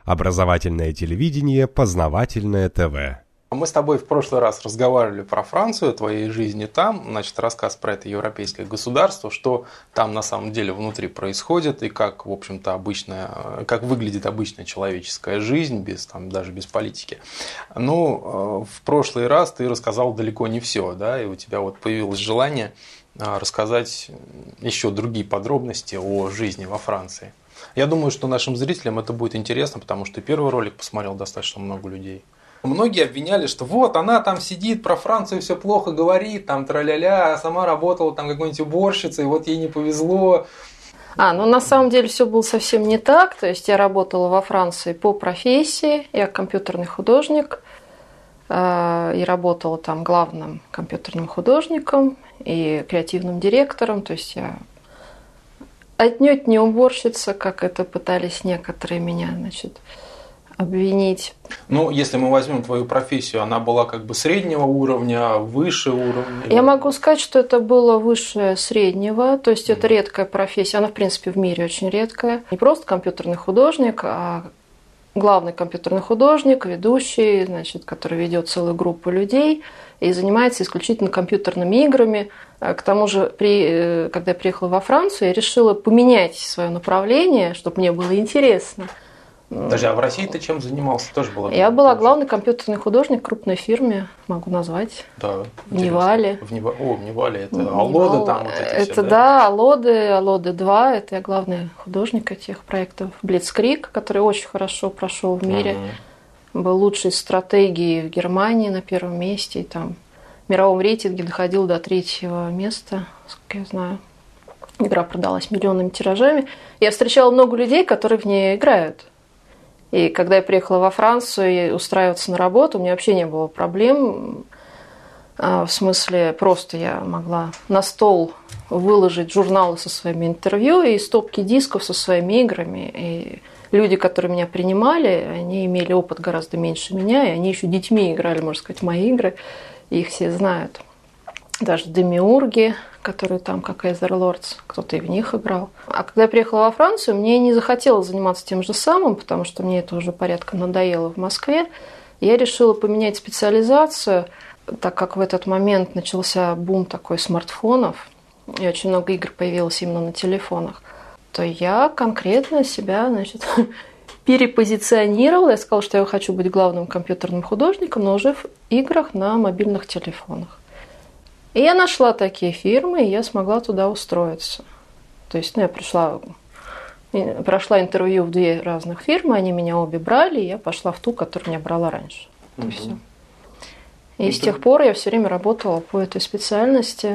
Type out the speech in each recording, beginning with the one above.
Образовательное телевидение, познавательное ТВ. Мы с тобой в прошлый раз разговаривали про Францию, твоей жизни там, значит, рассказ про это европейское государство, что там на самом деле внутри происходит и как, в общем-то, как выглядит обычная человеческая жизнь, даже без политики. Но в прошлый раз ты рассказал далеко не все, да, и у тебя вот появилось желание рассказать еще другие подробности о жизни во Франции. Я думаю, что нашим зрителям это будет интересно, потому что первый ролик посмотрел достаточно много людей. Многие обвиняли, что вот она там сидит, про Францию все плохо говорит, там тра-ля-ля, а сама работала там какой-нибудь уборщицей, вот ей не повезло. На самом деле все было совсем не так. То есть я работала во Франции по профессии, я компьютерный художник, и работала там главным компьютерным художником и креативным директором. То есть я отнюдь не уборщица, как это пытались некоторые меня, обвинить. Если мы возьмем твою профессию, она была как бы среднего уровня, выше уровня? Я могу сказать, что это было выше среднего, то есть это редкая профессия, она в принципе в мире очень редкая. Не просто компьютерный художник, а главный компьютерный художник, ведущий, который ведет целую группу людей и занимается исключительно компьютерными играми. К тому же, когда я приехала во Францию, я решила поменять свое направление, чтобы мне было интересно. Даже в России ты чем занимался? Тоже была? Я была главный компьютерный художник в крупной фирме, могу назвать. Да. В Невале. В Невале это Алоды там вот эти это все, да? Алоды 2, это я главный художник этих проектов. Блицкриг, который очень хорошо прошел в мире. Был лучшей стратегией в Германии на первом месте. И там в мировом рейтинге доходил до 3-го места, сколько я знаю. Игра продалась миллионными тиражами. Я встречала много людей, которые в ней играют. И когда я приехала во Францию и устраиваться на работу, у меня вообще не было проблем. В смысле, просто я могла на стол выложить журналы со своими интервью и стопки дисков со своими играми. И люди, которые меня принимали, они имели опыт гораздо меньше меня, и они еще детьми играли, можно сказать, в мои игры. И их все знают. Даже демиурги, которые там, как Эзерлордс, кто-то и в них играл. А когда я приехала во Францию, мне не захотелось заниматься тем же самым, потому что мне это уже порядком надоело в Москве. Я решила поменять специализацию, так как в этот момент начался бум такой смартфонов, и очень много игр появилось именно на телефонах, то я конкретно себя, перепозиционировала. Я сказала, что я хочу быть главным компьютерным художником, но уже в играх на мобильных телефонах. И я нашла такие фирмы, и я смогла туда устроиться. То есть я прошла интервью в 2 разных фирмы, они меня обе брали, и я пошла в ту, которую меня брала раньше. И все. И с тех пор я все время работала по этой специальности,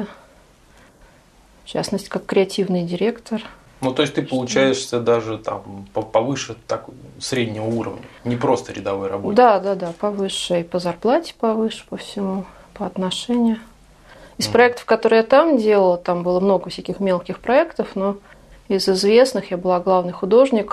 в частности, как креативный директор. То есть ты получаешься даже там повыше среднего уровня, не просто рядовой работник. Да, повыше, и по зарплате повыше, по всему, по отношению. Из проектов, которые я там делала, там было много всяких мелких проектов, но из известных я была главный художник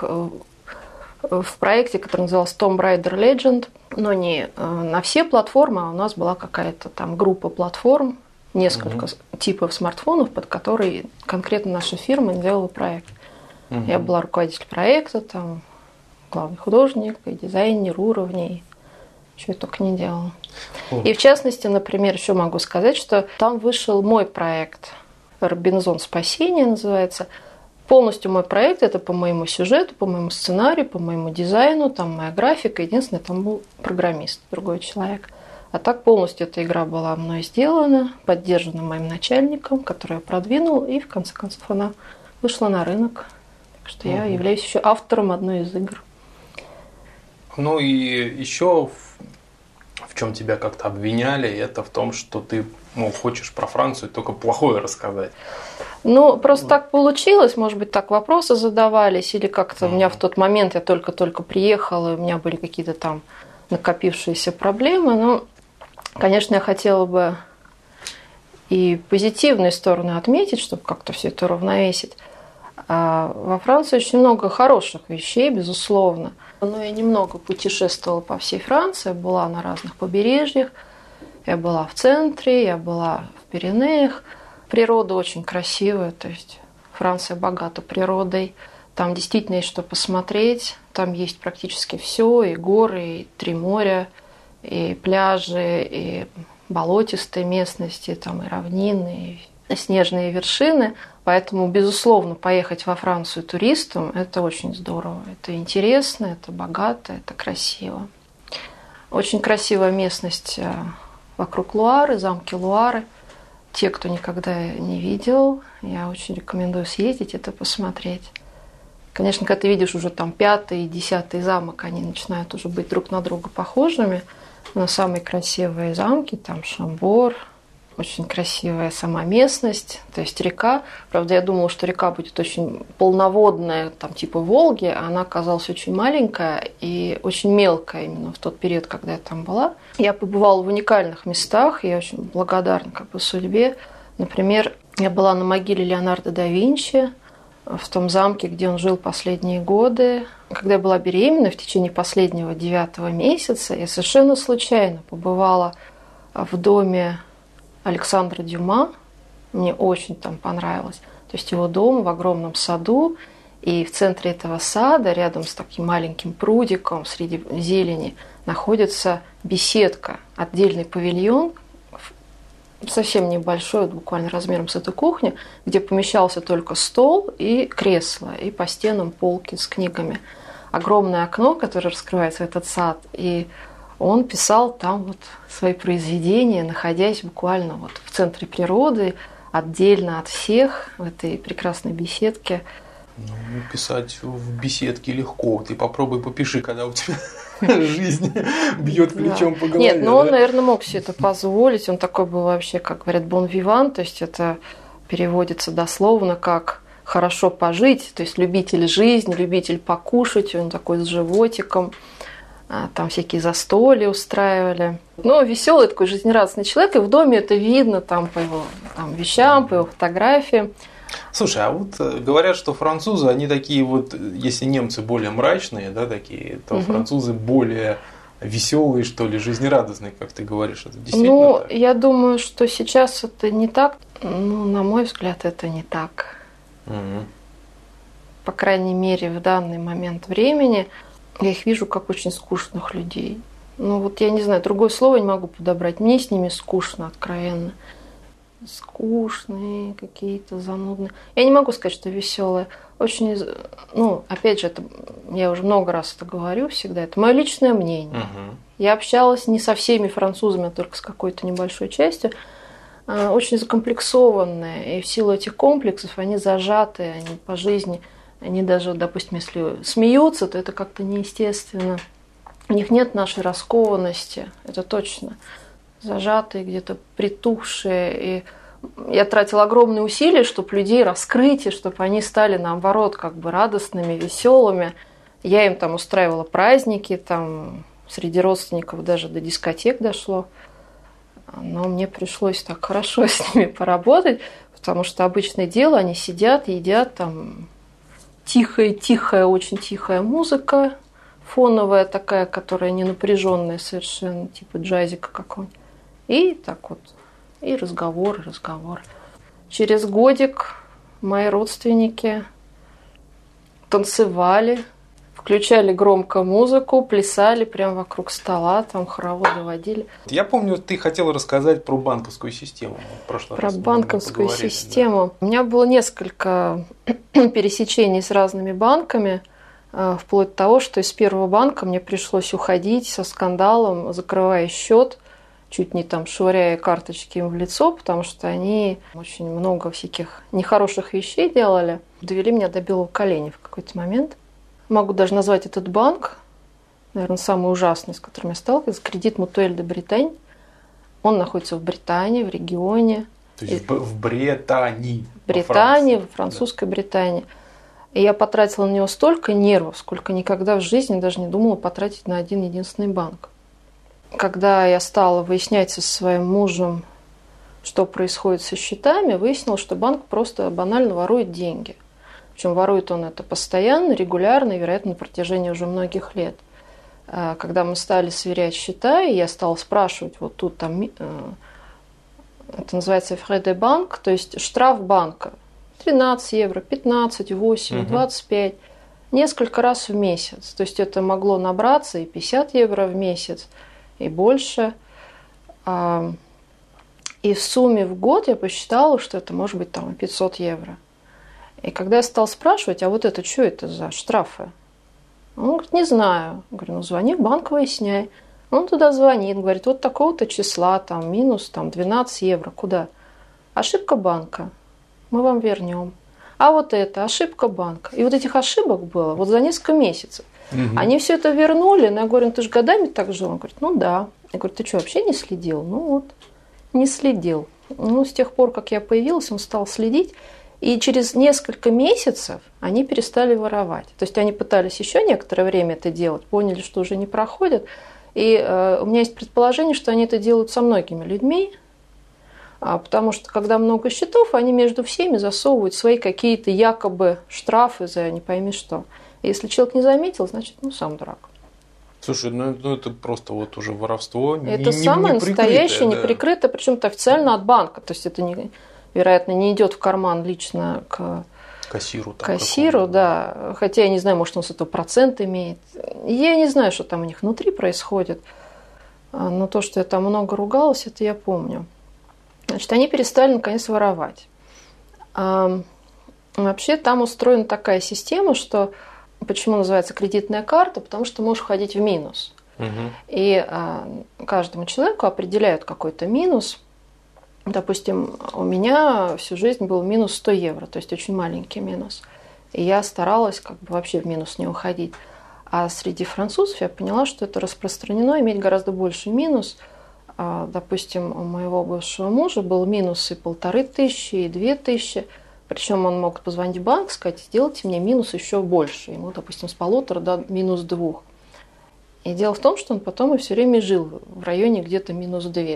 в проекте, который назывался Tomb Raider Legend, но не на все платформы, а у нас была какая-то там группа платформ, несколько типов смартфонов, под которые конкретно наша фирма делала проект. Я была руководитель проекта, там главный художник, и дизайнер уровней. Чего я только не делала. И в частности, например, еще могу сказать, что там вышел мой проект «Робинзон Спасение» называется. Полностью мой проект, это по моему сюжету, по моему сценарию, по моему дизайну, там моя графика. Единственное, там был программист, другой человек. А так полностью эта игра была мной сделана, поддержана моим начальником, который ее продвинул, и в конце концов она вышла на рынок. Так что я являюсь еще автором одной из игр. И еще в чем тебя как-то обвиняли, это в том, что ты, хочешь про Францию только плохое рассказать. Просто так получилось, может быть, так вопросы задавались, или как-то у меня в тот момент, я только-только приехала, и у меня были какие-то там накопившиеся проблемы. Конечно, я хотела бы и позитивные стороны отметить, чтобы как-то все это уравновесить. А во Франции очень много хороших вещей, безусловно. Но я немного путешествовала по всей Франции, была на разных побережьях. Я была в центре, я была в Пиренеях. Природа очень красивая, то есть Франция богата природой. Там действительно есть что посмотреть. Там есть практически все: и горы, и 3 моря, и пляжи, и болотистые местности, там и равнины, и снежные вершины. Поэтому, безусловно, поехать во Францию туристам – это очень здорово. Это интересно, это богато, это красиво. Очень красивая местность вокруг Луары, замки Луары. Те, кто никогда не видел, я очень рекомендую съездить, это посмотреть. Конечно, когда ты видишь уже там 5-й и 10-й замок, они начинают уже быть друг на друга похожими. Но самые красивые замки, там Шамбор, очень красивая сама местность, то есть река. Правда, я думала, что река будет очень полноводная, там типа Волги, а она оказалась очень маленькая и очень мелкая именно в тот период, когда я там была. Я побывала в уникальных местах, и я очень благодарна судьбе. Например, я была на могиле Леонардо да Винчи, в том замке, где он жил последние годы. Когда я была беременна, в течение последнего 9-го месяца, я совершенно случайно побывала в доме Александра Дюма. Мне очень там понравилось. То есть его дом в огромном саду, и в центре этого сада, рядом с таким маленьким прудиком среди зелени, находится беседка, отдельный павильон, совсем небольшой, буквально размером с эту кухню, где помещался только стол и кресло, и по стенам полки с книгами. Огромное окно, которое раскрывается в этот сад, и он писал там свои произведения, находясь буквально в центре природы, отдельно от всех, в этой прекрасной беседке. Ну, писать в беседке легко. Ты попробуй попиши, когда у тебя жизнь бьет плечом по голове. Нет, но он, наверное, мог себе это позволить. Он такой был вообще, как говорят, bon vivant, то есть это переводится дословно как «хорошо пожить», то есть любитель жизни, любитель покушать, он такой с животиком. Там всякие застолья устраивали. Но веселый такой жизнерадостный человек, и в доме это видно там, по его вещам, по его фотографиям. Слушай, а говорят, что французы, они такие если немцы более мрачные, да, такие, то французы более веселые, что ли, жизнерадостные, как ты говоришь. Это действительно так? Я думаю, что сейчас это не так. На мой взгляд, это не так. По крайней мере, в данный момент времени я их вижу как очень скучных людей. Я не знаю, другое слово не могу подобрать. Мне с ними скучно, откровенно. Скучные какие-то, занудные. Я не могу сказать, что веселые. Очень, опять же, я уже много раз это говорю всегда, это мое личное мнение. Я общалась не со всеми французами, а только с какой-то небольшой частью. Очень закомплексованные, и в силу этих комплексов они зажатые, они по жизни, они даже, допустим, если смеются, то это как-то неестественно. У них нет нашей раскованности, это точно. Зажатые, где-то притухшие. И я тратила огромные усилия, чтобы людей раскрыть, и чтобы они стали, наоборот, радостными, веселыми. Я им там устраивала праздники, там среди родственников даже до дискотек дошло. Но мне пришлось так хорошо с ними поработать, потому что обычное дело, они сидят, едят, там тихая, очень тихая музыка, фоновая такая, которая не напряженная совершенно, типа джазика какого-нибудь. И и разговор. Через годик мои родственники танцевали, включали громко музыку, плясали прямо вокруг стола, там хороводы водили. Я помню, ты хотела рассказать про банковскую систему в прошлый раз. Про банковскую систему. Да. У меня было несколько пересечений с разными банками, вплоть до того, что из первого банка мне пришлось уходить со скандалом, закрывая счет, чуть не там швыряя карточки им в лицо, потому что они очень много всяких нехороших вещей делали. Довели меня до белого коленя в какой-то момент. Могу даже назвать этот банк, наверное, самый ужасный, с которым я сталкивалась, Кредит Мутуэль де Британь. Он находится в Британии, в регионе. То есть в Британии. В Британии, во французской Британии. И я потратила на него столько нервов, сколько никогда в жизни даже не думала потратить на один единственный банк. Когда я стала выяснять со своим мужем, что происходит со счетами, выяснилось, что банк просто банально ворует деньги. Причем ворует он это постоянно, регулярно и, вероятно, на протяжении уже многих лет. Когда мы стали сверять счета, и я стала спрашивать, это называется frais de banque, то есть штраф банка. 13 евро, 15, 8, 25. Несколько раз в месяц. То есть это могло набраться и 50 евро в месяц, и больше. И в сумме в год я посчитала, что это может быть там 500 евро. И когда я стала спрашивать, а вот это что это за штрафы? Он говорит, не знаю. Я говорю, ну звони в банк, выясняй. Он туда звонит, говорит, вот такого-то числа, там, минус там, 12 евро. Куда? Ошибка банка. Мы вам вернем. А вот это, ошибка банка. И вот этих ошибок было вот за несколько месяцев. Они все это вернули, но я говорю, ну ты же годами так жил? Он говорит, ну да. Я говорю, ты что, вообще не следил? Ну вот, не следил. Ну, с тех пор, как я появилась, он стал следить. И через несколько месяцев они перестали воровать. То есть они пытались еще некоторое время это делать, поняли, что уже не проходит. И у меня есть предположение, что они это делают со многими людьми, потому что когда много счетов, они между всеми засовывают свои какие-то якобы штрафы за не пойми что. И если человек не заметил, значит, ну сам дурак. Слушай, ну это просто вот уже воровство. Это самое настоящее, неприкрытое, причем это официально от банка. То есть это, вероятно, не идет в карман лично к кассиру, да. Хотя я не знаю, может, он с этого процент имеет. Я не знаю, что там у них внутри происходит. Но то, что я там много ругалась, это я помню. Значит, они перестали, наконец, воровать. Вообще там устроена такая система, что... Почему называется кредитная карта? Потому что ты можешь входить в минус. И каждому человеку определяют какой-то минус. Допустим, у меня всю жизнь был минус 100 евро, то есть очень маленький минус. И я старалась как бы вообще в минус не уходить. А среди французов я поняла, что это распространено, иметь гораздо больше минус. Допустим, у моего бывшего мужа был минус и 1500, и 2000. Причем он мог позвонить в банк, сказать, сделайте мне минус еще больше. Ему, допустим, с 1,5 до минус 2. И дело в том, что он потом и все время жил в районе где-то минус 2.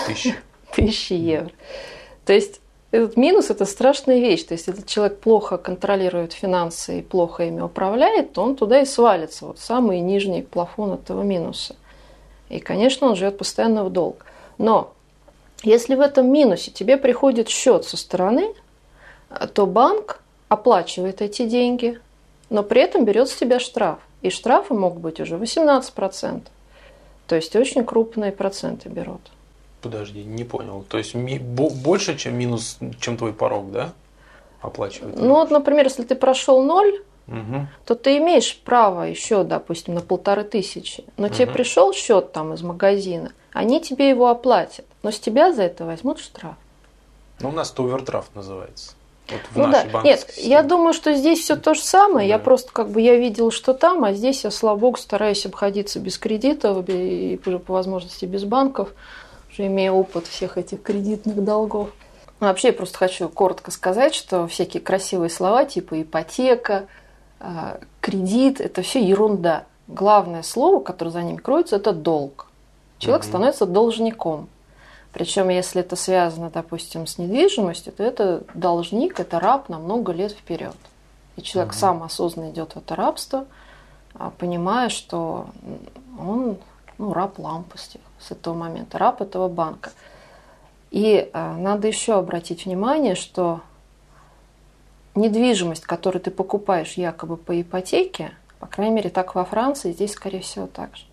Тысячи евро. То есть этот минус – это страшная вещь. То есть если человек плохо контролирует финансы и плохо ими управляет, то он туда и свалится. Вот самый нижний плафон этого минуса. И, конечно, он живет постоянно в долг. Но если в этом минусе тебе приходит счет со стороны, то банк оплачивает эти деньги, но при этом берет с тебя штраф. И штрафы могут быть уже 18%. То есть очень крупные проценты берут. Подожди, не понял. То есть больше, чем минус, чем твой порог, да? Оплачивают? Ну вот, например, если ты прошел 0, то ты имеешь право еще, допустим, на 1500. Но тебе пришел счет там из магазина, они тебе его оплатят, но с тебя за это возьмут штраф. Ну, у нас это овердрафт называется. Вот в ну да, нет, я думаю, что здесь все то же самое. Да. Я просто я видела, что там, а здесь я, слава богу, стараюсь обходиться без кредитов и по возможности без банков, уже имея опыт всех этих кредитных долгов. Вообще я просто хочу коротко сказать, что всякие красивые слова типа ипотека, кредит – это все ерунда. Главное слово, которое за ними кроется, это долг. Человек становится должником. Причем, если это связано, допустим, с недвижимостью, то это должник, это раб на много лет вперед. И человек сам осознанно идет в это рабство, понимая, что он раб лампы с этого момента, раб этого банка. И надо еще обратить внимание, что недвижимость, которую ты покупаешь якобы по ипотеке, по крайней мере, так во Франции, здесь, скорее всего, так же,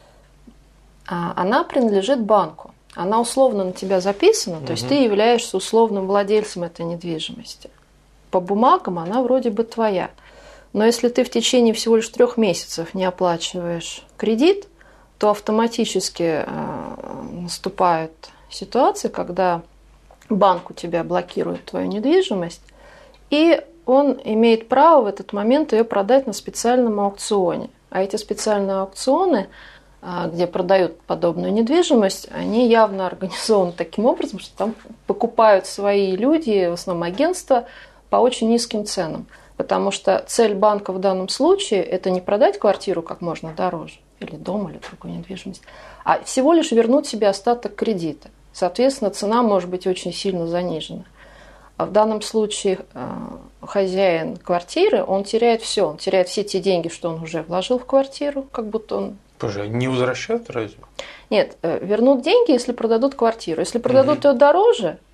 она принадлежит банку. Она условно на тебя записана, то есть ты являешься условным владельцем этой недвижимости. По бумагам она вроде бы твоя. Но если ты в течение всего лишь 3 месяцев не оплачиваешь кредит, то автоматически наступает ситуация, когда банк у тебя блокирует твою недвижимость, и он имеет право в этот момент ее продать на специальном аукционе. А эти специальные аукционы, где продают подобную недвижимость, они явно организованы таким образом, что там покупают свои люди, в основном агентства, по очень низким ценам. Потому что цель банка в данном случае – это не продать квартиру как можно дороже, или дом, или другую недвижимость, а всего лишь вернуть себе остаток кредита. Соответственно, цена может быть очень сильно занижена. А в данном случае хозяин квартиры, он теряет все. Он теряет все те деньги, что он уже вложил в квартиру, как будто он... Тоже не возвращают разве? Нет, вернут деньги, если продадут квартиру. Если продадут ее дороже,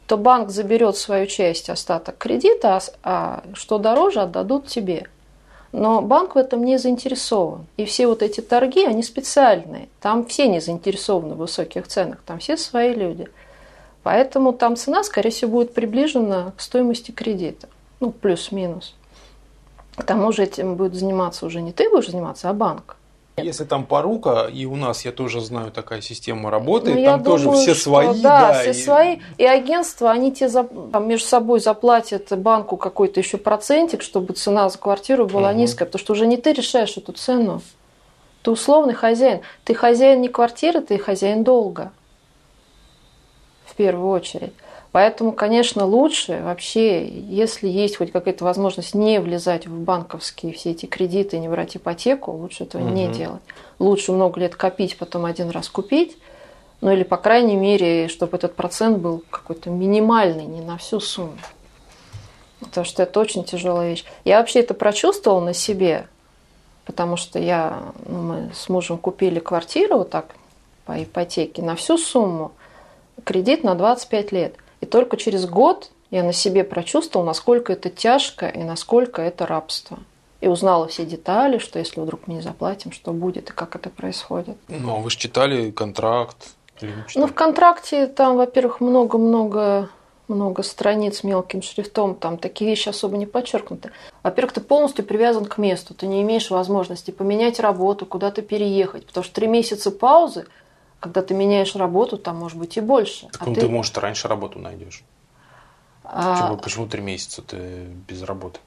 то банк заберет свою часть, остаток кредита, а что дороже, отдадут тебе. Но банк в этом не заинтересован. И все вот эти торги, они специальные. Там все не заинтересованы в высоких ценах, там все свои люди. Поэтому там цена, скорее всего, будет приближена к стоимости кредита. Ну, плюс-минус. К тому же этим будет заниматься уже не ты будешь заниматься, а банк. Если там порука, и у нас, я тоже знаю, такая система работает, Ну, там тоже думаю, все что, свои. Да, все свои. И агентства, они тебе там между собой заплатят банку какой-то еще процентик, чтобы цена за квартиру была низкая, потому что уже не ты решаешь эту цену. Ты условный хозяин. Ты хозяин не квартиры, ты хозяин долга. В первую очередь. Поэтому, конечно, лучше вообще, если есть хоть какая-то возможность не влезать в банковские все эти кредиты, не брать ипотеку, лучше этого не делать. Лучше много лет копить, потом один раз купить. Ну или, по крайней мере, чтобы этот процент был какой-то минимальный, не на всю сумму. Потому что это очень тяжелая вещь. Я вообще это прочувствовала на себе, потому что мы с мужем купили квартиру вот так по ипотеке на всю сумму, кредит на 25 лет. И только через год я на себе прочувствовала, насколько это тяжко и насколько это рабство. И узнала все детали, что если вдруг мы не заплатим, что будет и как это происходит. Ну, а вы же читали контракт? Ну, в контракте там, во-первых, много страниц мелким шрифтом, там такие вещи особо не подчеркнуты. Во-первых, ты полностью привязан к месту, ты не имеешь возможности поменять работу, куда-то переехать, потому что 3 месяца паузы, когда ты меняешь работу, там может быть и больше. Так ты, может, раньше работу найдешь. Почему 3 месяца ты без работы?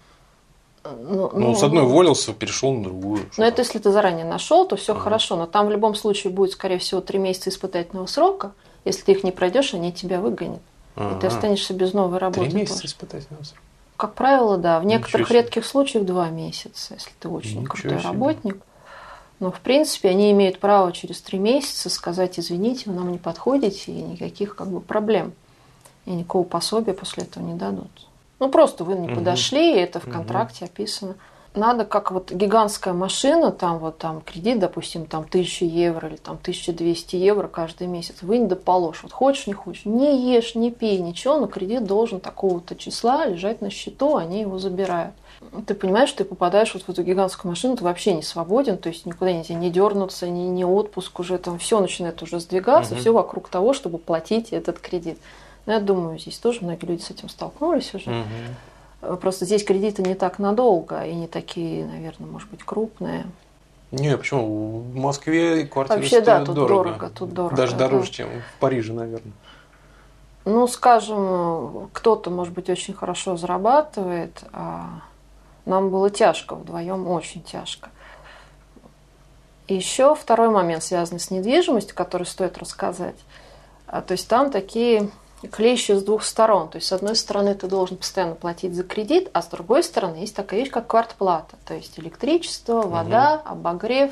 С одной уволился, перешел на другую. Но это если ты заранее нашел, то все хорошо. Но там в любом случае будет, скорее всего, 3 месяца испытательного срока. Если ты их не пройдешь, они тебя выгонят. И ты останешься без новой работы. 3 месяца испытательного срока? Как правило, да. В некоторых редких случаях 2 месяца, если ты очень крутой работник. Но, в принципе, они имеют право через 3 месяца сказать: извините, вы нам не подходите, и никаких проблем. И никакого пособия после этого не дадут. Ну, просто вы не подошли, и это в контракте описано. Надо, как гигантская машина, там кредит, допустим, там 1000 евро или там 1200 евро каждый месяц, вынь да положь. Вот хочешь, не хочешь, не ешь, не пей, ничего, но кредит должен такого-то числа лежать на счету, они его забирают. Ты понимаешь, что ты попадаешь в эту гигантскую машину, ты вообще не свободен, то есть никуда нельзя не дернуться, ни отпуск уже, там все начинает уже сдвигаться, все вокруг того, чтобы платить этот кредит. Но я думаю, здесь тоже многие люди с этим столкнулись уже. Просто здесь кредиты не так надолго и не такие, наверное, может быть, крупные. Не, почему? В Москве квартиры вообще, стоят тут дорого. Тут дорого. Даже дороже, чем в Париже, наверное. Ну, скажем, кто-то, может быть, очень хорошо зарабатывает, а нам было тяжко вдвоем, очень тяжко. И еще второй момент, связанный с недвижимостью, который стоит рассказать. То есть там такие клещи с 2 сторон. То есть, с одной стороны, ты должен постоянно платить за кредит, а с другой стороны, есть такая вещь, как квартплата. То есть электричество, вода, обогрев,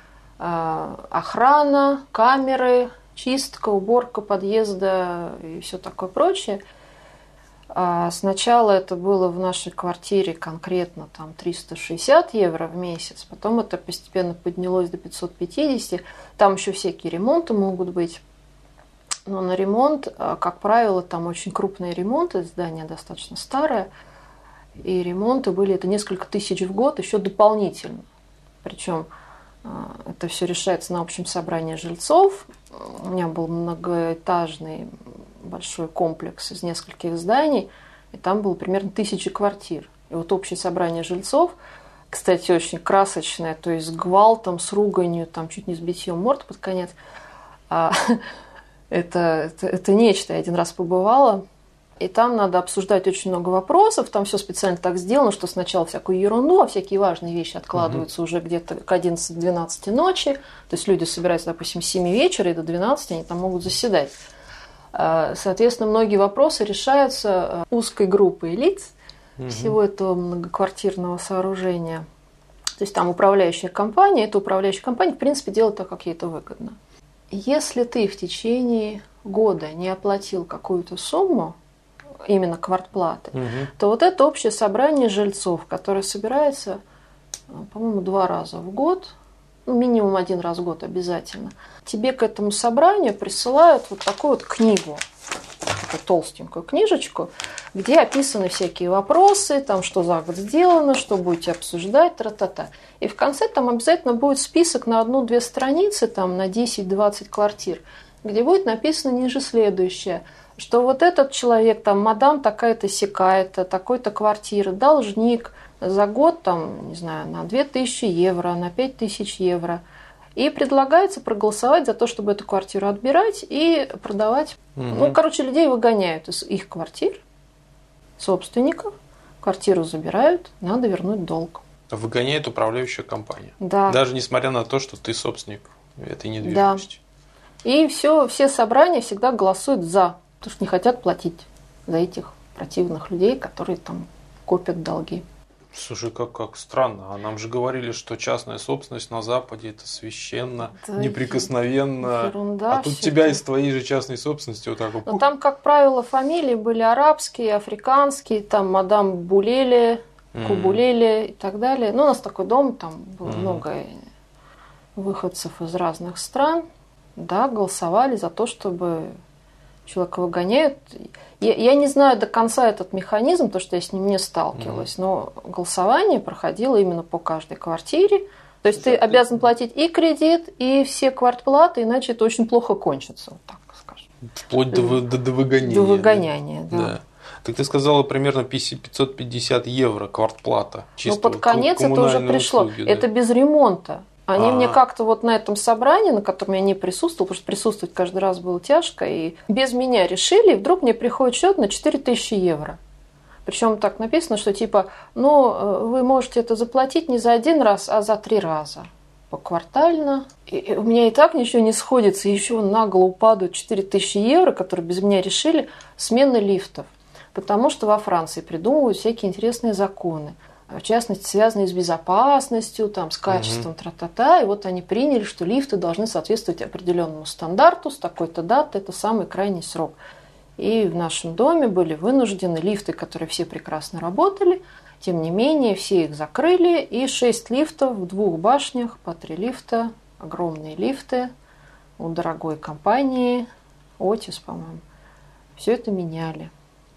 охрана, камеры, чистка, уборка подъезда и все такое прочее. Сначала это было в нашей квартире конкретно там 360 евро в месяц, потом это постепенно поднялось до 550. Там еще всякие ремонты могут быть. Но на ремонт, как правило, там очень крупные ремонты, здание достаточно старое, и ремонты были это несколько тысяч в год еще дополнительно. Причем это все решается на общем собрании жильцов. У меня был многоэтажный большой комплекс из нескольких зданий, и там было примерно 1000 квартир. И вот общее собрание жильцов, кстати, очень красочное, то есть с гвалтом, с руганью, там чуть не с битьем морд под конец. Это нечто. Я один раз побывала, и там надо обсуждать очень много вопросов. Там все специально так сделано, что сначала всякую ерунду, а всякие важные вещи откладываются уже где-то к 11-12 ночи. То есть люди собираются, допустим, с 7 вечера и до 12 они там могут заседать. Соответственно, многие вопросы решаются узкой группой лиц всего этого многоквартирного сооружения. То есть там управляющая компания, эта управляющая компания, в принципе, делает так, как ей это выгодно. Если ты в течение года не оплатил какую-то сумму, именно квартплаты, то вот это общее собрание жильцов, которое собирается, по-моему, 2 раза в год, минимум 1 раз в год обязательно, тебе к этому собранию присылают вот такую вот книгу. такую толстенькую книжечку, где описаны всякие вопросы, там, что за год сделано, что будете обсуждать, тра-та-та. И в конце там обязательно будет список на 1-2 страницы, там, на 10-20 квартир, где будет написано ниже следующее, что вот этот человек, там, мадам такая-то сякая-то, такой-то квартира, должник за год, там, не знаю, на 2000 евро, на 5000 евро. И предлагается проголосовать за то, чтобы эту квартиру отбирать и продавать. Ну, короче, людей выгоняют из их квартир, собственников, квартиру забирают, надо вернуть долг. Выгоняет управляющая компания. Да. Даже несмотря на то, что ты собственник этой недвижимости. Да. И все собрания всегда голосуют за, потому что не хотят платить за этих противных людей, которые там копят долги. Слушай, как странно. А нам же говорили, что частная собственность на Западе это священно, да, неприкосновенно. Ерунда. А тут тебя из твоей же частной собственности вот так вот. Но там, как правило, фамилии были арабские, африканские, там мадам Булели, Кубулели и так далее. Ну, у нас такой дом, там было много выходцев из разных стран. Да, голосовали за то, чтобы человека выгоняют. Я не знаю до конца этот механизм, потому что я с ним не сталкивалась, но голосование проходило именно по каждой квартире. То есть ты обязан платить и кредит, и все квартплаты, иначе это очень плохо кончится, вот так скажем. Вплоть до выгонения. До выгоняния, да. Так ты сказала, примерно 550 евро квартплата. Ну, под конец это уже пришло. Услуги, да. Это без ремонта. Они мне как-то вот на этом собрании, на котором я не присутствовала, потому что присутствовать каждый раз было тяжко, и без меня решили, и вдруг мне приходит счет на 4000 евро. Причем так написано, что типа, ну, вы можете это заплатить не за один раз, а за 3 раза. Поквартально. И у меня и так ничего не сходится, и еще на голову падают 4000 евро, которые без меня решили, смена лифтов. Потому что во Франции придумывают всякие интересные законы. В частности, связанные с безопасностью, там, с качеством, тра-та-та. И вот они приняли, что лифты должны соответствовать определенному стандарту с такой-то даты, это самый крайний срок. И в нашем доме были вынуждены лифты, которые все прекрасно работали, тем не менее, все их закрыли, и 6 лифтов в 2 башнях, по 3 лифта, огромные лифты у дорогой компании, Otis, по-моему. Все это меняли.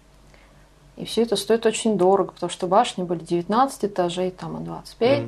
И все это стоит очень дорого, потому что башни были 19 этажей, там и 25.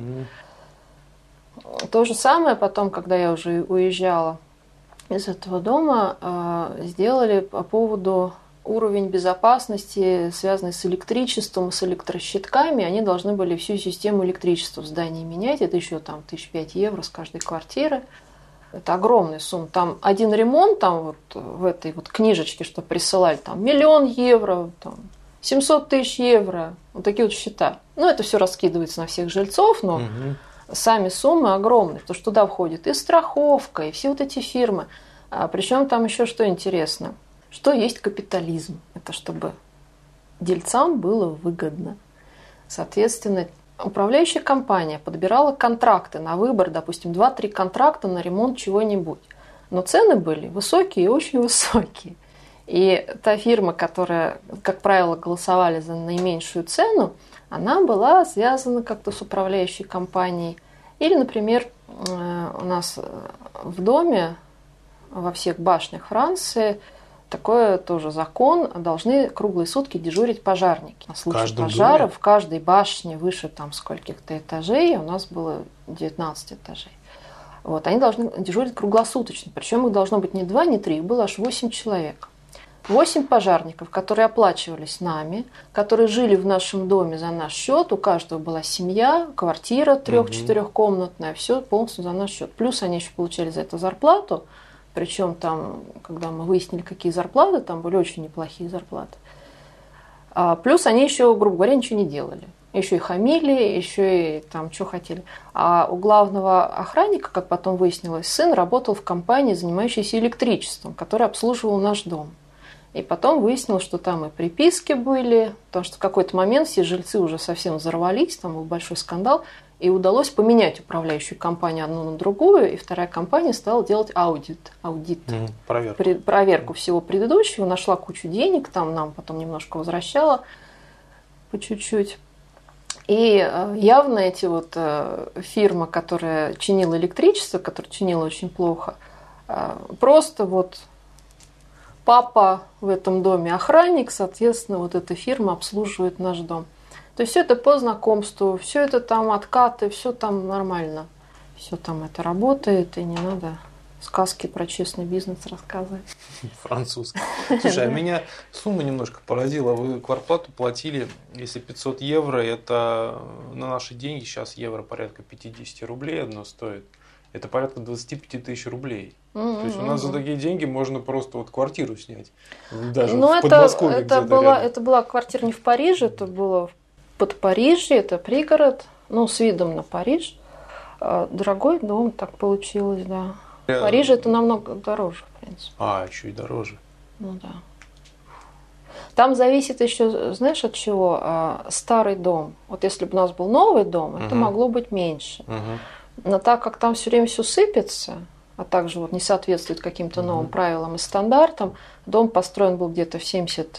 То же самое потом, когда я уже уезжала из этого дома, сделали по поводу уровня безопасности, связанный с электричеством, с электрощитками. Они должны были всю систему электричества в здании менять. Это еще там 1005 евро с каждой квартиры. Это огромная сумма. Там один ремонт, там вот в этой вот книжечке, что присылали, там 1 000 000 евро, там 700 000 евро, вот такие вот счета. Ну, это все раскидывается на всех жильцов, но сами суммы огромные, потому что туда входит и страховка, и все вот эти фирмы. Причем там еще что интересно, что есть капитализм. Это чтобы дельцам было выгодно. Соответственно, управляющая компания подбирала контракты на выбор, допустим, 2-3 контракта на ремонт чего-нибудь. Но цены были высокие и очень высокие. И та фирма, которая, как правило, голосовали за наименьшую цену, она была связана как-то с управляющей компанией. Или, например, у нас в доме, во всех башнях Франции, такой тоже закон, должны круглые сутки дежурить пожарники. На случай пожара в каждой башне выше там скольких-то этажей, у нас было 19 этажей. Вот, они должны дежурить круглосуточно. Причем их должно быть не 2, не 3, их было аж 8 человек. 8 пожарников, которые оплачивались нами, которые жили в нашем доме за наш счет. У каждого была семья, квартира 3-4-комнатная, все полностью за наш счет. Плюс они еще получали за это зарплату. Причем там, когда мы выяснили, какие зарплаты, там были очень неплохие зарплаты. Плюс они еще, грубо говоря, ничего не делали. Еще и хамили, еще и там что хотели. А у главного охранника, как потом выяснилось, сын работал в компании, занимающейся электричеством, которая обслуживала наш дом. И потом выяснилось, что там и приписки были, потому что в какой-то момент все жильцы уже совсем взорвались, там был большой скандал, и удалось поменять управляющую компанию одну на другую, и вторая компания стала делать аудит, проверку всего предыдущего, нашла кучу денег, там нам потом немножко возвращала по чуть-чуть. И явно эти вот фирма, которая чинила электричество, которая чинила очень плохо, просто вот папа в этом доме охранник, соответственно, вот эта фирма обслуживает наш дом. То есть все это по знакомству, все это там откаты, все там нормально. Все там это работает, и не надо сказки про честный бизнес рассказывать. Французский. Слушай, а меня сумма немножко поразила. Вы квартплату платили, если 500 евро, это на наши деньги, сейчас евро порядка 50 рублей одно стоит. Это порядка 25 тысяч рублей. То есть у нас за такие деньги можно просто вот квартиру снять. Даже в Подмосковье это была квартира не в Париже, это было в Подпарижье, это пригород, ну, с видом на Париж. Дорогой дом, так получилось, да. В Париже это намного дороже, в принципе. Еще и дороже. Ну да. Там зависит еще, знаешь, от чего? Старый дом. Вот если бы у нас был новый дом, это могло быть меньше. Но так как там все время все сыпется, а также вот не соответствует каким-то новым правилам и стандартам, дом построен был где-то в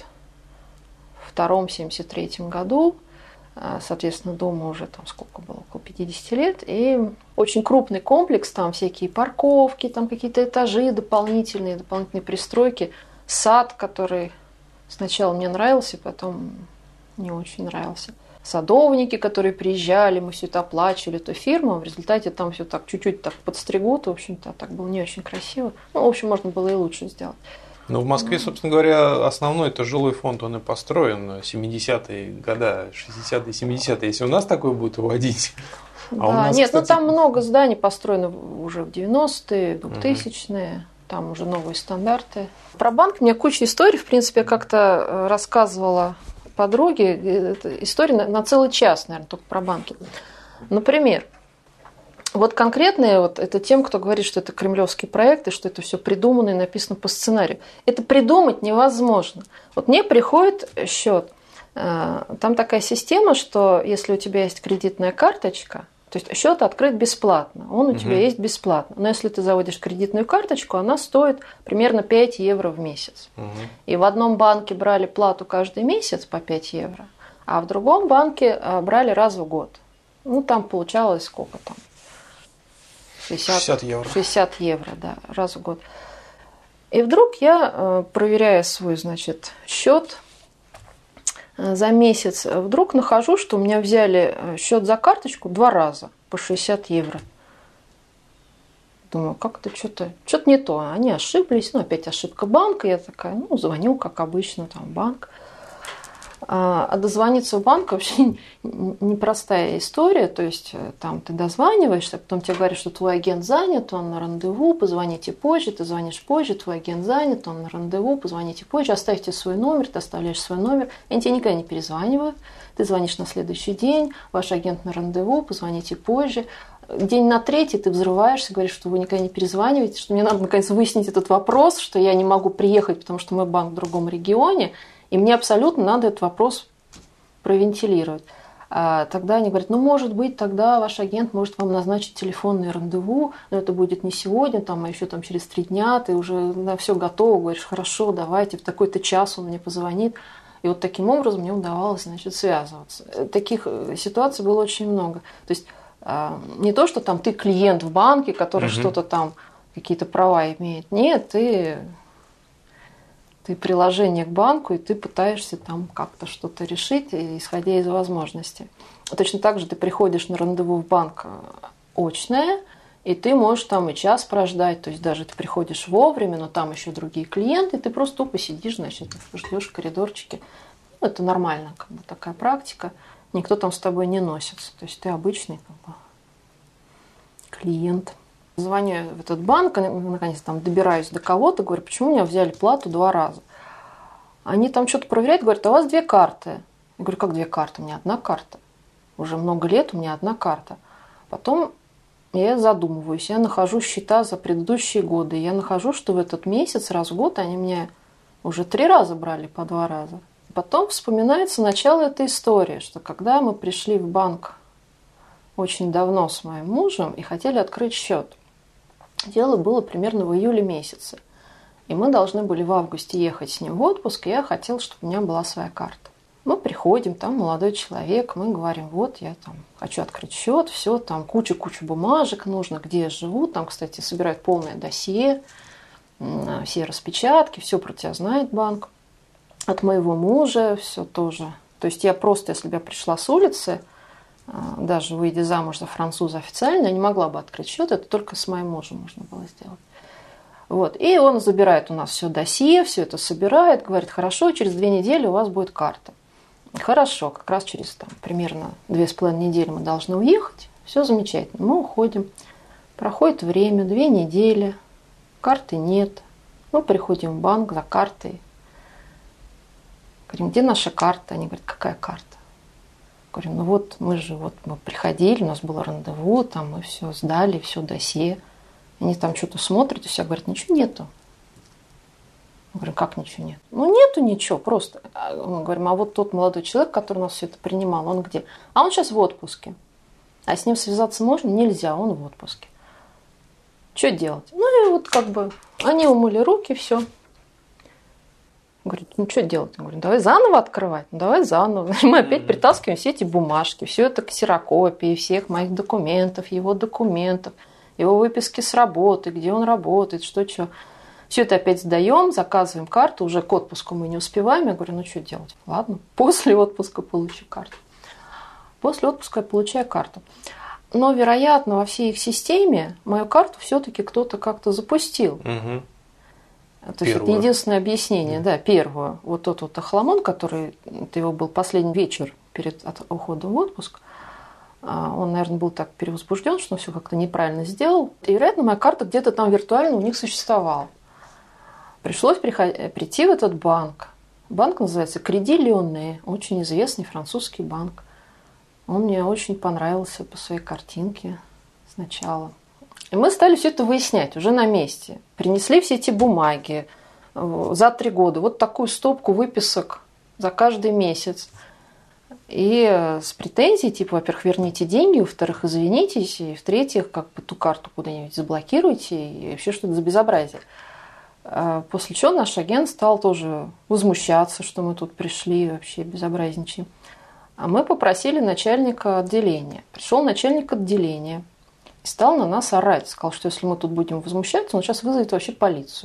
72-73 году. Соответственно, дому уже там сколько было, около 50 лет. И очень крупный комплекс, там всякие парковки, там какие-то этажи дополнительные пристройки. Сад, который сначала мне нравился, потом не очень нравился. Садовники, которые приезжали, мы все это оплачивали, эту фирму. В результате там все так чуть-чуть так подстригут. В общем-то, так было не очень красиво. Ну, в общем, можно было и лучше сделать. Но в Москве, собственно говоря, основной это жилой фонд, он и построен 70-е годы, 60-е, 70-е. Если у нас такое будет уводить, да, у нас, нет, кстати... там много зданий построено уже в 90-е, 2000-е, там уже новые стандарты. Про банк у меня куча историй, в принципе, я как-то рассказывала подруге, это история на целый час, наверное, только про банки. Например, вот конкретные, вот это тем, кто говорит, что это кремлевский проект, и что это все придумано и написано по сценарию. Это придумать невозможно. Вот мне приходит счет. Там такая система, что если у тебя есть кредитная карточка, то есть счет открыт бесплатно, он у тебя есть бесплатно. Но если ты заводишь кредитную карточку, она стоит примерно 5 евро в месяц. И в одном банке брали плату каждый месяц по 5 евро, а в другом банке брали раз в год. Ну, там получалось сколько там? 60 евро. 60 евро, да, раз в год. И вдруг я, проверяя свой, значит, счет за месяц, вдруг нахожу, что у меня взяли счет за карточку 2 раза по 60 евро. Думаю, как-то что-то не то. Они ошиблись, опять ошибка банка. Я такая, звоню, как обычно, там, в банк. А дозвониться в банк вообще непростая история. То есть там ты дозваниваешься, потом тебе говорят, что твой агент занят, он на рандеву, позвоните позже, ты звонишь позже, твой агент занят, он на рандеву, позвоните позже, оставьте свой номер, ты оставляешь свой номер, они тебе никогда не перезванивают, ты звонишь на следующий день, ваш агент на рандеву, позвоните позже. День на третий ты взрываешься, говоришь, что вы никогда не перезваниваете, что мне надо наконец выяснить этот вопрос, что я не могу приехать, потому что мой банк в другом регионе, и мне абсолютно надо этот вопрос провентилировать. Тогда они говорят, может быть, тогда ваш агент может вам назначить телефонное рандеву, но это будет не сегодня, а еще через 3 дня, ты уже на все готово, говоришь, хорошо, давайте, в такой-то час он мне позвонит. И вот таким образом мне удавалось, связываться. Таких ситуаций было очень много. То есть не то, что там ты клиент в банке, который что-то там, какие-то права имеет. Нет, ты приложение к банку, и ты пытаешься там как-то что-то решить, исходя из возможностей. Точно так же ты приходишь на рандеву в банк очное, и ты можешь там и час прождать, то есть даже ты приходишь вовремя, но там еще другие клиенты, ты просто тупо сидишь, ждешь в коридорчике. Это нормально, такая практика. Никто там с тобой не носится. То есть ты обычный клиент. Звоню в этот банк, наконец добираюсь до кого-то, говорю, почему у меня взяли плату 2 раза? Они там что-то проверяют, говорят, а у вас 2 карты. Я говорю, как 2 карты? У меня 1 карта. Уже много лет у меня 1 карта. Потом я задумываюсь, я нахожу счета за предыдущие годы. Я нахожу, что в этот месяц, раз в год, они меня уже 3 раза брали по 2 раза. Потом вспоминается начало этой истории, что когда мы пришли в банк очень давно с моим мужем и хотели открыть счет, дело было примерно в июле месяце. И мы должны были в августе ехать с ним в отпуск, и я хотела, чтобы у меня была своя карта. Мы приходим, там молодой человек, мы говорим, вот я там хочу открыть счет, все, там куча бумажек нужно, где я живу, там, кстати, собирают полное досье, все распечатки, все про тебя знает банк. От моего мужа все тоже. То есть я просто, если бы я пришла с улицы, даже выйдя замуж за француза официально, я не могла бы открыть счет, это только с моим мужем можно было сделать. Вот. И он забирает у нас все досье, все это собирает, говорит, хорошо, через 2 недели у вас будет карта. Хорошо, как раз через примерно 2,5 недели мы должны уехать, все замечательно, мы уходим. Проходит время, 2 недели, карты нет, мы приходим в банк за картой. Говорим, где наша карта? Они говорят, какая карта? Говорю, ну вот мы приходили, у нас было рандеву, там мы все сдали, все досье. Они там что-то смотрят и все говорят, ничего нету. Мы говорим, как ничего нет? Ну нету ничего, просто. Мы говорим, а вот тот молодой человек, который у нас все это принимал, он где? А он сейчас в отпуске. А с ним связаться можно? Нельзя, он в отпуске. Что делать? Ну и вот они умыли руки, все. Говорит, ну что делать? Я говорю, давай заново открывать. Ну давай заново. Мы опять притаскиваем все эти бумажки, все это ксерокопии всех моих документов, его выписки с работы, где он работает, что. Все это опять сдаем, заказываем карту, уже к отпуску мы не успеваем. Я говорю, ну что делать? Ладно, после отпуска получу карту. После отпуска я получаю карту. Но, вероятно, во всей их системе мою карту все-таки кто-то как-то запустил. Угу. То есть это единственное объяснение, да, первую. Вот тот вот охламон, который, это его был последний вечер перед уходом в отпуск, он, наверное, был так перевозбужден, что он все как-то неправильно сделал. И, вероятно, моя карта где-то там виртуально у них существовала. Пришлось прийти в этот банк. Банк называется Креди Лионе, очень известный французский банк. Он мне очень понравился по своей картинке сначала. И мы стали все это выяснять уже на месте. Принесли все эти бумаги за 3 года. Вот такую стопку выписок за каждый месяц. И с претензией, типа, во-первых, верните деньги, во-вторых, извинитесь, и в-третьих, ту карту куда-нибудь заблокируйте, и вообще что это за безобразие. После чего наш агент стал тоже возмущаться, что мы тут пришли и вообще безобразничаем. А мы попросили начальника отделения. Пришел начальник отделения и стал на нас орать. Сказал, что если мы тут будем возмущаться, он сейчас вызовет вообще полицию.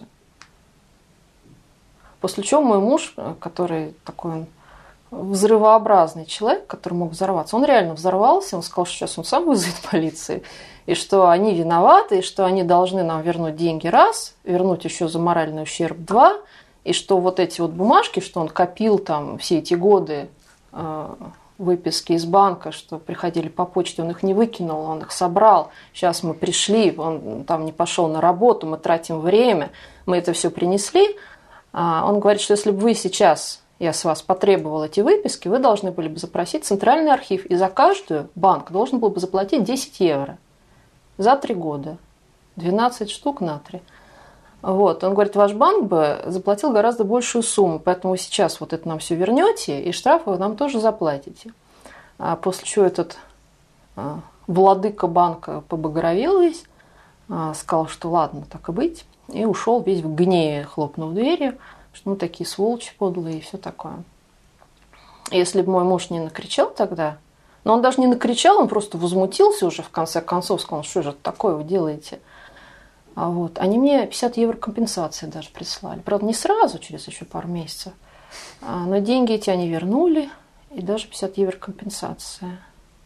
После чего мой муж, который такой взрывообразный человек, который мог взорваться, он реально взорвался. Он сказал, что сейчас он сам вызовет полицию. И что они виноваты, и что они должны нам вернуть деньги раз, вернуть еще за моральный ущерб 2, и что вот эти вот бумажки, что он копил там все эти годы, выписки из банка, что приходили по почте, он их не выкинул, он их собрал. Сейчас мы пришли, он там не пошел на работу, мы тратим время, мы это все принесли. Он говорит, что если бы вы сейчас, я с вас потребовал эти выписки, вы должны были бы запросить центральный архив, и за каждую банк должен был бы заплатить 10 евро за 3 года. 12 штук на 3. Вот. Он говорит, ваш банк бы заплатил гораздо большую сумму, поэтому вы сейчас вот это нам все вернете, и штрафы вы нам тоже заплатите. После чего этот владыка банка побагровел весь, сказал, что ладно, так и быть, и ушел весь в гневе, хлопнув дверью, что мы такие сволочи подлые и все такое. Если бы мой муж не накричал тогда, но он даже не накричал, он просто возмутился уже в конце концов, сказал, что же это такое вы делаете? Вот. Они мне 50 евро компенсации даже прислали. Правда, не сразу, через еще пару месяцев. Но деньги эти они вернули, и даже 50 евро компенсация.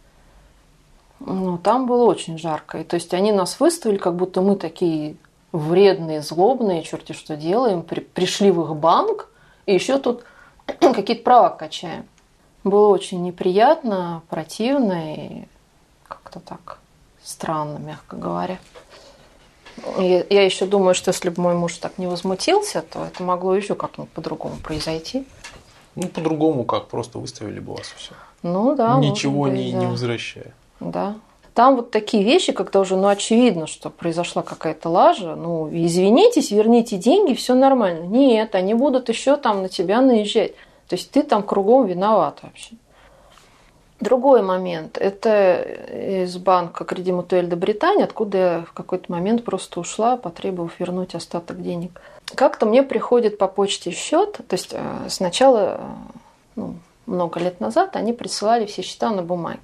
Ну, там было очень жарко. И, то есть они нас выставили, как будто мы такие вредные, злобные, черти что делаем, пришли в их банк, и еще тут какие-то права качаем. Было очень неприятно, противно и как-то так странно, мягко говоря. И я еще думаю, что если бы мой муж так не возмутился, то это могло еще как-нибудь по-другому произойти. Ну, по-другому как, просто выставили бы вас все. Ну да. Ничего быть, не возвращая. Да. Там вот такие вещи, когда уже очевидно, что произошла какая-то лажа, извинитесь, верните деньги, все нормально. Нет, они будут еще там на тебя наезжать. То есть ты там кругом виноват вообще. Другой момент. Это из банка Креди Мутуэль де Британия, откуда я в какой-то момент просто ушла, потребовав вернуть остаток денег. Как-то мне приходит по почте счет. То есть сначала, много лет назад, они присылали все счета на бумаге.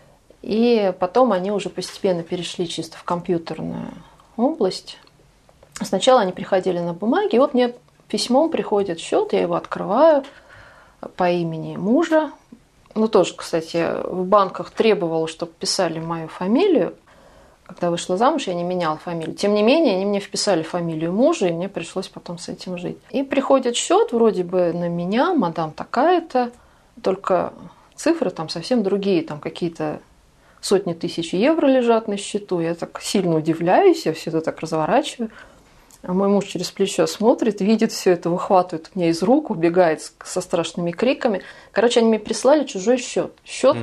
И потом они уже постепенно перешли чисто в компьютерную область. Сначала они приходили на бумаге, и вот мне письмом приходит счет, я его открываю по имени мужа. Ну, тоже, кстати, в банках требовала, чтобы писали мою фамилию. Когда вышла замуж, я не меняла фамилию. Тем не менее, они мне вписали фамилию мужа, и мне пришлось потом с этим жить. И приходит счет вроде бы на меня, мадам такая-то, только цифры там совсем другие, там какие-то сотни тысяч евро лежат на счету. Я так сильно удивляюсь, я все это так разворачиваю. А мой муж через плечо смотрит, видит все это, выхватывает у меня из рук, убегает со страшными криками. Короче, они мне прислали чужой счет. Счет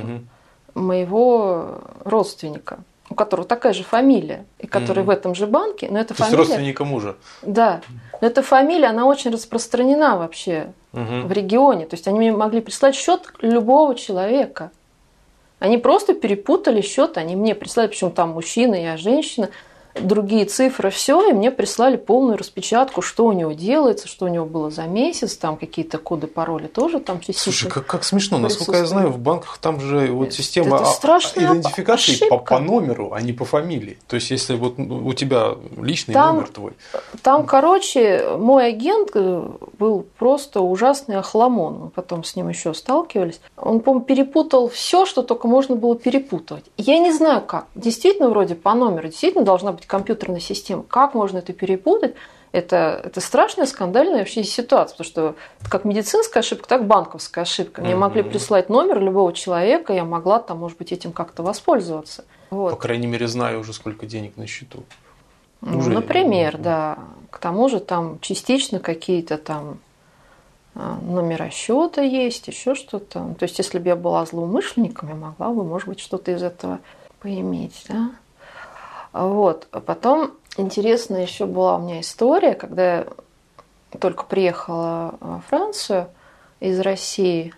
моего родственника, у которого такая же фамилия, и который в этом же банке. Но эта фамилия... есть родственника мужа. Да. Но эта фамилия, она очень распространена вообще в регионе. То есть они мне могли прислать счет любого человека. Они просто перепутали счет, они мне прислали, причем там мужчина, я женщина, другие цифры, все, и мне прислали полную распечатку, что у него делается, что у него было за месяц, там какие-то коды, пароли тоже там частично. Слушай, как смешно, насколько я знаю, в банках там же вот система идентификации ошибка. по номеру, а не по фамилии. То есть, если вот у тебя личный там, номер твой. Там, короче, мой агент был просто ужасный охламон. Мы потом с ним еще сталкивались. Он, по-моему, перепутал все, что только можно было перепутывать. Я не знаю как. Действительно, вроде по номеру, действительно должна быть компьютерная система. Как можно это перепутать? Это страшная, скандальная вообще ситуация, потому что как медицинская ошибка, так и банковская ошибка. Мне могли прислать номер любого человека, я могла там, может быть, этим как-то воспользоваться. Вот. По крайней мере, знаю уже, сколько денег на счету. Ну, например, да. К тому же там частично какие-то там номера счета есть, еще что-то. То есть, если бы я была злоумышленником, я могла бы, может быть, что-то из этого поиметь, да. Вот. А потом интересная еще была у меня история, когда я только приехала во Францию из России.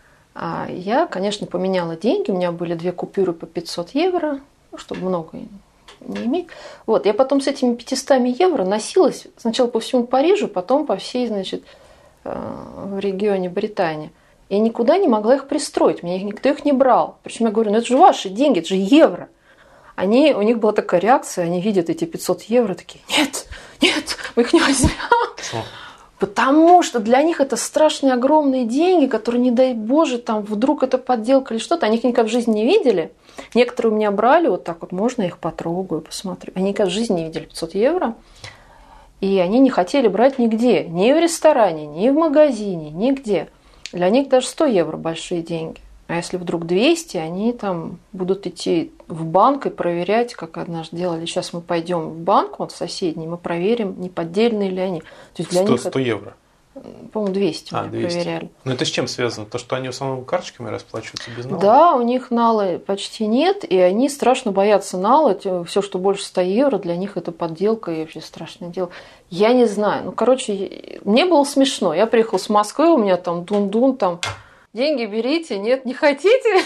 Я, конечно, поменяла деньги. У меня были 2 купюры по 500 евро, чтобы много не иметь. Вот. Я потом с этими 500 евро носилась сначала по всему Парижу, потом по всей, значит, в регионе Британии. Я никуда не могла их пристроить. Меня никто их не брал. Причем я говорю, ну это же ваши деньги, это же евро. У них была такая реакция, они видят эти 500 евро, такие, нет, мы их не возьмем. Потому что для них это страшные огромные деньги, которые, не дай Боже, там вдруг это подделка или что-то. Они их никогда в жизни не видели. Некоторые у меня брали вот так вот, можно я их потрогаю, посмотрю. Они никогда в жизни не видели 500 евро. И они не хотели брать нигде, ни в ресторане, ни в магазине, нигде. Для них даже 100 евро большие деньги. А если вдруг 200, они там будут идти в банк и проверять, как однажды делали. Сейчас мы пойдем в банк, вот в соседний, мы проверим, не поддельные ли они. То есть для 100 них евро? По-моему, 200 мы 200. проверяли. Но это с чем связано? То, что они в основном карточками расплачиваются без нала? Да, у них нала почти нет, и они страшно боятся нала. Все, что больше 100 евро, для них это подделка и вообще страшное дело. Я не знаю. Ну, короче, мне было смешно. Я приехала с Москвы, у меня там дун-дун, там... Деньги берите, нет, не хотите?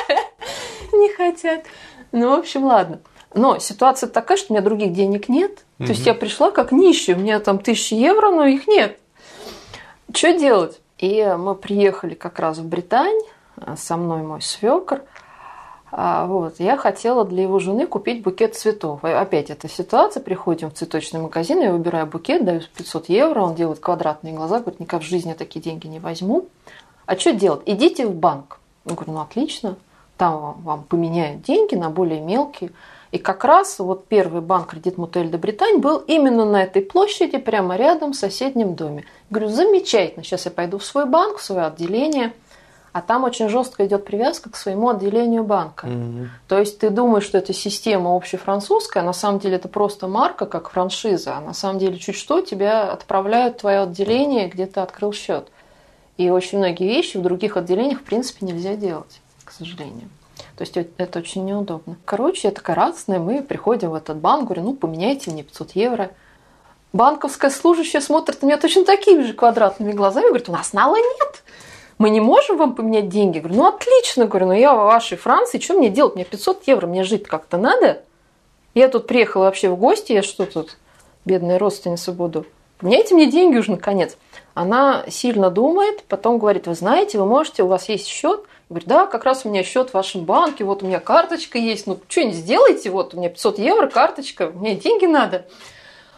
Не хотят. Ну, в общем, ладно. Но ситуация такая, что у меня других денег нет. То есть я пришла как нищая, у меня там 1000 евро, но их нет. Что делать? И мы приехали как раз в Британь, со мной мой свекр. Вот. Я хотела для его жены купить букет цветов. Опять эта ситуация, приходим в цветочный магазин, я выбираю букет, даю 500 евро, он делает квадратные глаза, говорит, никак в жизни я такие деньги не возьму. А что делать? Идите в банк. Я говорю, ну отлично, там вам поменяют деньги на более мелкие. И как раз вот первый банк Кредит Мутуэль де Британь был именно на этой площади, прямо рядом в соседнем доме. Я говорю, замечательно, сейчас я пойду в свой банк, в свое отделение, а там очень жестко идет привязка к своему отделению банка. То есть ты думаешь, что это система общефранцузская, а на самом деле это просто марка, как франшиза, а на самом деле чуть что тебя отправляют в твое отделение, где ты открыл счет. И очень многие вещи в других отделениях, в принципе, нельзя делать, к сожалению. То есть это очень неудобно. Короче, я такая радостная, мы приходим в этот банк, говорю, ну, поменяйте мне 500 евро. Банковская служащая смотрит на меня точно такими же квадратными глазами, говорит, у нас нала нет, мы не можем вам поменять деньги. Я говорю, ну, отлично, говорю, но я в вашей Франции, что мне делать? Мне 500 евро, мне жить как-то надо. Я тут приехала вообще в гости, я что тут, бедная родственница буду? Поменяйте мне деньги уже, наконец. Она сильно думает, потом говорит, вы знаете, вы можете, у вас есть счет? Я говорю, да, как раз у меня счет в вашем банке, вот у меня карточка есть, ну что-нибудь сделайте, вот у меня 500 евро, карточка, мне деньги надо.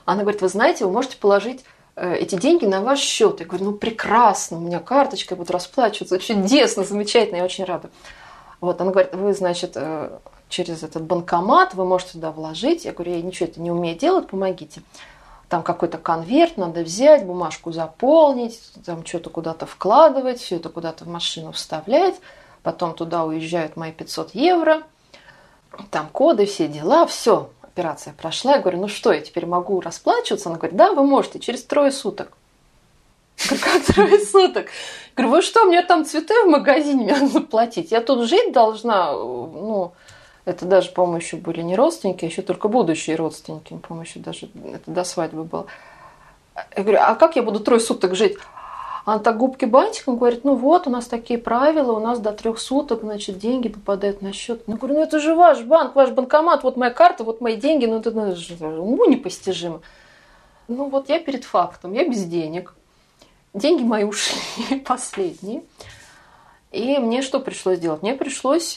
Она говорит, вы знаете, вы можете положить эти деньги на ваш счет. Я говорю, ну прекрасно, у меня карточка, я буду расплачиваться, чудесно, замечательно, я очень рада. Вот, она говорит, вы, значит, через этот банкомат вы можете туда вложить. Я говорю, я ничего это не умею делать, помогите. Там какой-то конверт надо взять, бумажку заполнить, там что-то куда-то вкладывать, все это куда-то в машину вставлять. Потом туда уезжают мои 500 евро, там коды, все дела, все. Операция прошла. Я говорю, ну что, я теперь могу расплачиваться? Она говорит, да, вы можете, через 3 суток. Я говорю, как 3 суток? Я говорю, вы что, мне там цветы в магазине, мне надо платить. Я тут жить должна, ну, это даже, по-моему, еще были не родственники, а еще только будущие родственники. По-моему, еще даже это до свадьбы было. Я говорю, а как я буду 3 суток жить? Она так губки бантиком говорит, ну вот, у нас такие правила, у нас до 3 суток, значит, деньги попадают на счет. Я говорю, ну это же ваш банк, ваш банкомат, вот моя карта, вот мои деньги, ну это уму непостижимо. Ну вот я перед фактом, я без денег. Деньги мои ушли, последние. И мне что пришлось делать? Мне пришлось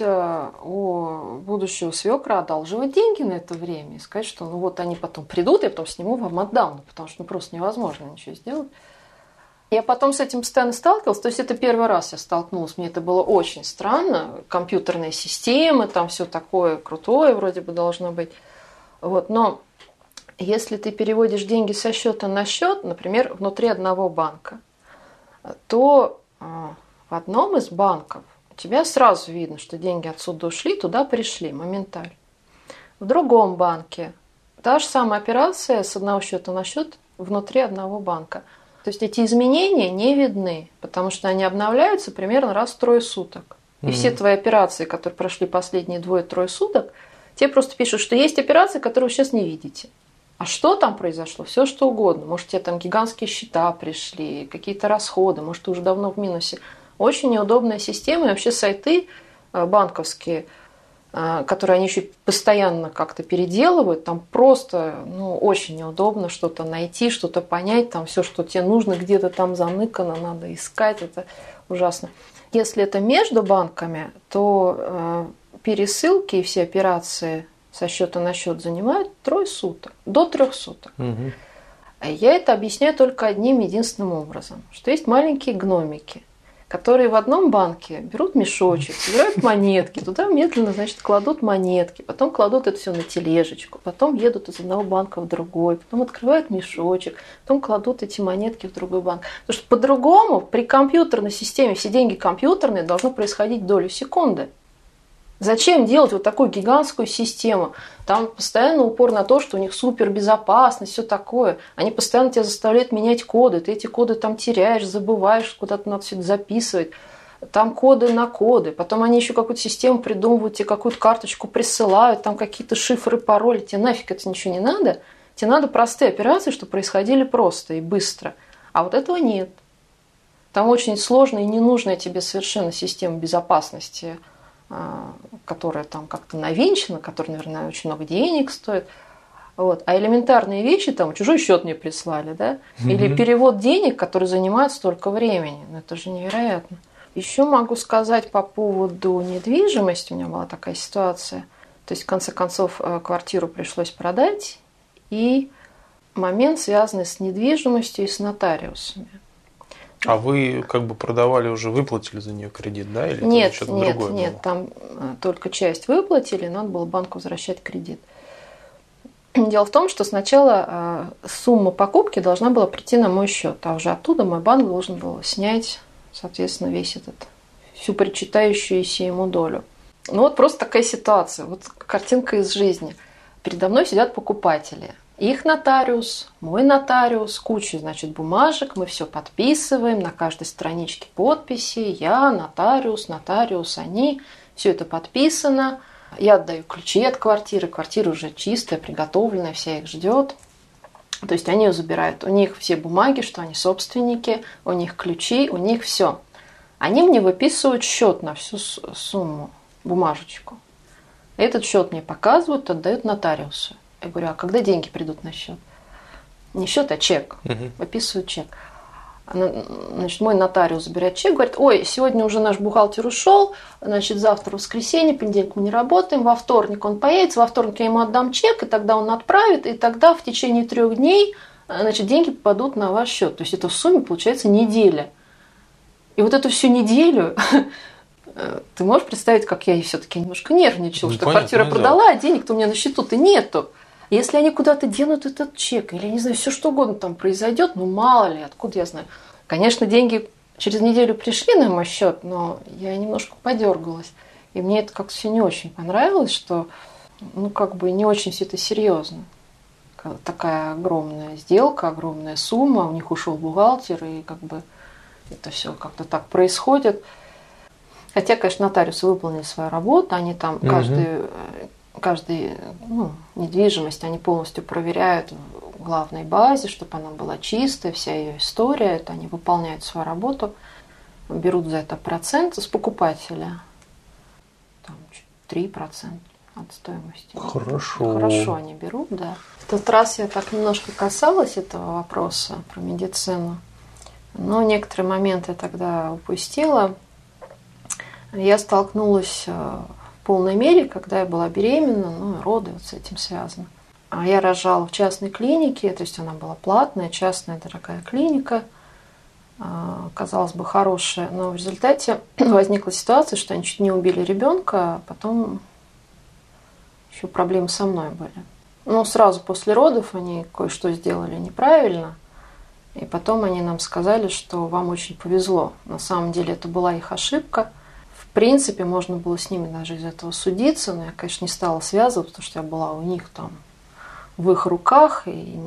у будущего свекра одалживать деньги на это время и сказать, что ну вот они потом придут, я потом сниму вам отдам, потому что ну, просто невозможно ничего сделать. Я потом с этим постоянно сталкивалась, то есть это первый раз я столкнулась, мне это было очень странно, компьютерные системы, там все такое крутое вроде бы должно быть. Вот. Но если ты переводишь деньги со счета на счет, например, внутри одного банка, то в одном из банков у тебя сразу видно, что деньги отсюда ушли, туда пришли моментально. В другом банке та же самая операция с одного счета на счет внутри одного банка. То есть эти изменения не видны, потому что они обновляются примерно раз в 3 суток. И все твои операции, которые прошли последние 2-3 суток, тебе просто пишут, что есть операции, которые вы сейчас не видите. А что там произошло? Все что угодно. Может, тебе там гигантские счета пришли, какие-то расходы, может, ты уже давно в минусе. Очень неудобная система. И вообще сайты банковские, которые они еще постоянно как-то переделывают, там просто ну, очень неудобно что-то найти, что-то понять, там все, что тебе нужно, где-то там заныкано, надо искать, это ужасно. Если это между банками, то пересылки и все операции со счета на счет занимают 3 суток, до 3 суток. Угу. Я это объясняю только одним единственным образом, что есть маленькие гномики, которые в одном банке берут мешочек, собирают монетки, туда медленно, значит, кладут монетки, потом кладут это все на тележечку, потом едут из одного банка в другой, потом открывают мешочек, потом кладут эти монетки в другой банк. Потому что по-другому при компьютерной системе все деньги компьютерные должно происходить в долю секунды. Зачем делать вот такую гигантскую систему? Там постоянно упор на то, что у них супербезопасность, все такое. Они постоянно тебя заставляют менять коды. Ты эти коды там теряешь, забываешь, куда-то надо все это записывать. Там коды на коды. Потом они еще какую-то систему придумывают, тебе какую-то карточку присылают, там какие-то шифры, пароли. Тебе нафиг это ничего не надо. Тебе надо простые операции, чтобы происходили просто и быстро. А вот этого нет. Там очень сложная и ненужная тебе совершенно система безопасности, которая там как-то навинчена, которая, наверное, очень много денег стоит. Вот. А элементарные вещи, там, чужой счет мне прислали, да? Или перевод денег, который занимает столько времени. Ну, это же невероятно. Еще могу сказать по поводу недвижимости. У меня была такая ситуация. То есть, в конце концов, квартиру пришлось продать. И момент, связанный с недвижимостью и с нотариусами. А вы как бы продавали уже, выплатили за нее кредит, да? Или нет, что-то другое нет, было? Там только часть выплатили, надо было банку возвращать кредит. Дело в том, что сначала сумма покупки должна была прийти на мой счет, а уже оттуда мой банк должен был снять, соответственно, всю причитающуюся ему долю. Ну вот просто такая ситуация, вот картинка из жизни. Передо мной сидят покупатели. Их нотариус, мой нотариус, куча, значит, бумажек, мы все подписываем, на каждой страничке подписи, я, нотариус, они, все это подписано, я отдаю ключи от квартиры, квартира уже чистая, приготовленная, вся их ждет. То есть они ее забирают, у них все бумаги, что они собственники, у них ключи, у них все. Они мне выписывают счет на всю сумму, бумажечку. Этот счет мне показывают, отдают нотариусу. Я говорю, а когда деньги придут на счет? Не счет, а чек. Выписывают чек. Значит, мой нотариус забирает чек, говорит: ой, сегодня уже наш бухгалтер ушел, значит, завтра воскресенье, понедельник мы не работаем, во вторник он поедет, во вторник я ему отдам чек, и тогда он отправит, и тогда в течение 3 дней, значит, деньги попадут на ваш счет. То есть это в сумме получается неделя. И вот эту всю неделю ты можешь представить, как я все-таки немножко нервничала, что квартира продала, а денег-то у меня на счету-то нету. Если они куда-то денут этот чек, или, не знаю, все что угодно там произойдет, ну мало ли, откуда я знаю. Конечно, деньги через неделю пришли на мой счет, но я немножко подергалась. И мне это как-то все не очень понравилось, что, ну, как бы не очень все это серьезно. Такая огромная сделка, огромная сумма, у них ушел бухгалтер, и как бы это все как-то так происходит. Хотя, конечно, нотариусы выполнили свою работу, они там каждую недвижимость они полностью проверяют в главной базе, чтобы она была чистая, вся ее история. Это они выполняют свою работу, берут за это процент с покупателя. Там 3% от стоимости. Хорошо. Хорошо они берут, да. В тот раз я так немножко касалась этого вопроса про медицину, но некоторые моменты я тогда упустила. Я столкнулась в полной мере, когда я была беременна, ну и роды вот с этим связаны. А я рожала в частной клинике, то есть она была платная, частная, дорогая клиника, казалось бы, хорошая, но в результате возникла ситуация, что они чуть не убили ребенка, а потом еще проблемы со мной были. Ну, сразу после родов они кое-что сделали неправильно, и потом они нам сказали, что вам очень повезло. На самом деле это была их ошибка. В принципе, можно было с ними даже из этого судиться, но я, конечно, не стала связываться, потому что я была у них там в их руках,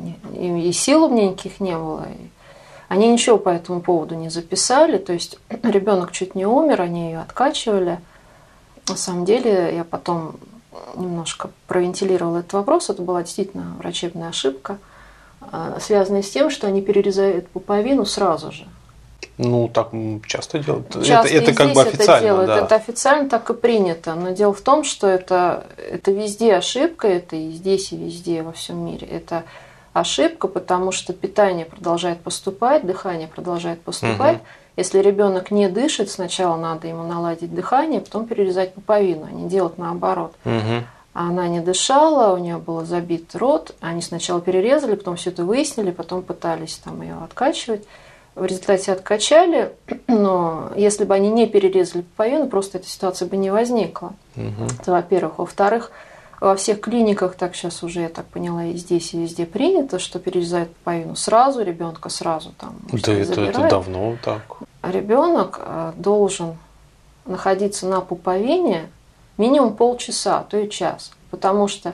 и сил у меня никаких не было. И они ничего по этому поводу не записали, то есть ребенок чуть не умер, они ее откачивали. На самом деле, я потом немножко провентилировала этот вопрос, это была действительно врачебная ошибка, связанная с тем, что они перерезают пуповину сразу же. Ну, так часто делают. Часто это как бы официально, это делают. Да. Это официально так и принято. Но дело в том, что это везде ошибка, это и здесь, и везде, во всем мире. Это ошибка, потому что питание продолжает поступать, дыхание продолжает поступать. Угу. Если ребенок не дышит, сначала надо ему наладить дыхание, потом перерезать пуповину, а не делать наоборот. Угу. Она не дышала, у нее был забит рот. Они сначала перерезали, потом все это выяснили, потом пытались там ее откачивать. В результате откачали, но если бы они не перерезали пуповину, просто эта ситуация бы не возникла. Угу. Это, во-первых. Во-вторых, во всех клиниках, так сейчас уже, я так поняла, и здесь, и везде принято, что перерезают пуповину сразу, ребенка сразу там. Да, это давно так. Ребенок должен находиться на пуповине минимум полчаса, а то и час. Потому что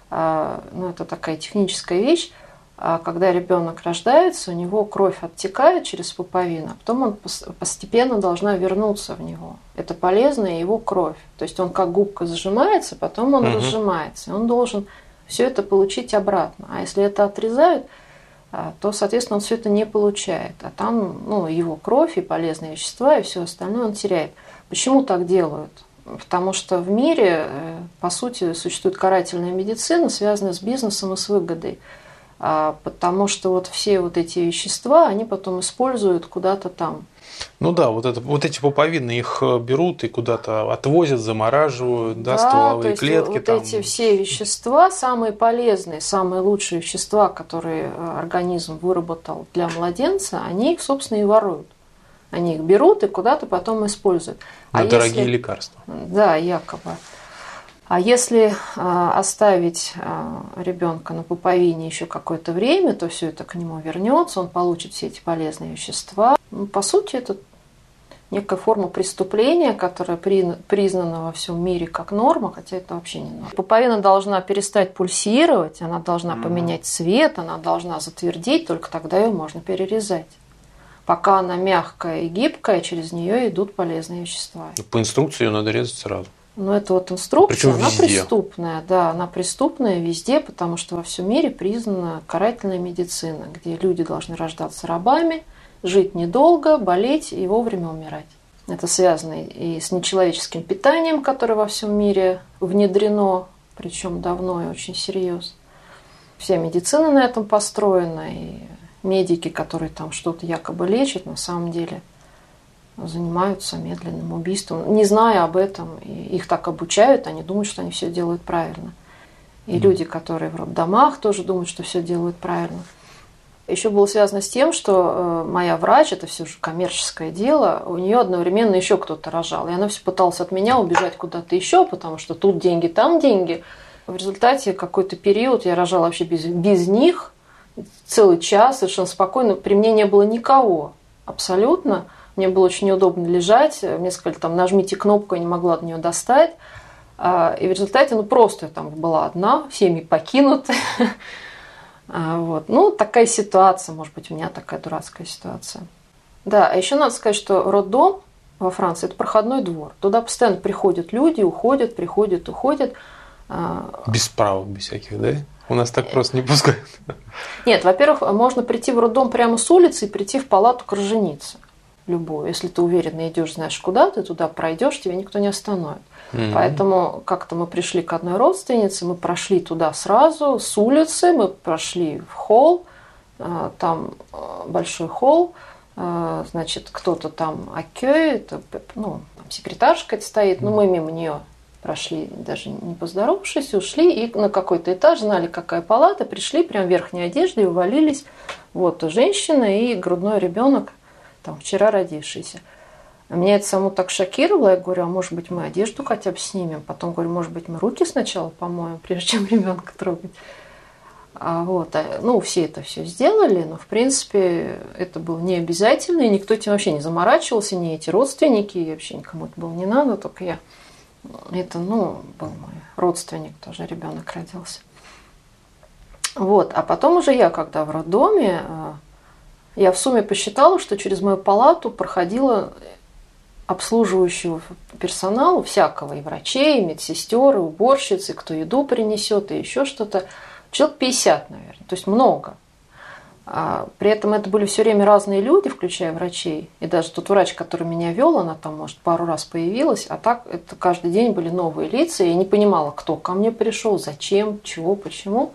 это такая техническая вещь. Когда ребенок рождается, у него кровь оттекает через пуповину, а потом он постепенно должна вернуться в него. Это полезная его кровь. То есть он как губка зажимается, потом он разжимается. И он должен все это получить обратно. А если это отрезают, то, соответственно, он все это не получает. А там его кровь и полезные вещества, и все остальное он теряет. Почему так делают? Потому что в мире, по сути, существует карательная медицина, связанная с бизнесом и с выгодой. Потому что вот все вот эти вещества, они потом используют куда-то там. Ну да, вот эти пуповины, их берут и куда-то отвозят, замораживают, да, стволовые клетки. Вот там. Эти все вещества, самые полезные, самые лучшие вещества, которые организм выработал для младенца, они их, собственно, и воруют. Они их берут и куда-то потом используют. Дорогие лекарства. Да, якобы. А если оставить ребенка на пуповине еще какое-то время, то все это к нему вернется, он получит все эти полезные вещества. По сути, это некая форма преступления, которая признана во всем мире как норма, хотя это вообще не норма. Пуповина должна перестать пульсировать, она должна поменять цвет, она должна затвердеть, только тогда ее можно перерезать. Пока она мягкая и гибкая, через нее идут полезные вещества. По инструкции ее надо резать сразу. Но это вот инструкция, причем она везде. преступная, да, она преступная везде, потому что во всем мире признана карательная медицина, где люди должны рождаться рабами, жить недолго, болеть и вовремя умирать. Это связано и с нечеловеческим питанием, которое во всем мире внедрено, причем давно и очень серьезно. Вся медицина на этом построена, и медики, которые там что-то якобы лечат, на самом деле занимаются медленным убийством, не зная об этом, и их так обучают, они думают, что они все делают правильно. И люди, которые в роддомах, тоже думают, что все делают правильно. Еще было связано с тем, что моя врач, это все же коммерческое дело, у нее одновременно еще кто-то рожал. И она все пыталась от меня убежать куда-то еще, потому что тут деньги, там деньги. В результате какой-то период я рожала вообще без них, целый час, совершенно спокойно. При мне не было никого абсолютно. Мне было очень неудобно лежать. Мне сказали, там, нажмите кнопку, я не могла от нее достать. И в результате, просто я там была одна, семьи покинуты. Вот. Такая ситуация, может быть, у меня такая дурацкая ситуация. Да, а еще надо сказать, что роддом во Франции – это проходной двор. Туда постоянно приходят люди, уходят, приходят, уходят. Без справок, без всяких, да? У нас так просто не пускают. Нет, во-первых, можно прийти в роддом прямо с улицы и прийти в палату к роженице. Любую. Если ты уверенно идешь, знаешь куда, ты туда пройдешь, тебя никто не остановит. Поэтому как-то мы пришли к одной родственнице, мы прошли туда сразу, с улицы, мы прошли в холл, там большой холл, значит, кто-то там аккей, там секретаршка стоит, мы мимо нее прошли, даже не поздоровавшись, ушли, и на какой-то этаж, знали, какая палата, пришли прям в верхней одежде и увалились. Вот женщина и грудной ребенок, там вчера родившийся. Меня это само так шокировало, я говорю, а может быть мы одежду хотя бы снимем, потом говорю, может быть мы руки сначала помоем, прежде чем ребенка трогать. Все это все сделали, но в принципе это было не обязательно, и никто этим вообще не заморачивался, ни эти родственники, и вообще никому это было не надо, только я. Это, был мой родственник, тоже ребенок родился. Вот, а потом уже я, когда в роддоме, я в сумме посчитала, что через мою палату проходило обслуживающего персонала всякого, и врачей, и медсестер, и уборщиц, и кто еду принесет, и еще что-то. Человек 50, наверное, то есть много. При этом это были все время разные люди, включая врачей. И даже тот врач, который меня вел, она там, может, пару раз появилась, а так это каждый день были новые лица, и я не понимала, кто ко мне пришел, зачем, чего, почему.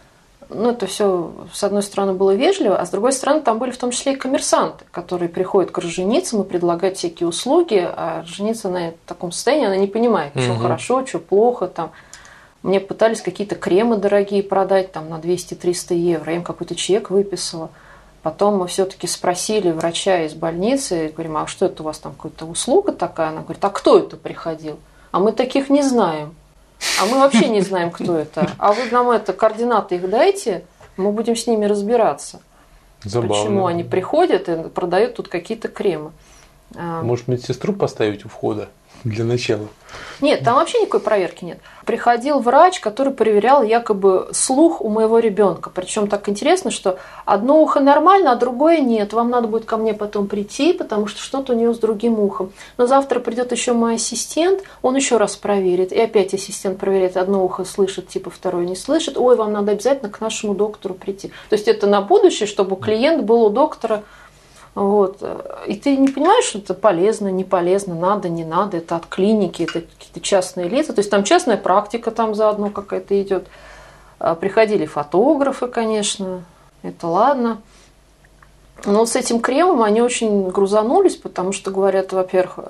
Это все, с одной стороны, было вежливо, а с другой стороны, там были в том числе и коммерсанты, которые приходят к роженицам и предлагают всякие услуги, а роженица на таком состоянии, она не понимает, что хорошо, что плохо. Там. Мне пытались какие-то кремы дорогие продать там, на 200-300 евро, я им какой-то чек выписала. Потом мы все-таки спросили врача из больницы, говорим, а что это у вас там, какая-то услуга такая? Она говорит, а кто это приходил? А мы таких не знаем. А мы вообще не знаем, кто это. А вы нам координаты их дайте, мы будем с ними разбираться. Забавно. Почему они приходят и продают тут какие-то кремы. Может, медсестру поставить у входа для начала? Нет, там вообще никакой проверки нет. Приходил врач, который проверял якобы слух у моего ребенка. Причем так интересно, что одно ухо нормально, а другое нет. Вам надо будет ко мне потом прийти, потому что что-то у нее с другим ухом. Но завтра придет еще мой ассистент, он еще раз проверит. И опять ассистент проверяет, одно ухо слышит, типа второе не слышит. Ой, вам надо обязательно к нашему доктору прийти. То есть это на будущее, чтобы клиент был у доктора. Вот. И ты не понимаешь, что это полезно, не полезно, надо, не надо, это от клиники, это какие-то частные лица. То есть там частная практика там заодно какая-то идет. Приходили фотографы, конечно, это ладно. Но с этим кремом они очень грузанулись, потому что, говорят, во-первых,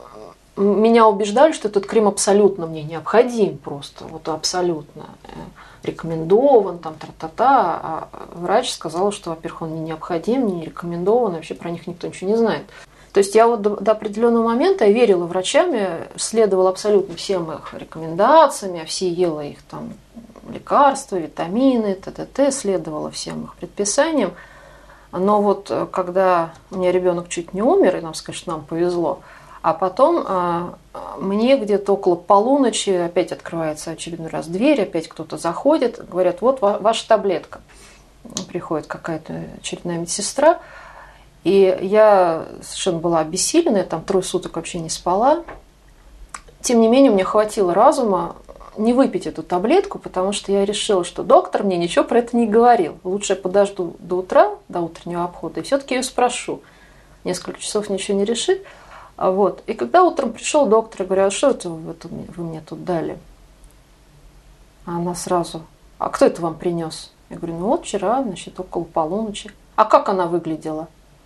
меня убеждали, что этот крем абсолютно мне необходим просто, вот абсолютно рекомендован, там, тра-та-та, а врач сказал, что, во-первых, он не необходим, не рекомендован, вообще про них никто ничего не знает. То есть я вот до определенного момента верила врачам, следовала абсолютно всем их рекомендациям, я все ела их там лекарства, витамины, т.д., следовала всем их предписаниям. Но вот когда у меня ребенок чуть не умер, и нам сказать, что нам повезло, а потом мне где-то около полуночи опять открывается очередной раз дверь, опять кто-то заходит, говорят, вот ваша таблетка. Приходит какая-то очередная медсестра, и я совершенно была обессилена, я там 3 суток вообще не спала. Тем не менее, мне хватило разума не выпить эту таблетку, потому что я решила, что доктор мне ничего про это не говорил. Лучше я подожду до утра, до утреннего обхода, и все-таки ее спрошу. Несколько часов ничего не решит. Вот. И когда утром пришел доктор, я говорю, а что это вы мне тут дали? А она сразу, а кто это вам принес? Я говорю, ну вот вчера, значит, около полуночи. А как она выглядела?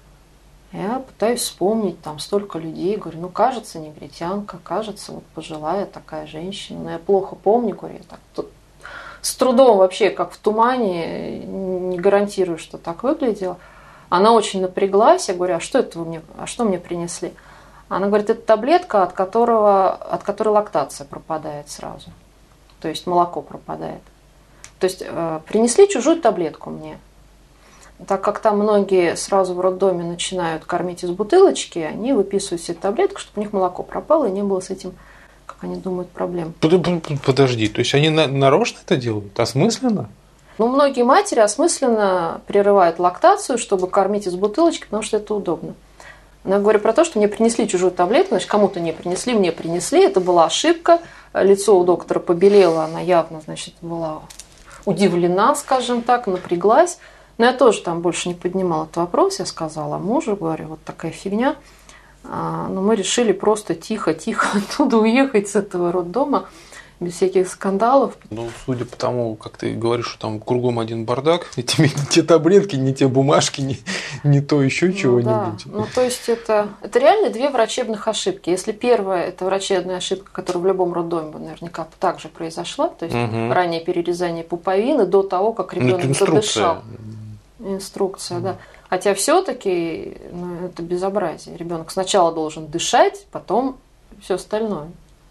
Я пытаюсь вспомнить, там столько людей, говорю, ну, кажется, негритянка, кажется, вот пожилая такая женщина, но я плохо помню, говорю, я так с трудом вообще, как в тумане, не гарантирую, что так выглядело. Она очень напряглась, я говорю, а что мне принесли? Она говорит, это таблетка, от которой лактация пропадает сразу, то есть молоко пропадает. То есть принесли чужую таблетку мне. Так как там многие сразу в роддоме начинают кормить из бутылочки, они выписывают себе таблетку, чтобы у них молоко пропало и не было с этим, как они думают, проблем. Подожди, то есть они нарочно это делают? Осмысленно? Ну, многие матери осмысленно прерывают лактацию, чтобы кормить из бутылочки, потому что это удобно. Но я говорю про то, что мне принесли чужую таблетку, значит, кому-то не принесли, мне принесли, это была ошибка, лицо у доктора побелело, она явно, значит, была удивлена, скажем так, напряглась. Но я тоже там больше не поднимала этот вопрос, я сказала мужу, говорю, вот такая фигня. Но мы решили просто тихо-тихо оттуда уехать с этого роддома, без всяких скандалов. Ну, судя по тому, как ты говоришь, что там кругом один бардак, не те таблетки, не те бумажки, не то еще чего-нибудь. Ну, то есть это реально две врачебных ошибки. Если первая – это врачебная ошибка, которая в любом роддоме наверняка также произошла, то есть раннее перерезание пуповины до того, как ребенок задышал. Инструкция, да. Хотя все-таки это безобразие. Ребенок сначала должен дышать, потом все остальное.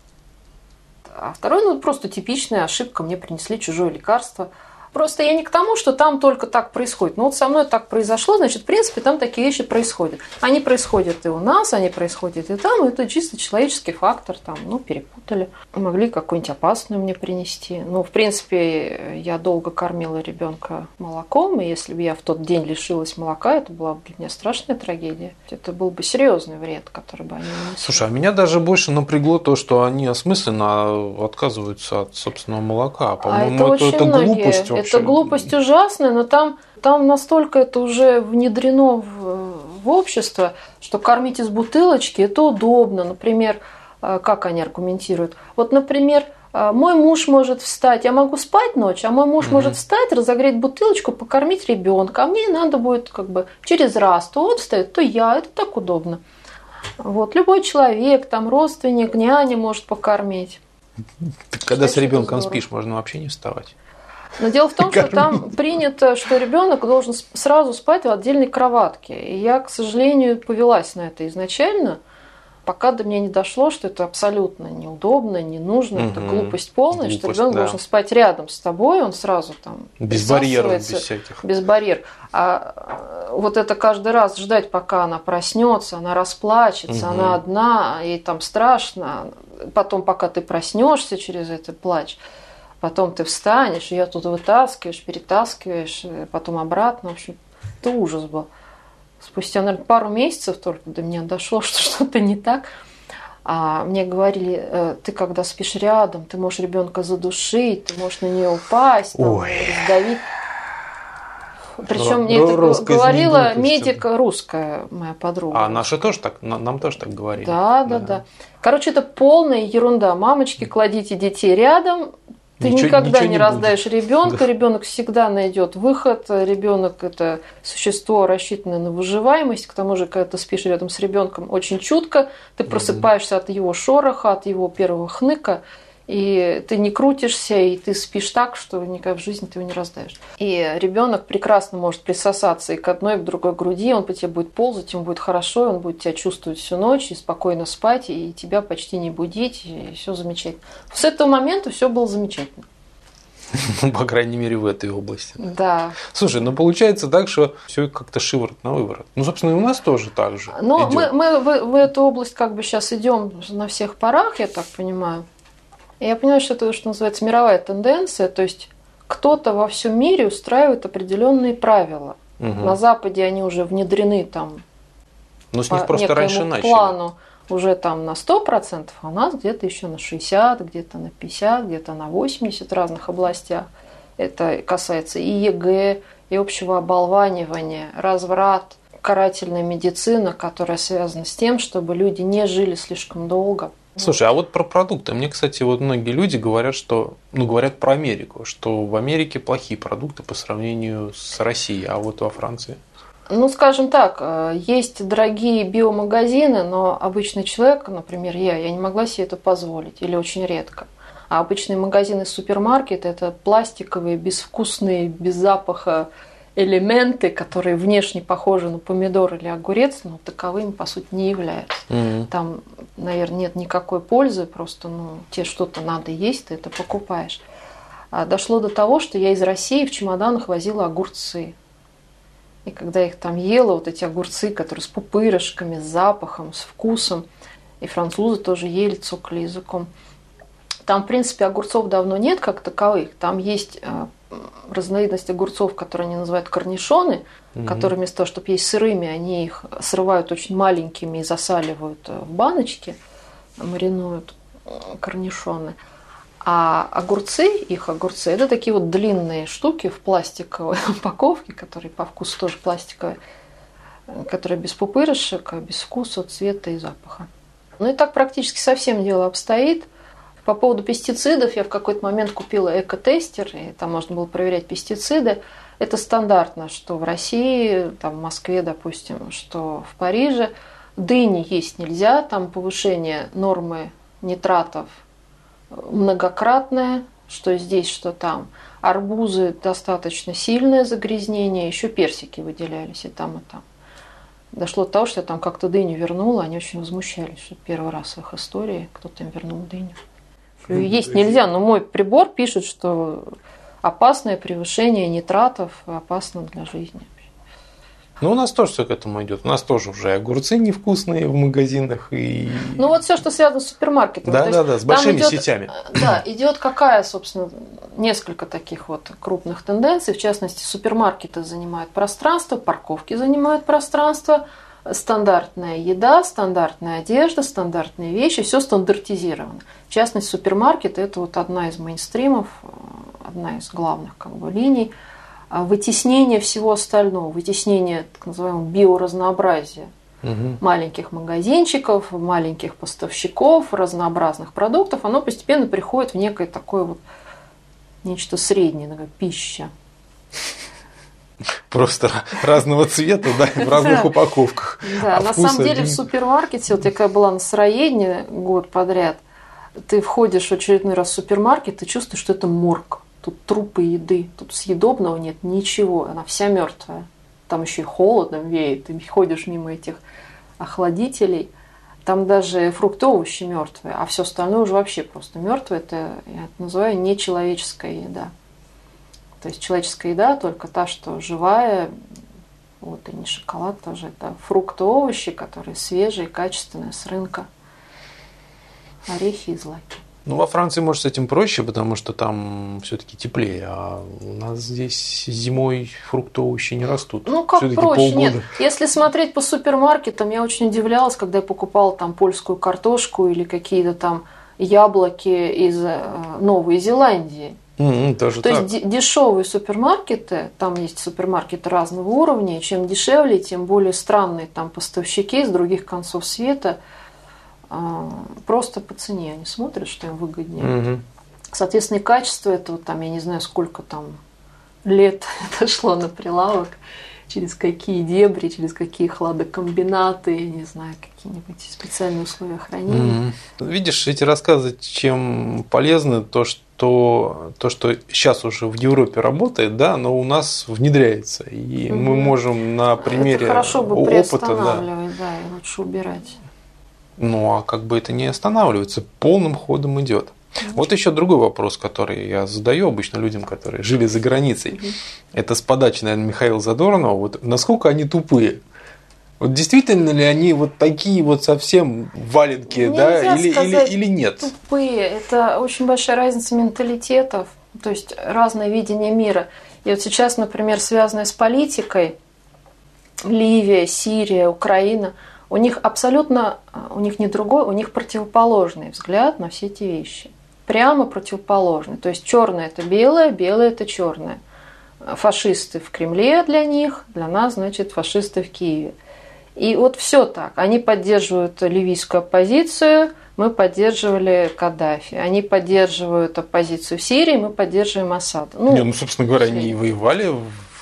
А второй, просто типичная ошибка. Мне принесли чужое лекарство. Просто я не к тому, что там только так происходит. Но вот со мной так произошло, значит, в принципе, там такие вещи происходят. Они происходят и у нас, они происходят и там. Это чисто человеческий фактор. Там, перепутали. Могли какую-нибудь опасную мне принести. В принципе, я долго кормила ребенка молоком. И если бы я в тот день лишилась молока, это была бы для меня страшная трагедия. Это был бы серьезный вред, который бы они нанесли. Слушай, а меня даже больше напрягло то, что они осмысленно отказываются от собственного молока. По-моему, это глупость вообще. Это глупость ужасная, но там настолько это уже внедрено в общество, что кормить из бутылочки – это удобно. Например, как они аргументируют? Вот, например, мой муж может встать, я могу спать ночью, а мой муж может встать, разогреть бутылочку, покормить ребенка, а мне надо будет через раз, то он встает, то я. Это так удобно. Вот, любой человек, родственник, няня может покормить. Когда с ребенком спишь, можно вообще не вставать. Но дело в том, что там принято, что ребенок должен сразу спать в отдельной кроватке. И я, к сожалению, повелась на это изначально, пока до меня не дошло, что это абсолютно неудобно, не нужно, это глупость полная, что ребенок должен спать рядом с тобой, он сразу там без барьеров, без всяких. Без барьеров. А вот это каждый раз ждать, пока она проснется, она расплачется, она одна, ей там страшно, потом, пока ты проснешься через этот плач, потом ты встанешь, ее тут вытаскиваешь, перетаскиваешь, потом обратно. В общем, это ужас был. Спустя, наверное, пару месяцев только до меня дошло, что что-то не так. А мне говорили, ты когда спишь рядом, ты можешь ребенка задушить, ты можешь на нее упасть, раздавить. Причем мне это говорила медик русская, моя подруга. А наши тоже так, нам тоже так говорили. Да. Короче, это полная ерунда. Мамочки, кладите детей рядом. Ты никогда не раздаешь ребенка, ребенок всегда найдет выход. Ребенок это существо, рассчитанное на выживаемость. К тому же, когда ты спишь рядом с ребенком, очень чутко, ты просыпаешься от его шороха, от его первого хныка, и ты не крутишься, и ты спишь так, что никогда в жизни ты его не раздаешь. И ребенок прекрасно может присосаться и к одной, и к другой груди, он по тебе будет ползать, ему будет хорошо, он будет тебя чувствовать всю ночь, и спокойно спать, и тебя почти не будить, и все замечательно. С этого момента все было замечательно. По крайней мере, в этой области. Да. Слушай, получается так, что все как-то шиворот на выворот. Собственно, и у нас тоже так же. Но мы в эту область сейчас идем на всех парах, я так понимаю. Я понимаю, что это, что называется, мировая тенденция, то есть кто-то во всем мире устраивает определенные правила. На Западе они уже внедрены там но с них просто раньше начали. Плану уже там на 100%, а у нас где-то еще на 60%, где-то на 50%, где-то на 80% в разных областях. Это касается и ЕГЭ, и общего оболванивания, разврат, карательная медицина, которая связана с тем, чтобы люди не жили слишком долго. Слушай, а вот про продукты. Мне, кстати, многие люди говорят, что, говорят про Америку, что в Америке плохие продукты по сравнению с Россией, а вот во Франции? Ну, скажем так, есть дорогие биомагазины, но обычный человек, например, я не могла себе это позволить, или очень редко. А обычные магазины, супермаркеты – это пластиковые, безвкусные, без запаха элементы, которые внешне похожи на помидор или огурец, но таковыми, по сути, не являются. Там, наверное, нет никакой пользы, просто тебе что-то надо есть, ты это покупаешь. А дошло до того, что я из России в чемоданах возила огурцы. И когда я их там ела, вот эти огурцы, которые с пупырышками, с запахом, с вкусом, и французы тоже ели, цокали языком. Там, в принципе, огурцов давно нет как таковых. Там есть разновидность огурцов, которые они называют корнишоны, которые вместо того, чтобы есть сырыми, они их срывают очень маленькими и засаливают в баночки, маринуют корнишоны. А их огурцы, это такие вот длинные штуки в пластиковой упаковке, которые по вкусу тоже пластиковые, которые без пупырышек, без вкуса, цвета и запаха. Ну и так практически совсем дело обстоит. По поводу пестицидов я в какой-то момент купила экотестер, и там можно было проверять пестициды. Это стандартно, что в России, там в Москве, допустим, что в Париже. Дыни есть нельзя, там повышение нормы нитратов многократное, что здесь, что там. Арбузы достаточно сильное загрязнение, еще персики выделялись и там, и там. Дошло до того, что я там как-то дыню вернула, они очень возмущались, что первый раз в их истории кто-то им вернул дыню. Есть нельзя, но мой прибор пишет, что опасное превышение нитратов опасно для жизни. Ну, у нас тоже все к этому идет. У нас тоже уже огурцы невкусные в магазинах. Ну, вот все, что связано с супермаркетом. Да, с большими сетями. Да, идет какая, собственно, несколько таких вот крупных тенденций. В частности, супермаркеты занимают пространство, парковки занимают пространство, стандартная еда, стандартная одежда, стандартные вещи, все стандартизировано. В частности, супермаркет – это вот одна из мейнстримов, одна из главных линий. Вытеснение всего остального, вытеснение так называемого биоразнообразия. Маленьких магазинчиков, маленьких поставщиков, разнообразных продуктов, оно постепенно приходит в некое такое вот нечто среднее, такая пища. Просто разного цвета, да, в разных упаковках. Да, на самом деле в супермаркете, вот я когда была на сыроедении год подряд, ты входишь в очередной раз в супермаркет и чувствуешь, что это морг. Тут трупы еды, тут съедобного нет ничего, она вся мертвая. Там еще и холодом веет, ты ходишь мимо этих охладителей. Там даже фрукты, овощи мертвые, а все остальное уже вообще просто мертвое. Это я это называю нечеловеческая еда. То есть человеческая еда только та, что живая, вот и не шоколад тоже, это фрукты, овощи, которые свежие, качественные, с рынка, орехи и злаки. Ну, во Франции, может, с этим проще, потому что там все-таки теплее, а у нас здесь зимой фрукты, овощи не растут. Ну, как проще? Полгода. Нет. Если смотреть по супермаркетам, я очень удивлялась, когда я покупала там польскую картошку или какие-то там яблоки из Новой Зеландии. Тоже То так. есть дешевые супермаркеты, там есть супермаркеты разного уровня, и чем дешевле, тем более странные там поставщики с других концов света. Просто по цене они смотрят, что им выгоднее. Соответственно, и качество этого, там, я не знаю, сколько там лет это шло на прилавок, через какие дебри, через какие хладокомбинаты, я не знаю, какие-нибудь специальные условия хранения. Видишь, эти рассказы чем полезны, то, что сейчас уже в Европе работает, да, но у нас внедряется. И мы можем на примере это хорошо бы опыта. приостанавливать, да, и лучше убирать. Ну, а как бы это не останавливается, полным ходом идет. Вот еще другой вопрос, который я задаю обычно людям, которые жили за границей. Это с подачи, наверное, Михаила Задорнова. Вот насколько они тупые? Вот действительно ли они вот такие вот совсем валенки, да, или нет? Тупые. Это очень большая разница менталитетов, то есть разное видение мира. И вот сейчас, например, связанное с политикой, Ливия, Сирия, Украина, у них абсолютно, у них не другой, у них противоположный взгляд на все эти вещи. Прямо противоположный. То есть черное это белое, белое это черное. Фашисты в Кремле для них, для нас, значит, фашисты в Киеве. И вот все так. Они поддерживают ливийскую оппозицию, мы поддерживали Каддафи. Они поддерживают оппозицию в Сирии, мы поддерживаем Асада. Ну, собственно говоря, они и воевали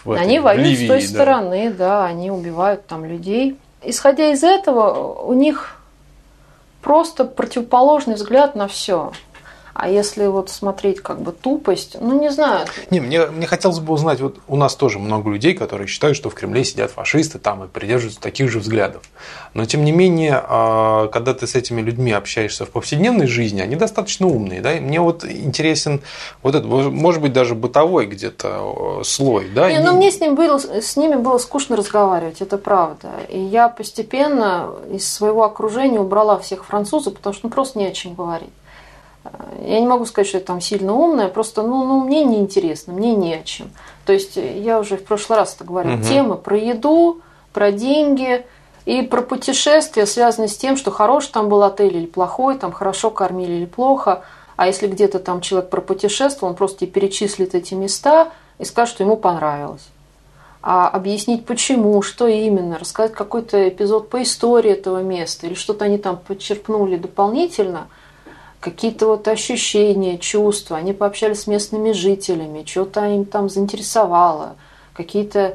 Они воюют Ливии, с той стороны, да, они убивают там людей. Исходя из этого, у них просто противоположный взгляд на все. А если вот смотреть как бы тупость, ну не знаю. Не, мне хотелось бы узнать, вот у нас тоже много людей, которые считают, что в Кремле сидят фашисты там и придерживаются таких же взглядов. Но тем не менее, когда ты с этими людьми общаешься в повседневной жизни, они достаточно умные, да? И мне вот интересен вот это, может быть, даже бытовой где-то слой, да? Мне с ними было скучно разговаривать, это правда. И я постепенно из своего окружения убрала всех французов, потому что просто не о чем говорить. Я не могу сказать, что я там сильно умная, просто мне неинтересно, мне не о чем. То есть я уже в прошлый раз это говорила, темы про еду, про деньги и про путешествия, связанные с тем, что хороший там был отель или плохой, там хорошо кормили или плохо. А если где-то там человек пропутешествовал, он просто перечислит эти места и скажет, что ему понравилось. А объяснить почему, что именно, рассказать какой-то эпизод по истории этого места или что-то они там подчерпнули дополнительно – какие-то вот ощущения, чувства, они пообщались с местными жителями, что-то им там заинтересовало, какие-то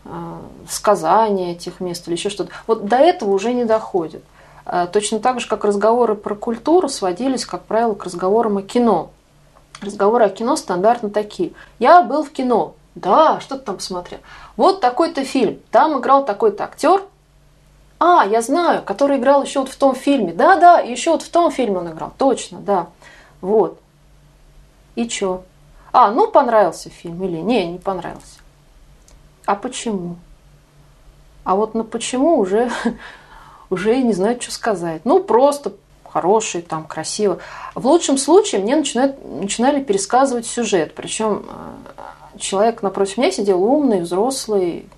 сказания этих мест или еще что-то. Вот до этого уже не доходит. Точно так же, как разговоры про культуру сводились, как правило, к разговорам о кино. Разговоры о кино стандартно такие. Я был в кино. Да, что ты там посмотрел? Вот такой-то фильм. Там играл такой-то актер. Я знаю, который играл еще вот в том фильме. Да, еще вот в том фильме он играл. Точно, да. Вот. И чё? Понравился фильм или не понравился. А почему? А вот на почему уже не знаю, что сказать. Просто хороший, там, красиво. В лучшем случае мне начинали пересказывать сюжет. Причем человек напротив меня сидел умный, взрослый.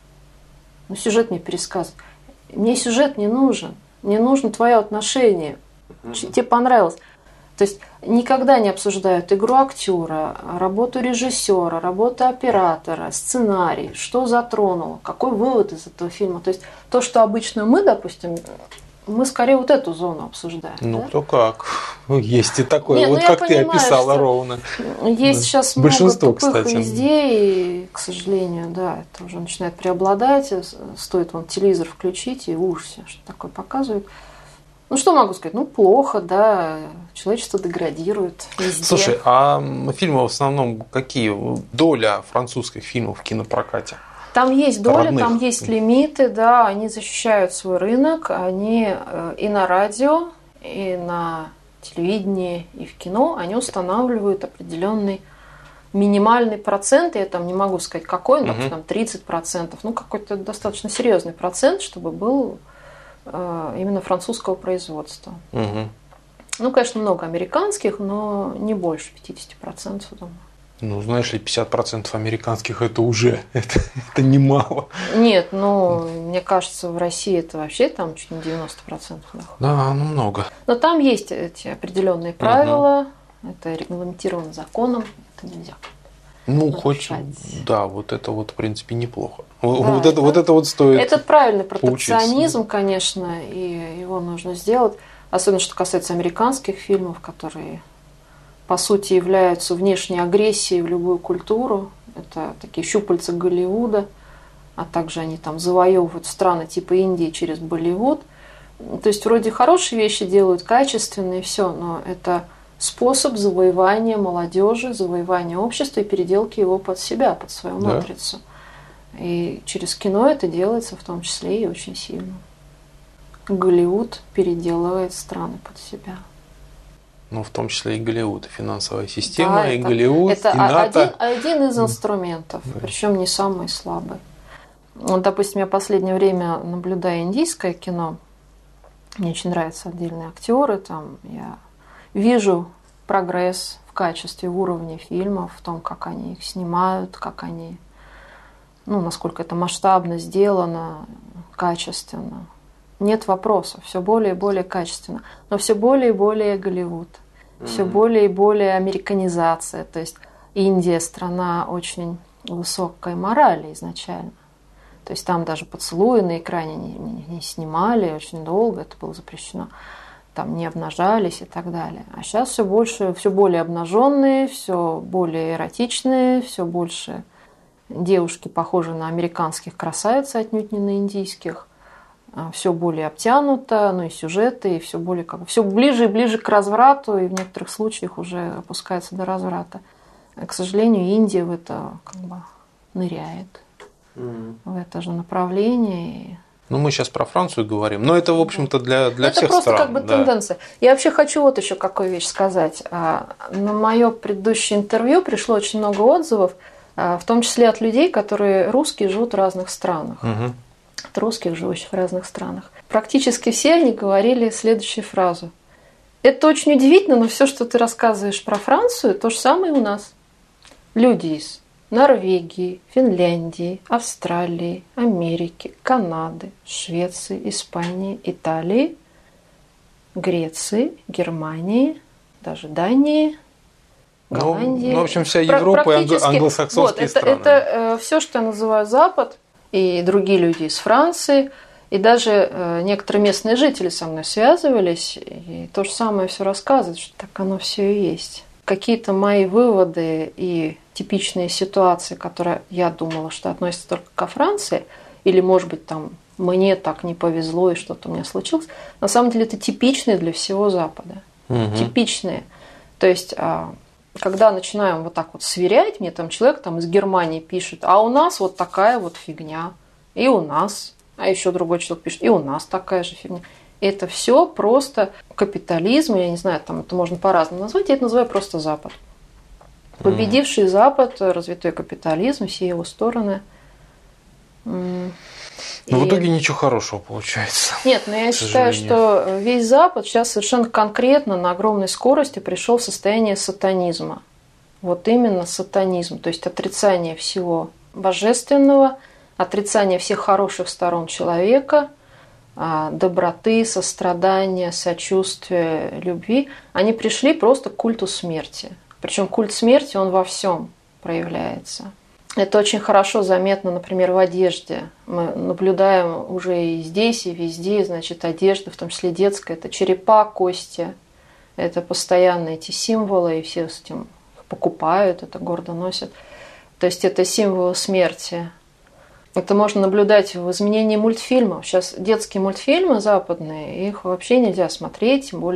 Сюжет мне пересказывает. Мне сюжет не нужен. Мне нужно твое отношение. Тебе понравилось. То есть никогда не обсуждают игру актера, работу режиссера, работу оператора, сценарий, что затронуло, какой вывод из этого фильма. То есть то, что обычно мы, допустим, мы скорее вот эту зону обсуждаем. Кто как. Есть и такое, как ты описала ровно. Есть сейчас много тупых везде, и, к сожалению, да, это уже начинает преобладать. Стоит вам телевизор включить, и в ужасе, что такое показывают. Что могу сказать? Плохо, да, человечество деградирует везде. Слушай, а фильмы в основном какие? Доля французских фильмов в кинопрокате? Там есть доля, там есть лимиты, да, они защищают свой рынок, они и на радио, и на телевидении, и в кино, они устанавливают определенный минимальный процент, я там не могу сказать какой, но там 30%, какой-то достаточно серьезный процент, чтобы был именно французского производства. Конечно, много американских, но не больше 50%, думаю. Знаешь ли, 50% американских это уже, это немало. Нет, мне кажется, в России это вообще там чуть не 90% дохода. Да, много. Но там есть эти определенные правила, это регламентировано законом, это нельзя. Да, вот это вот в принципе неплохо. Да, вот это стоит. Это правильный протекционизм, конечно, и его нужно сделать. Особенно, что касается американских фильмов, которые по сути являются внешней агрессией в любую культуру. Это такие щупальца Голливуда, а также они там завоевывают страны типа Индии через Болливуд. То есть вроде хорошие вещи делают, качественные, все, но это способ завоевания молодежи, завоевания общества и переделки его под себя, под свою матрицу. И через кино это делается в том числе и очень сильно. Голливуд переделывает страны под себя. В том числе и Голливуд, и финансовая система, да, и Голливуд, это и НАТО. один из инструментов, причем не самый слабый. Допустим, я в последнее время наблюдаю индийское кино. Мне очень нравятся отдельные актеры. Там я вижу прогресс в качестве, в уровне фильмов, в том, как они их снимают, как они, насколько это масштабно сделано, качественно. Нет вопросов, все более и более качественно, но все более и более Голливуд, все более и более американизация. То есть Индия страна очень высокой морали изначально. То есть там даже поцелуи на экране не снимали очень долго, это было запрещено. Там не обнажались и так далее. А сейчас все более обнаженные, все более эротичные, все больше девушки похожи на американских красавиц, отнюдь не на индийских. Все более обтянуто, ну и сюжеты, и все более все ближе и ближе к разврату, и в некоторых случаях уже опускается до разврата. К сожалению, Индия в это ныряет, в это же направление. Ну, мы сейчас про Францию говорим, но это, в общем-то, для всех стран. Это просто тенденция. Я вообще хочу вот еще какую вещь сказать. На мое предыдущее интервью пришло очень много отзывов, в том числе от людей, которые русские, живут в разных странах. От русских, живущих в разных странах. Практически все они говорили следующую фразу. Это очень удивительно, но все, что ты рассказываешь про Францию, то же самое и у нас. Люди из Норвегии, Финляндии, Австралии, Америки, Канады, Швеции, Испании, Италии, Греции, Германии, даже Дании, Голландии. Ну, в общем, вся Европа и англосаксонские страны. Это все, что я называю Запад, и другие люди из Франции, и даже некоторые местные жители со мной связывались, и то же самое все рассказывают, что так оно все и есть. Какие-то мои выводы и типичные ситуации, которые я думала, что относятся только ко Франции, или, может быть, там мне так не повезло и что-то у меня случилось, на самом деле это типичные для всего Запада. Типичные. То есть, когда начинаем вот так вот сверять, мне там человек там из Германии пишет, а у нас вот такая вот фигня, и у нас, а еще другой человек пишет, и у нас такая же фигня. Это все просто капитализм, я не знаю, там это можно по-разному назвать, я это называю просто Запад. Победивший Запад, развитой капитализм, все его стороны. Но в итоге ничего хорошего получается. Нет, но я считаю, что весь Запад сейчас совершенно конкретно на огромной скорости пришел в состояние сатанизма. Вот именно сатанизм, то есть отрицание всего божественного, отрицание всех хороших сторон человека, доброты, сострадания, сочувствия, любви. Они пришли просто к культу смерти. Причем культ смерти, он во всем проявляется. Это очень хорошо заметно, например, в одежде. Мы наблюдаем уже и здесь, и везде, значит, одежда, в том числе детская, это черепа, кости, это постоянно эти символы, и все с этим покупают, это гордо носят. То есть это символы смерти. Это можно наблюдать в изменении мультфильмов. Сейчас детские мультфильмы западные, их вообще нельзя смотреть, тем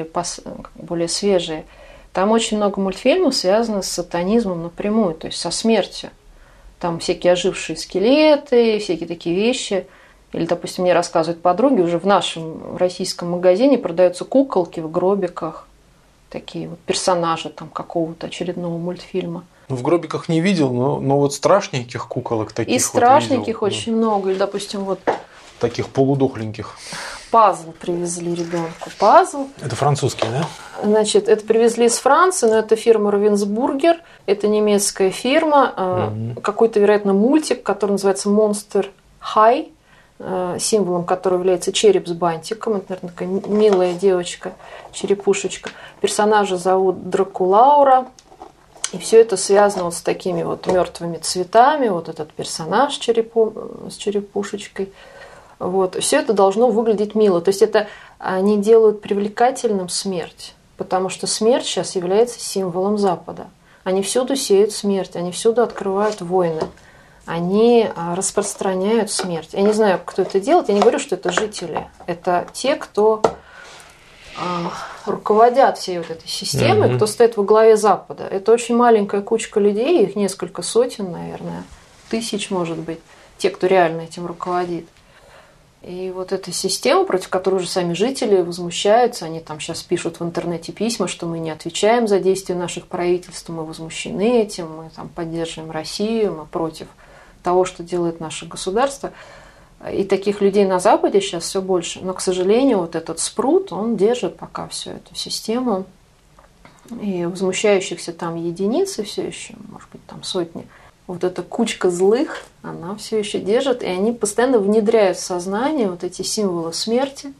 более свежие. Там очень много мультфильмов связано с сатанизмом напрямую, то есть со смертью. Там всякие ожившие скелеты, всякие такие вещи. Или, допустим, мне рассказывают подруги, уже в нашем российском магазине продаются куколки в гробиках. Такие вот персонажи там какого-то очередного мультфильма. В гробиках не видел, но вот страшненьких куколок таких и страшненьких вот очень много. Или, допустим, вот таких полудохленьких. Пазл привезли ребенку. Пазл. Это французский, да? Значит, это привезли из Франции, но это фирма Ravensburger. Это немецкая фирма. Какой-то, вероятно, мультик, который называется Monster High, символом которого является череп с бантиком. Это, наверное, такая милая девочка, черепушечка. Персонажа зовут Дракулаура. И все это связано вот с такими вот мертвыми цветами. Вот этот персонаж с черепушечкой. Вот. Все это должно выглядеть мило. То есть это они делают привлекательным смерть, потому что смерть сейчас является символом Запада. Они всюду сеют смерть, они всюду открывают войны, они распространяют смерть. Я не знаю, кто это делает, я не говорю, что это жители. Это те, кто руководят всей вот этой системой, кто стоит во главе Запада. Это очень маленькая кучка людей, их несколько сотен, наверное, тысяч, может быть, те, кто реально этим руководит. И вот эта система, против которой уже сами жители возмущаются, они там сейчас пишут в интернете письма, что мы не отвечаем за действия наших правительств, мы возмущены этим, мы там поддерживаем Россию, мы против того, что делает наше государство. И таких людей на Западе сейчас все больше. Но, к сожалению, вот этот спрут, он держит пока всю эту систему. И возмущающихся там единицы все еще, может быть, там сотни. Вот эта кучка злых, она все еще держит, и они постоянно внедряют в сознание вот эти символы смерти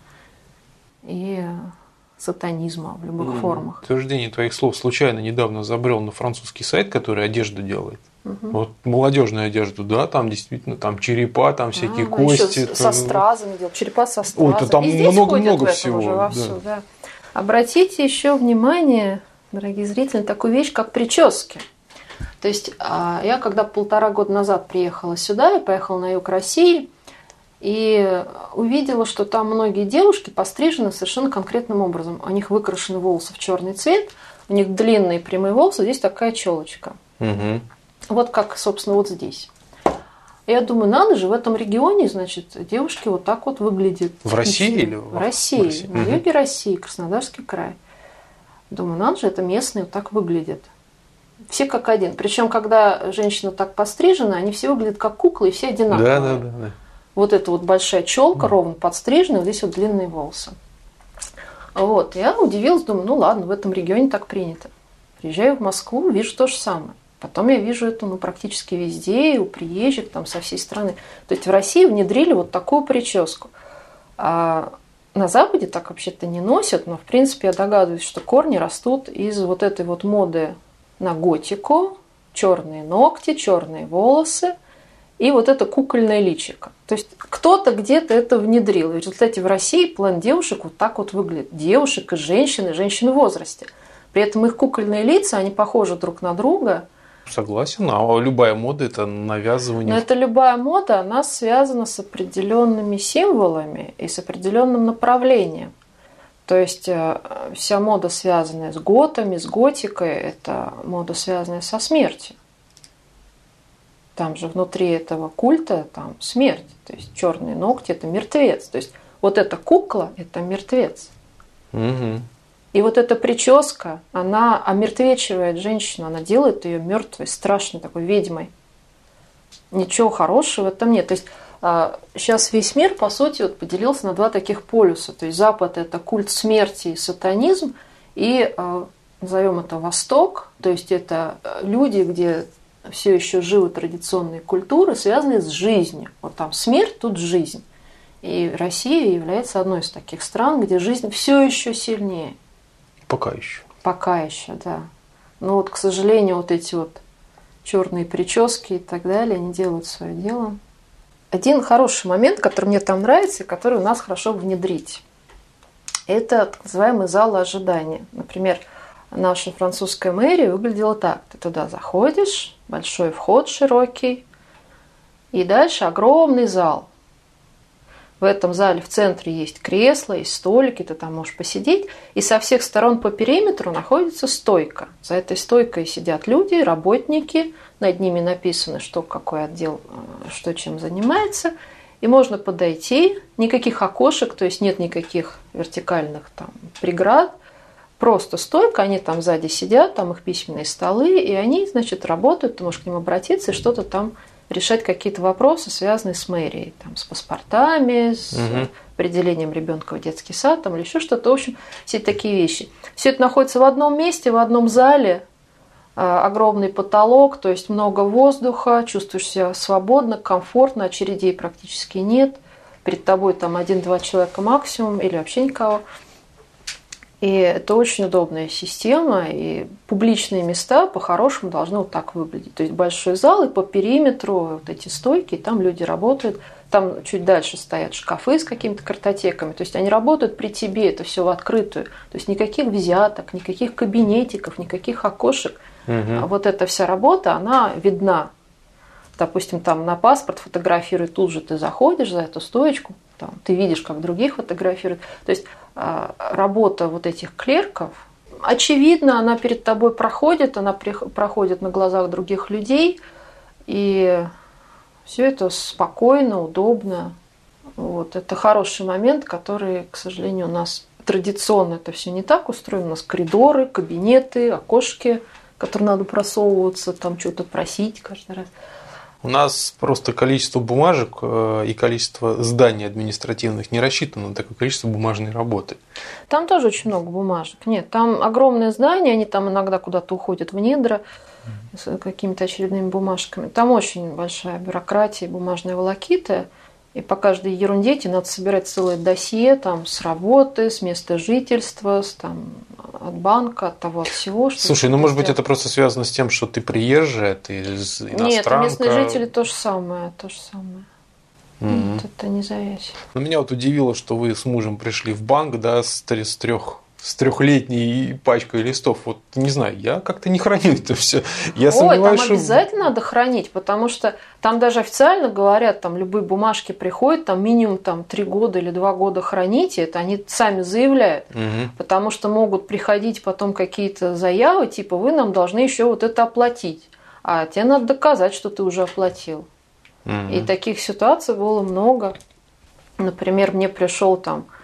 и сатанизма в любых формах. В подтверждение твоих слов случайно недавно забрел на французский сайт, который одежду делает. Вот молодежную одежду, да, там действительно там черепа, там всякие кости. Еще со стразами делают, черепа со стразами. Ой, там много всего. Уже вовсю, да. Обратите еще внимание, дорогие зрители, на такую вещь, как прически. То есть я когда 1,5 года назад приехала сюда, я поехала на юг России и увидела, что там многие девушки пострижены совершенно конкретным образом. У них выкрашены волосы в черный цвет, у них длинные прямые волосы, здесь такая челочка. Угу. Вот как, собственно, вот здесь. Я думаю, надо же, в этом регионе, значит, девушки вот так вот выглядят. В России или в России? На юге России, Краснодарский край. Думаю, надо же, это местные вот так выглядят. Все как один. Причем, когда женщина так пострижена, они все выглядят как куклы, и все одинаковые. Да. Вот эта вот большая челка, ровно подстрижена, вот здесь вот длинные волосы. Вот. Я удивилась, думаю, ну ладно, в этом регионе так принято. Приезжаю в Москву, вижу то же самое. Потом я вижу это практически везде, у приезжих там со всей страны. То есть в России внедрили вот такую прическу. А на Западе так вообще-то не носят, но в принципе я догадываюсь, что корни растут из вот этой вот моды на готику, черные ногти, черные волосы и вот это кукольное личико. То есть кто-то где-то это внедрил. И в результате в России план девушек вот так вот выглядит. Девушек и женщин в возрасте. При этом их кукольные лица, они похожи друг на друга. Согласен, а любая мода – это навязывание. Но это любая мода, она связана с определенными символами и с определенным направлением. То есть вся мода, связанная с готами, с готикой, это мода, связанная со смертью. Там же внутри этого культа там смерть. То есть черные ногти – это мертвец. То есть вот эта кукла – это мертвец. Угу. И вот эта прическа, она омертвечивает женщину, она делает ее мертвой, страшной такой ведьмой. Ничего хорошего в этом нет. То есть сейчас весь мир, по сути, вот поделился на два таких полюса. То есть Запад – это культ смерти и сатанизм, и назовем это Восток, то есть это люди, где все еще живы традиционные культуры, связанные с жизнью. Вот там смерть, тут жизнь. И Россия является одной из таких стран, где жизнь все еще сильнее. Пока еще. Пока еще, да. Но вот, к сожалению, вот эти вот черные прически и так далее, они делают свое дело. Один хороший момент, который мне там нравится и который у нас хорошо внедрить, это так называемый зал ожидания. Например, наша французская мэрия выглядела так. Ты туда заходишь, большой вход широкий, и дальше огромный зал. В этом зале в центре есть кресла, есть столики, ты там можешь посидеть. И со всех сторон по периметру находится стойка. За этой стойкой сидят люди, работники. Над ними написано, что какой отдел, что чем занимается. И можно подойти. Никаких окошек, то есть нет никаких вертикальных там преград. Просто стойка, они там сзади сидят, там их письменные столы. И они, значит, работают, ты можешь к ним обратиться и что-то там решать, какие-то вопросы, связанные с мэрией, там, с паспортами, с определением ребенка в детский сад там, или еще что-то. В общем, все такие вещи. Все это находится в одном месте, в одном зале, огромный потолок, то есть много воздуха, чувствуешь себя свободно, комфортно, очередей практически нет. Перед тобой там 1-2 человека максимум или вообще никого. И это очень удобная система, и публичные места по-хорошему должны вот так выглядеть. То есть большой зал, и по периметру вот эти стойки, и там люди работают. Там чуть дальше стоят шкафы с какими-то картотеками. То есть они работают при тебе, это все в открытую. То есть никаких взяток, никаких кабинетиков, никаких окошек. А вот эта вся работа, она видна. Допустим, там на паспорт фотографируют, тут же ты заходишь за эту стоечку, там, ты видишь, как других фотографируют. То есть работа вот этих клерков, очевидно, она перед тобой проходит, она проходит на глазах других людей, и все это спокойно, удобно. Вот. Это хороший момент, который, к сожалению, у нас традиционно это все не так устроено. У нас коридоры, кабинеты, окошки, в которые надо просовываться, там что-то просить каждый раз. У нас просто количество бумажек и количество зданий административных не рассчитано на такое количество бумажной работы. Там тоже очень много бумажек. Нет, там огромные здания, они там иногда куда-то уходят в недра с какими-то очередными бумажками. Там очень большая бюрократия, бумажная волокита. И по каждой ерунде тебе надо собирать целое досье там, с работы, с места жительства, от банка, от того, от всего. Что Слушай, может быть, это просто связано с тем, что ты приезжая, ты иностранка? Нет, местные жители то же самое. Нет, это не зависит. Но меня вот удивило, что вы с мужем пришли в банк, да, с 3 с 3-летней пачкой листов. Вот не знаю, я как-то не храню это все. Я сомневаюсь, там обязательно надо хранить, потому что там даже официально говорят, там любые бумажки приходят, там минимум 3 года или 2 года храните, это они сами заявляют. Потому что могут приходить потом какие-то заявы, типа вы нам должны еще вот это оплатить. А тебе надо доказать, что ты уже оплатил. И таких ситуаций было много. Например, мне пришел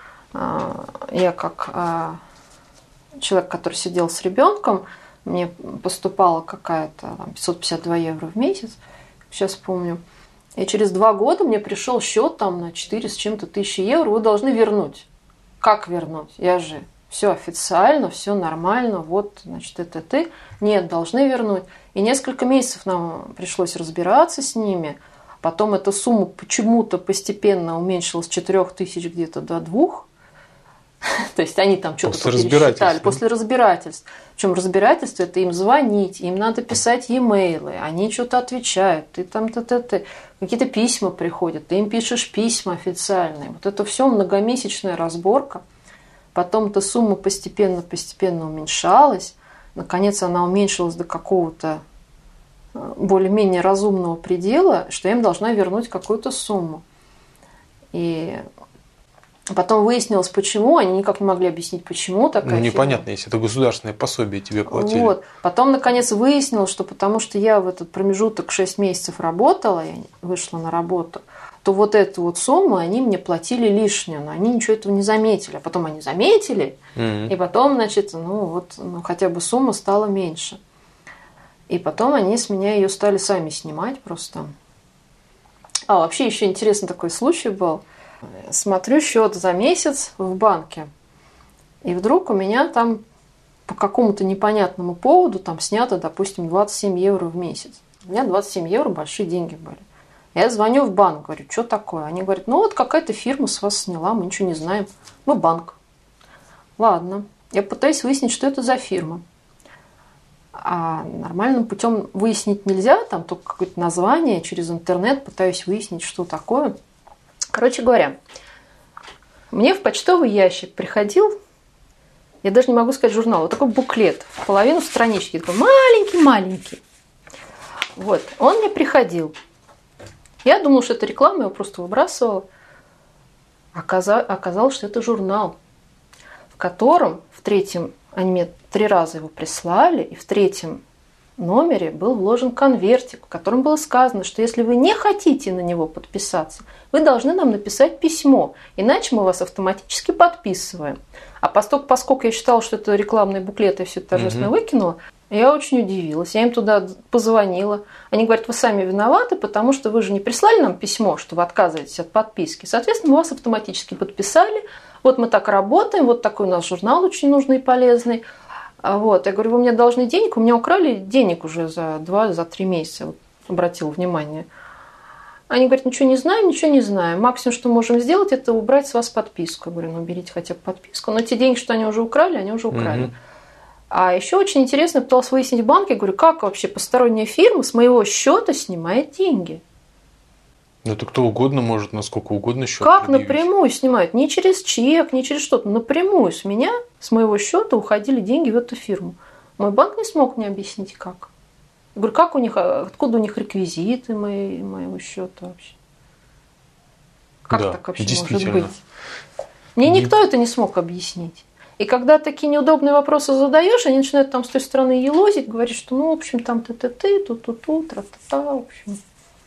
я как человек, который сидел с ребенком, мне поступала какая-то 552 евро в месяц, сейчас помню. И через 2 года мне пришел счет на 4 с чем-то тысячи евро, вы должны вернуть. Как вернуть? Я же все официально, все нормально, вот, значит, это ты. Нет, должны вернуть. И несколько месяцев нам пришлось разбираться с ними. Потом эта сумма почему-то постепенно уменьшилась с 4000 где-то до 2. То есть они там что-то пересчитали. После разбирательств. Причем разбирательство – это им звонить, им надо писать e-mail, они что-то отвечают, ты какие-то письма приходят, ты им пишешь письма официальные. Вот это все многомесячная разборка. Потом эта сумма постепенно уменьшалась. Наконец она уменьшилась до какого-то более-менее разумного предела, что я им должна вернуть какую-то сумму. И потом выяснилось, почему. Они никак не могли объяснить, почему такая непонятно, если это государственное пособие тебе платили. Вот. Потом, наконец, выяснилось, что потому что я в этот промежуток 6 месяцев работала, я вышла на работу, то вот эту вот сумму они мне платили лишнюю, но они ничего этого не заметили. А потом они заметили, и потом, значит, хотя бы сумма стала меньше. И потом они с меня ее стали сами снимать просто. Вообще еще интересный такой случай был. Смотрю счет за месяц в банке, и вдруг у меня там по какому-то непонятному поводу снято, допустим, 27 евро в месяц. У меня 27 евро большие деньги были. Я звоню в банк, говорю, что такое? Они говорят, вот какая-то фирма с вас сняла, мы ничего не знаем. Мы банк. Ладно. Я пытаюсь выяснить, что это за фирма. А нормальным путем выяснить нельзя, там только какое-то название, через интернет пытаюсь выяснить, что такое. Короче говоря, мне в почтовый ящик приходил, я даже не могу сказать журнал, вот такой буклет, в половину странички, такой маленький-маленький. Вот, он мне приходил. Я думала, что это реклама, я его просто выбрасывала. Оказалось, что это журнал, в котором в 3-м, они мне 3 раза его прислали, и в 3-м номере был вложен конвертик, в котором было сказано, что если вы не хотите на него подписаться, вы должны нам написать письмо, иначе мы вас автоматически подписываем. А поскольку я считала, что это рекламный буклет, я все это торжественно выкинула, я очень удивилась. Я им туда позвонила. Они говорят, вы сами виноваты, потому что вы же не прислали нам письмо, что вы отказываетесь от подписки. Соответственно, мы вас автоматически подписали. Вот мы так работаем, вот такой у нас журнал очень нужный и полезный. Вот. Я говорю, вы мне должны денег, у меня украли денег уже за 2-3 месяца, вот, обратила внимание. Они говорят, ничего не знаем. Максимум, что можем сделать, это убрать с вас подписку. Я говорю, уберите хотя бы подписку. Но те деньги, что они уже украли, они уже украли. А еще очень интересно, пыталась выяснить в банке, говорю, как вообще посторонняя фирма с моего счета снимает деньги? Это кто угодно может на сколько угодно счет Как предъявить. напрямую снимают? Не через чек, не через что-то. Напрямую с моего счета уходили деньги в эту фирму. Мой банк не смог мне объяснить, как. Я говорю, откуда у них реквизиты моего счета вообще? Как так вообще может быть? Мне никто это не смог объяснить. И когда такие неудобные вопросы задаешь, они начинают с той стороны елозить, говорить, что, в общем, там ты, ту-ту-ту, тра-та-та, в общем.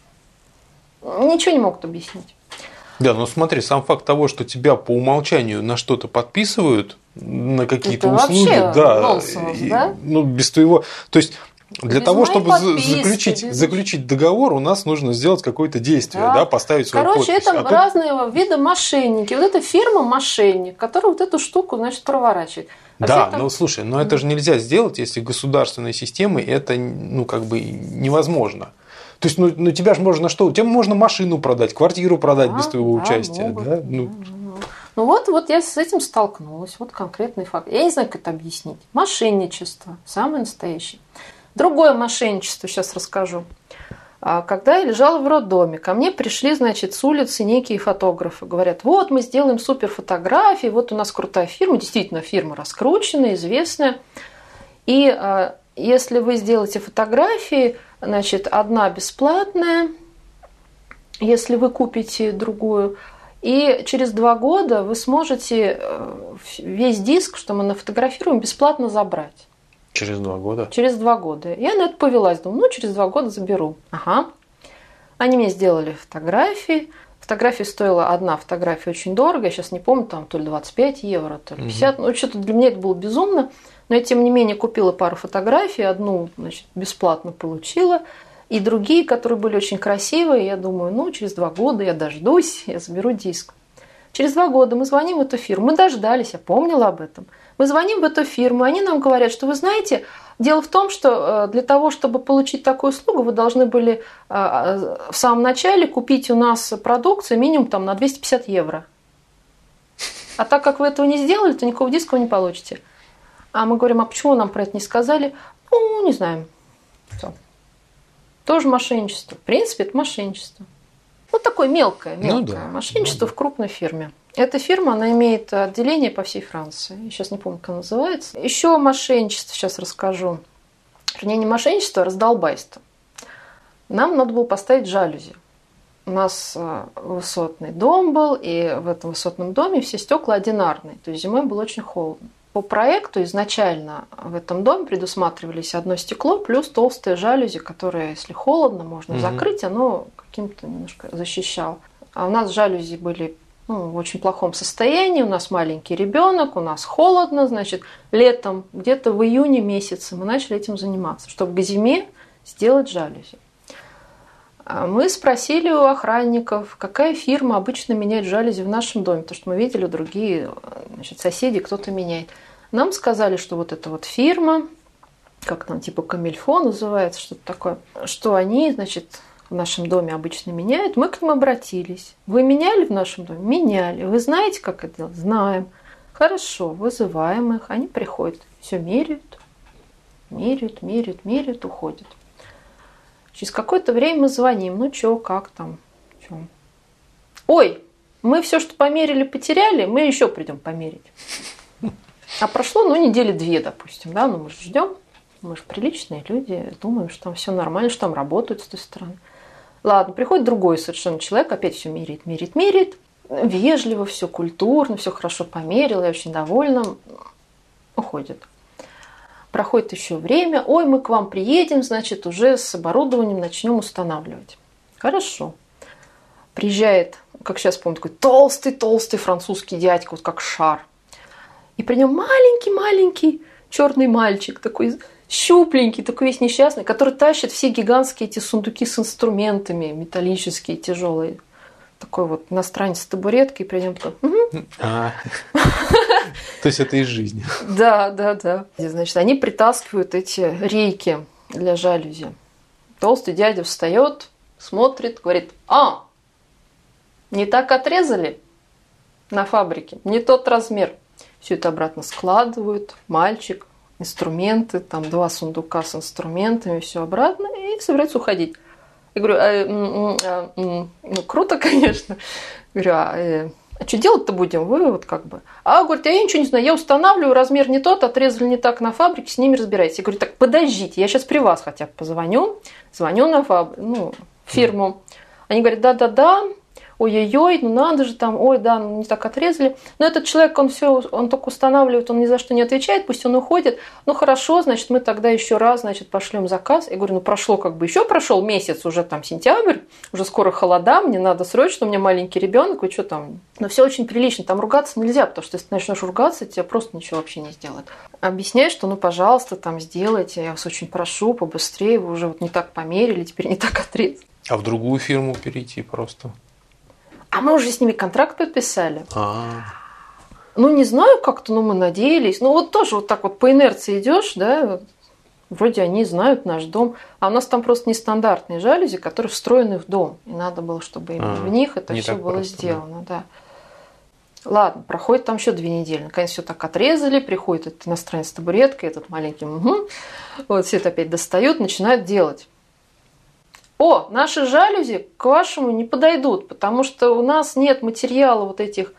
Ничего не могут объяснить. Да, но смотри, сам факт того, что тебя по умолчанию на что-то подписывают, на какие-то это услуги, вообще нонсенс, да? Без твоего. То есть для без того, чтобы подписки, заключить договор, у нас нужно сделать какое-то действие, да, поставить свою подпись. Это разные виды мошенники. Вот эта фирма мошенник, которая вот эту штуку, проворачивает. Да, слушай, но это же нельзя сделать, если государственной системой это невозможно. То есть, тебя же можно что? Тебе можно машину продать, квартиру продать без твоего участия. Да? Вот я с этим столкнулась. Вот конкретный факт. Я не знаю, как это объяснить. Мошенничество. Самое настоящее. Другое мошенничество сейчас расскажу. Когда я лежала в роддоме, ко мне пришли, значит, с улицы некие фотографы. Говорят, вот мы сделаем супер фотографии, вот у нас крутая фирма, действительно фирма раскрученная, известная. И если вы сделаете фотографии, значит, одна бесплатная, если вы купите другую, и через 2 года вы сможете весь диск, что мы нафотографируем, бесплатно забрать. Через 2 года? Через 2 года. Я на это повелась, думаю, через 2 года заберу. Ага. Они мне сделали фотографии. Фотография стоила, одна фотография очень дорого, я сейчас не помню, там то ли 25 евро, то ли 50. Ну, что-то для меня это было безумно. Но я, тем не менее, купила пару фотографий, одну, значит, бесплатно получила, и другие, которые были очень красивые, я думаю, ну, через 2 года я дождусь, я заберу диск. Через 2 года мы звоним в эту фирму, мы дождались, я помнила об этом. Мы звоним в эту фирму, они нам говорят, что вы знаете, дело в том, что для того, чтобы получить такую услугу, вы должны были в самом начале купить у нас продукцию минимум там, на 250 евро. А так как вы этого не сделали, то никакого диска вы не получите. А мы говорим, а почему нам про это не сказали? Ну, не знаем. Все. Тоже мошенничество. В принципе, это мошенничество. Вот такое мелкое мошенничество в крупной фирме. Эта фирма, она имеет отделение по всей Франции. Я сейчас не помню, как она называется. Еще мошенничество, сейчас расскажу. Вернее, не мошенничество, а раздолбайство. Нам надо было поставить жалюзи. У нас высотный дом был, и в этом высотном доме все стекла одинарные. То есть зимой было очень холодно. По проекту изначально в этом доме предусматривались одно стекло плюс толстые жалюзи, которые, если холодно, можно закрыть, оно каким-то немножко защищало. А у нас жалюзи были в очень плохом состоянии, у нас маленький ребенок, у нас холодно, значит, летом, где-то в июне месяце мы начали этим заниматься, чтобы к зиме сделать жалюзи. Мы спросили у охранников, какая фирма обычно меняет жалюзи в нашем доме, потому что мы видели другие, значит, соседи, кто-то меняет. Нам сказали, что вот эта вот фирма, как там, типа Комильфо называется, что-то такое, что они, значит, в нашем доме обычно меняют. Мы к ним обратились. Вы меняли в нашем доме? Меняли. Вы знаете, как это делать? Знаем. Хорошо, вызываем их. Они приходят, все меряют, уходят. Через какое-то время мы звоним. Ну, что, как там? Чё? Ой, мы все, что померили, потеряли, мы еще придем померить. А прошло, недели 2, допустим, да, мы же ждем. Мы же приличные люди, думаем, что там все нормально, что там работают с той стороны. Ладно, приходит другой совершенно человек, опять все меряет. Вежливо, все культурно, все хорошо померил, я очень довольна. Уходит. Проходит еще время. Ой, мы к вам приедем, значит, уже с оборудованием начнем устанавливать. Хорошо. Приезжает, как сейчас помню, такой толстый французский дядька, вот как шар. И при нем маленький черный мальчик, такой щупленький, такой весь несчастный, который тащит все гигантские эти сундуки с инструментами, металлические, тяжелые. Такой вот иностранец с табуреткой, и при нем такой... То есть это из жизни. Да. Значит, они притаскивают эти рейки для жалюзи. Толстый дядя встает, смотрит, говорит, не так отрезали на фабрике, не тот размер. Все это обратно складывают, мальчик, инструменты, там 2 сундука с инструментами, все обратно, и собираются уходить. Я говорю, круто, конечно. Говорю, а что делать-то будем? Вы вот как бы... Говорит, я ничего не знаю, я устанавливаю, размер не тот, отрезали не так на фабрике, с ними разбирайтесь. Я говорю, так, подождите, я сейчас при вас хотя бы позвоню. Звоню на фирму. Они говорят, да, ой-ой-ой, надо же там, не так отрезали. Но этот человек, он только устанавливает, он ни за что не отвечает, пусть он уходит. Хорошо, значит, мы тогда еще раз, значит, пошлем заказ. Я говорю, прошел месяц, уже там сентябрь, уже скоро холода, мне надо срочно, у меня маленький ребенок, вы что там? Но все очень прилично, там ругаться нельзя, потому что если ты начнешь ругаться, тебе просто ничего вообще не сделают. Объясняю, что, пожалуйста, там сделайте, я вас очень прошу, побыстрее, вы уже вот не так померили, теперь не так отрезали. А в другую фирму перейти просто? А мы уже с ними контракт подписали. Не знаю как-то, мы надеялись. Тоже вот так вот по инерции идешь, да, вроде они знают наш дом. А у нас там просто нестандартные жалюзи, которые встроены в дом. И надо было, чтобы именно в них это все было сделано. Да. Ладно, проходит там еще 2 недели. Наконец все так отрезали, приходит этот иностранец с табуреткой, этот маленький, вот все это опять достают, начинают делать. о, наши жалюзи к вашему не подойдут, потому что у нас нет материала вот этих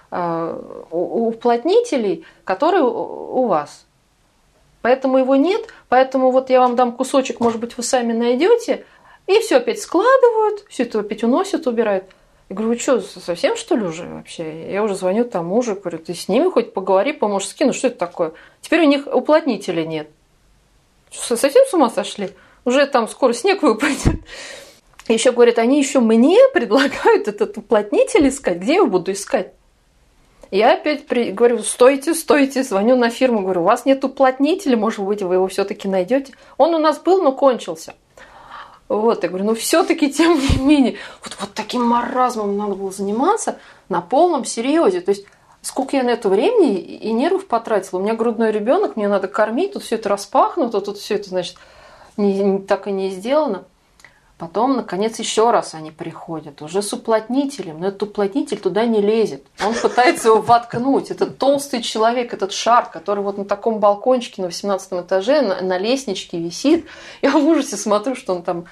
уплотнителей, которые у вас. Поэтому его нет, поэтому вот я вам дам кусочек, может быть, вы сами найдете, и все опять складывают, все это опять уносят, убирают. Я говорю, вы что, совсем что ли уже вообще? Я уже звоню тому мужу, говорю, ты с ними хоть поговори по-мужски, ну что это такое? Теперь у них уплотнителя нет. Что, совсем с ума сошли? Уже там скоро снег выпадет. Еще говорят, они еще мне предлагают этот уплотнитель искать. Где я его буду искать? Я опять говорю, стойте, звоню на фирму, говорю, у вас нет уплотнителя, может быть, вы его все-таки найдете. Он у нас был, но кончился. Вот, я говорю, все-таки, тем не менее, вот таким маразмом надо было заниматься на полном серьезе. То есть, сколько я на это времени и нервов потратила. У меня грудной ребенок, мне надо кормить, тут все это распахнуто, тут все это, значит, так и не сделано. Потом, наконец, еще раз они приходят, уже с уплотнителем, но этот уплотнитель туда не лезет. Он пытается его воткнуть. Этот толстый человек, этот шар, который вот на таком балкончике на 18 этаже, на лестничке висит. Я в ужасе смотрю, что он там,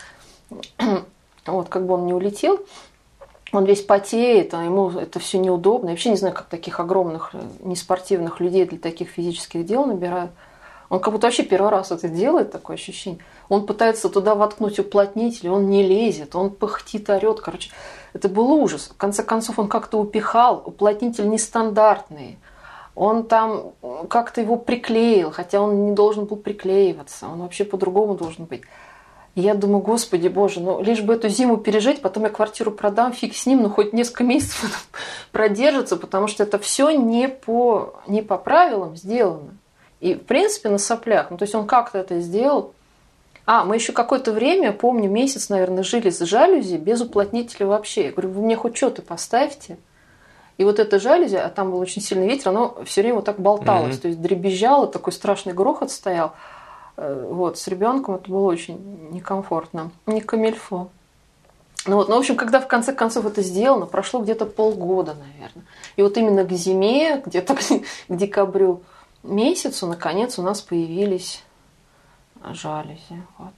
вот как бы он не улетел. Он весь потеет, а ему это все неудобно. Я вообще не знаю, как таких огромных, неспортивных людей для таких физических дел набирают. Он как будто вообще первый раз это делает, такое ощущение. Он пытается туда воткнуть уплотнитель, он не лезет, он пыхтит, орет. Короче, это был ужас. В конце концов, он как-то упихал, уплотнитель нестандартный. Он там как-то его приклеил, хотя он не должен был приклеиваться. Он вообще по-другому должен быть. И я думаю, господи боже, лишь бы эту зиму пережить, потом я квартиру продам, фиг с ним, хоть несколько месяцев продержится, потому что это все не по правилам сделано. И, в принципе, на соплях. То есть он как-то это сделал. Мы еще какое-то время, помню, месяц, наверное, жили с жалюзи без уплотнителя вообще. Я говорю, вы мне хоть что-то поставьте. И вот эта жалюзи, а там был очень сильный ветер, оно все время вот так болталось. То есть дребезжало, такой страшный грохот стоял. Вот, с ребенком это было очень некомфортно. Не камильфо. В общем, когда в конце концов это сделано, прошло где-то полгода, наверное. И вот именно к зиме, где-то к декабрю месяцу, наконец, у нас появились жалюзи. Вот.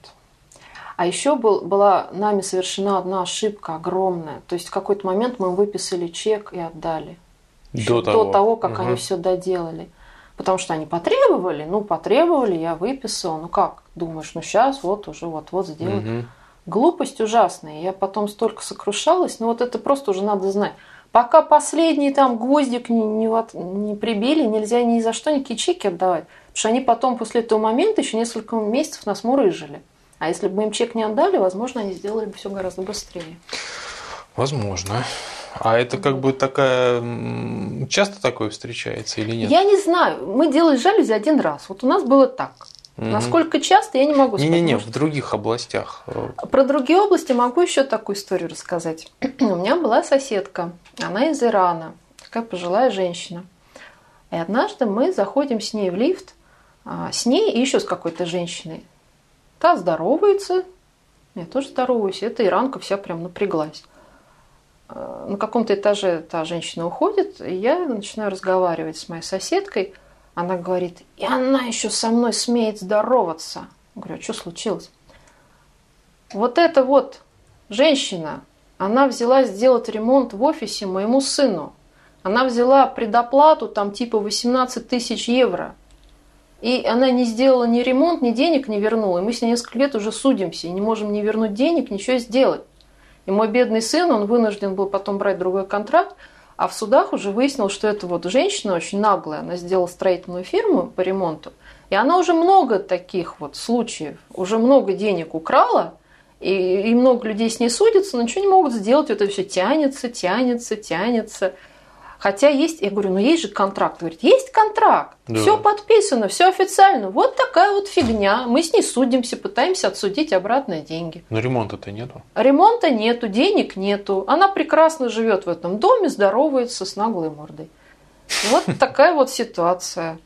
А еще была нами совершена одна ошибка огромная. То есть в какой-то момент мы выписали чек и отдали. До того, как они все доделали. Потому что они потребовали, я выписала. Как? Думаешь, сейчас уже вот сделают. Глупость ужасная. Я потом столько сокрушалась. Это просто уже надо знать. Пока последний там гвоздик не прибили, нельзя ни за что никакие чеки отдавать. Потому что они потом после этого момента еще несколько месяцев нас мурыжили. А если бы мы им чек не отдали, возможно, они сделали бы все гораздо быстрее. Возможно. А это как бы такая... Часто такое встречается или нет? Я не знаю. Мы делали жалюзи один раз. Вот у нас было так. Насколько часто, я не могу сказать. Не-не-не, в других областях. Про другие области могу еще такую историю рассказать. У меня была соседка, она из Ирана, такая пожилая женщина. И однажды мы заходим с ней в лифт, с ней и еще с какой-то женщиной. Та здоровается, я тоже здороваюсь, эта иранка вся прям напряглась. На каком-то этаже та женщина уходит, и я начинаю разговаривать с моей соседкой. Она говорит, и она еще со мной смеет здороваться. Я говорю, а что случилось? Вот эта вот женщина, она взялась сделать ремонт в офисе моему сыну. Она взяла предоплату, там типа 18 тысяч евро. И она не сделала ни ремонт, ни денег не вернула. И мы с ней несколько лет уже судимся и не можем ни вернуть денег, ничего сделать. И мой бедный сын, он вынужден был потом брать другой контракт. А в судах уже выяснилось, что эта вот женщина очень наглая. Она сделала строительную фирму по ремонту. И она уже много таких вот случаев, уже много денег украла. И много людей с ней судятся, но ничего не могут сделать. Это все тянется. Хотя есть, я говорю, есть же контракт. Говорит, есть контракт, да. Все подписано, все официально. Вот такая вот фигня. Мы с ней судимся, пытаемся отсудить обратно деньги. Но ремонта-то нету. Ремонта нету, денег нету. Она прекрасно живет в этом доме, здоровается с наглой мордой. Вот такая вот ситуация.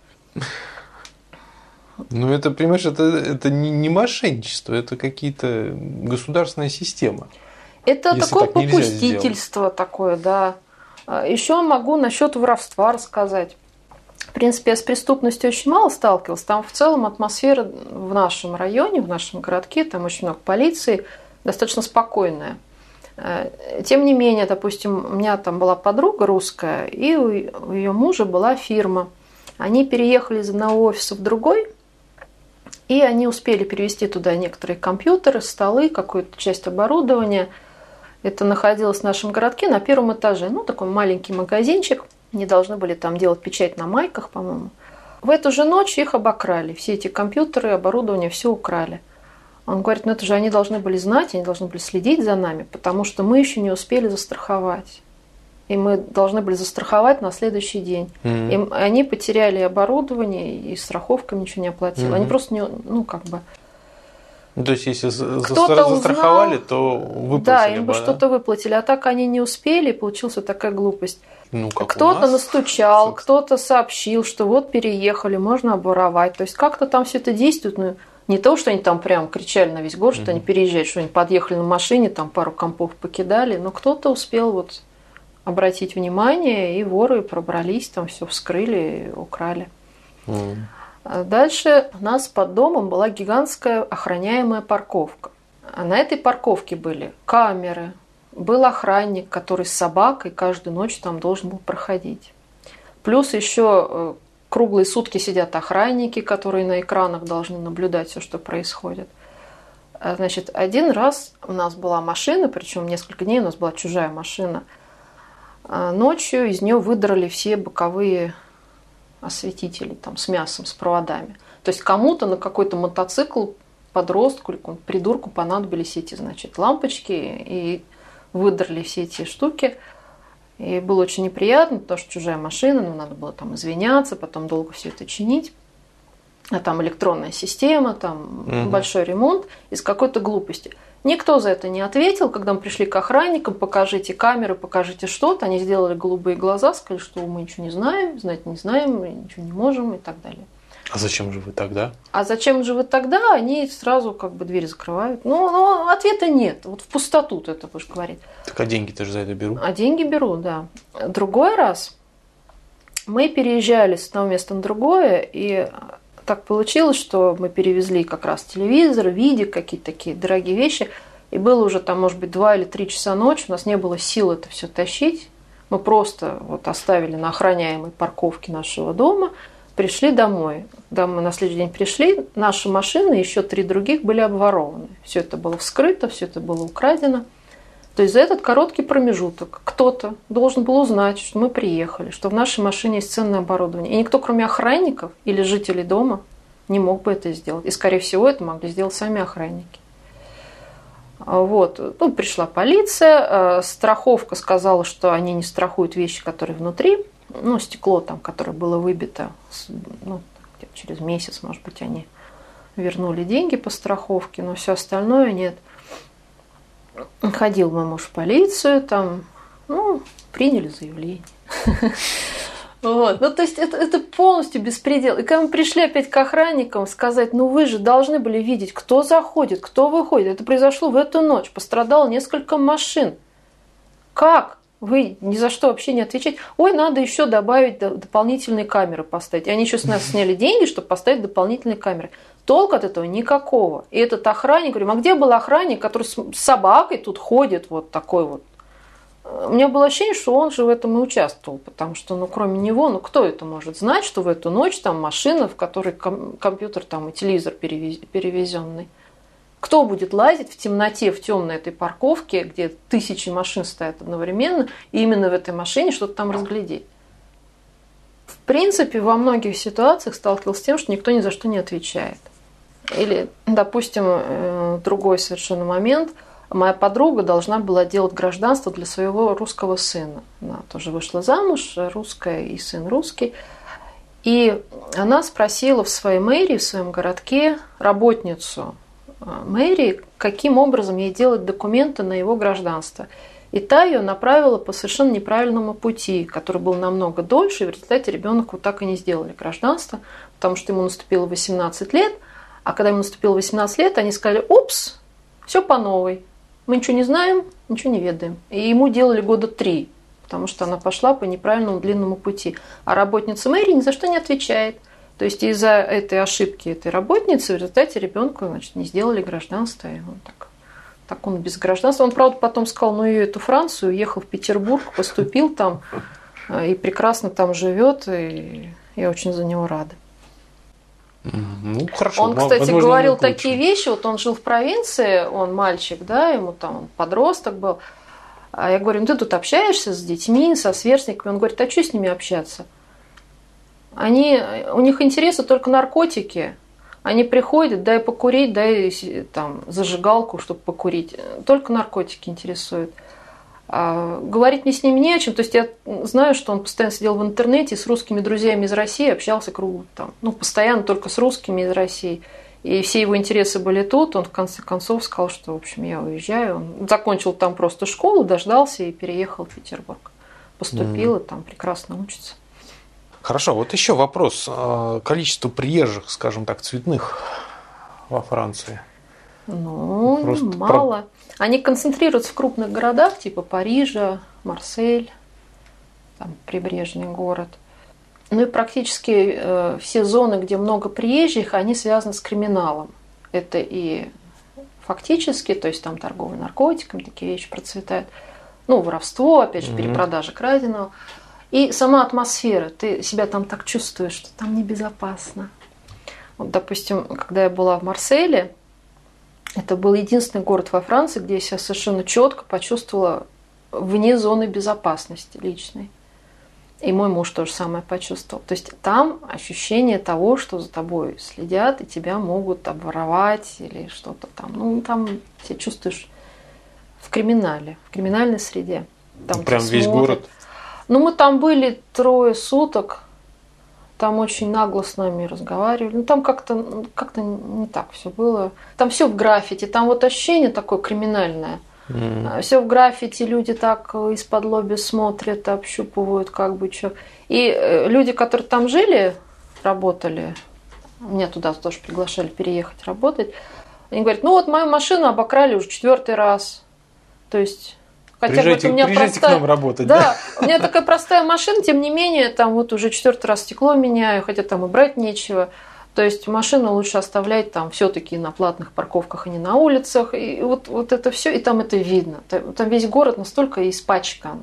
Это, понимаешь, это не мошенничество, это какие-то государственная система. Это такое попустительство такое, да. Еще могу насчет воровства рассказать. В принципе, я с преступностью очень мало сталкивалась. Там в целом атмосфера в нашем районе, в нашем городке, там очень много полиции. достаточно спокойная. Тем не менее, допустим, у меня там была подруга русская, и у ее мужа была фирма. Они переехали из одного офиса в другой, и они успели перевезти туда некоторые компьютеры, столы, какую-то часть оборудования. Это находилось в нашем городке на первом этаже. Ну, такой маленький магазинчик. Они должны были там делать печать на майках, по-моему. В эту же ночь их обокрали. Все эти компьютеры, оборудование, все украли. Он говорит, ну это же они должны были знать, они должны были следить за нами, потому что мы еще не успели застраховать. И мы должны были застраховать на следующий день. И они потеряли оборудование, и страховка ничего не оплатила. Они просто не, ну как бы... То есть, если застраховали, то выплатили. Да, им бы что-то выплатили. А так они не успели, и получилась такая глупость. Ну, кто-то настучал, кто-то сообщил, что вот переехали, можно обворовать. То есть, как-то там все это действует, но не то, что они там прям кричали на весь город, что они переезжают, что они подъехали на машине, там пару компов покидали, но кто-то успел вот обратить внимание, и воры пробрались, там все вскрыли, украли. Дальше у нас под домом была гигантская охраняемая парковка. А на этой парковке были камеры, был охранник, который с собакой каждую ночь там должен был проходить. Плюс еще круглые сутки сидят охранники, которые на экранах должны наблюдать все, что происходит. Значит, один раз у нас была машина, причем несколько дней у нас была чужая машина. Ночью из нее выдрали все боковые осветители там, с мясом, с проводами. То есть кому-то на какой-то мотоцикл, подростку или придурку понадобились эти, значит, лампочки, и выдрали все эти штуки. И было очень неприятно, потому что чужая машина, ну, надо было там извиняться, потом долго все это чинить. А там электронная система, там большой ремонт из какой-то глупости. Никто за это не ответил. Когда мы пришли к охранникам, покажите камеры, покажите что-то, они сделали голубые глаза, сказали, что мы ничего не знаем, знать не знаем, мы ничего не можем и так далее. А зачем же вы тогда? Они сразу как бы дверь закрывают. Но ответа нет. Вот в пустоту это будешь говорить. Так а деньги-то же за это берут? А деньги берут, да. Другой раз мы переезжали с одного места на другое, и так получилось, что мы перевезли как раз телевизор, видео, какие-то такие дорогие вещи. И было уже там, может быть, 2 или 3 часа ночи, у нас не было сил это все тащить. Мы просто вот оставили на охраняемой парковке нашего дома, пришли домой. Когда мы на следующий день пришли, наши машины и еще 3 других были обворованы. Все это было вскрыто, все это было украдено. То есть за этот короткий промежуток кто-то должен был узнать, что мы приехали, что в нашей машине есть ценное оборудование. И никто, кроме охранников или жителей дома, не мог бы это сделать. И, скорее всего, это могли сделать сами охранники. Вот. Ну, пришла полиция, страховка сказала, что они не страхуют вещи, которые внутри. Ну, стекло, там, которое было выбито, ну, где-то через месяц, может быть, они вернули деньги по страховке, но все остальное нет. Ходил мой муж в полицию, там, ну, приняли заявление. Вот. Ну, то есть это полностью беспредел. И когда мы пришли опять к охранникам сказать, ну вы же должны были видеть, кто заходит, кто выходит. Это произошло в эту ночь. Пострадало несколько машин. Как? Вы ни за что вообще не отвечаете. Ой, надо еще добавить дополнительные камеры поставить. И они еще с нас сняли деньги, чтобы поставить дополнительные камеры. Толку от этого никакого. И этот охранник, говорю, а где был охранник, который с собакой тут ходит, вот такой вот? У меня было ощущение, что он же в этом и участвовал, потому что, ну, кроме него, ну, кто это может знать, что в эту ночь там машина, в которой компьютер там и телевизор перевезенный. Кто будет лазить в темноте, в темной этой парковке, где тысячи машин стоят одновременно, и именно в этой машине что-то там разглядеть? В принципе, во многих ситуациях сталкивался с тем, что никто ни за что не отвечает. Или, допустим, другой совершенно момент. Моя подруга должна была делать гражданство для своего русского сына. Она тоже вышла замуж, русская, и сын русский. И она спросила в своей мэрии, в своем городке, работницу мэрии, каким образом ей делать документы на его гражданство. И та ее направила по совершенно неправильному пути, который был намного дольше, и в результате ребенку так и не сделали гражданство, потому что ему наступило 18 лет, а когда ему наступило 18 лет, они сказали, упс, все по новой, мы ничего не знаем, ничего не ведаем. И ему делали 3 года, потому что она пошла по неправильному длинному пути. А работница мэрии ни за что не отвечает. То есть из-за этой ошибки этой работницы в результате ребенку, значит, не сделали гражданство, и он так он без гражданства. Он, правда, потом сказал, ну, эту Францию, уехал в Петербург, поступил там и прекрасно там живет, и я очень за него рада. Ну, хорошо. Он, кстати, говорил такие вещи, вот он жил в провинции, он мальчик, да, ему там он подросток был. А я говорю, ну ты тут общаешься с детьми, со сверстниками? Он говорит, а что с ними общаться? У них интересы только наркотики. Они приходят, дай покурить, дай там зажигалку, чтобы покурить. Только наркотики интересуют. Говорить мне с ним не о чем. То есть я знаю, что он постоянно сидел в интернете с русскими друзьями из России, общался постоянно только с русскими из России. И все его интересы были тут. Он в конце концов сказал, что, в общем, я уезжаю. Он закончил там просто школу, дождался и переехал в Петербург. Поступил и там прекрасно учится. Хорошо, вот еще вопрос. Количество приезжих, скажем так, цветных во Франции? Ну, мало. Они концентрируются в крупных городах, типа Парижа, Марсель, там прибрежный город. Ну и практически все зоны, где много приезжих, они связаны с криминалом. Это и фактически, то есть там торговля наркотиками, такие вещи процветают. Ну, воровство, опять же, перепродажа краденого. И сама атмосфера, ты себя там так чувствуешь, что там небезопасно. Вот, допустим, когда я была в Марселе, это был единственный город во Франции, где я себя совершенно четко почувствовала вне зоны безопасности личной. И мой муж тоже самое почувствовал. То есть там ощущение того, что за тобой следят и тебя могут обворовать или что-то там. Ну, там себя чувствуешь в криминале, в криминальной среде. Там прям весь город? Ну, мы там были 3 суток. Там очень нагло с нами разговаривали. Ну, там как-то не так все было. Там все в граффити. Там вот ощущение такое криминальное. Все в граффити. Люди так из-под-лобья смотрят, общупывают, как бы что. И люди, которые там жили, работали, меня туда тоже приглашали переехать работать, они говорят, ну вот мою машину обокрали уже 4-й раз. То есть... Хотя приезжайте, у меня к нам работать. Да, у меня такая простая машина, тем не менее, там вот уже 4-й раз стекло меняю, хотя там и брать нечего. То есть машину лучше оставлять там все-таки на платных парковках, а не на улицах. И вот это все, и там это видно. Там весь город настолько испачкан.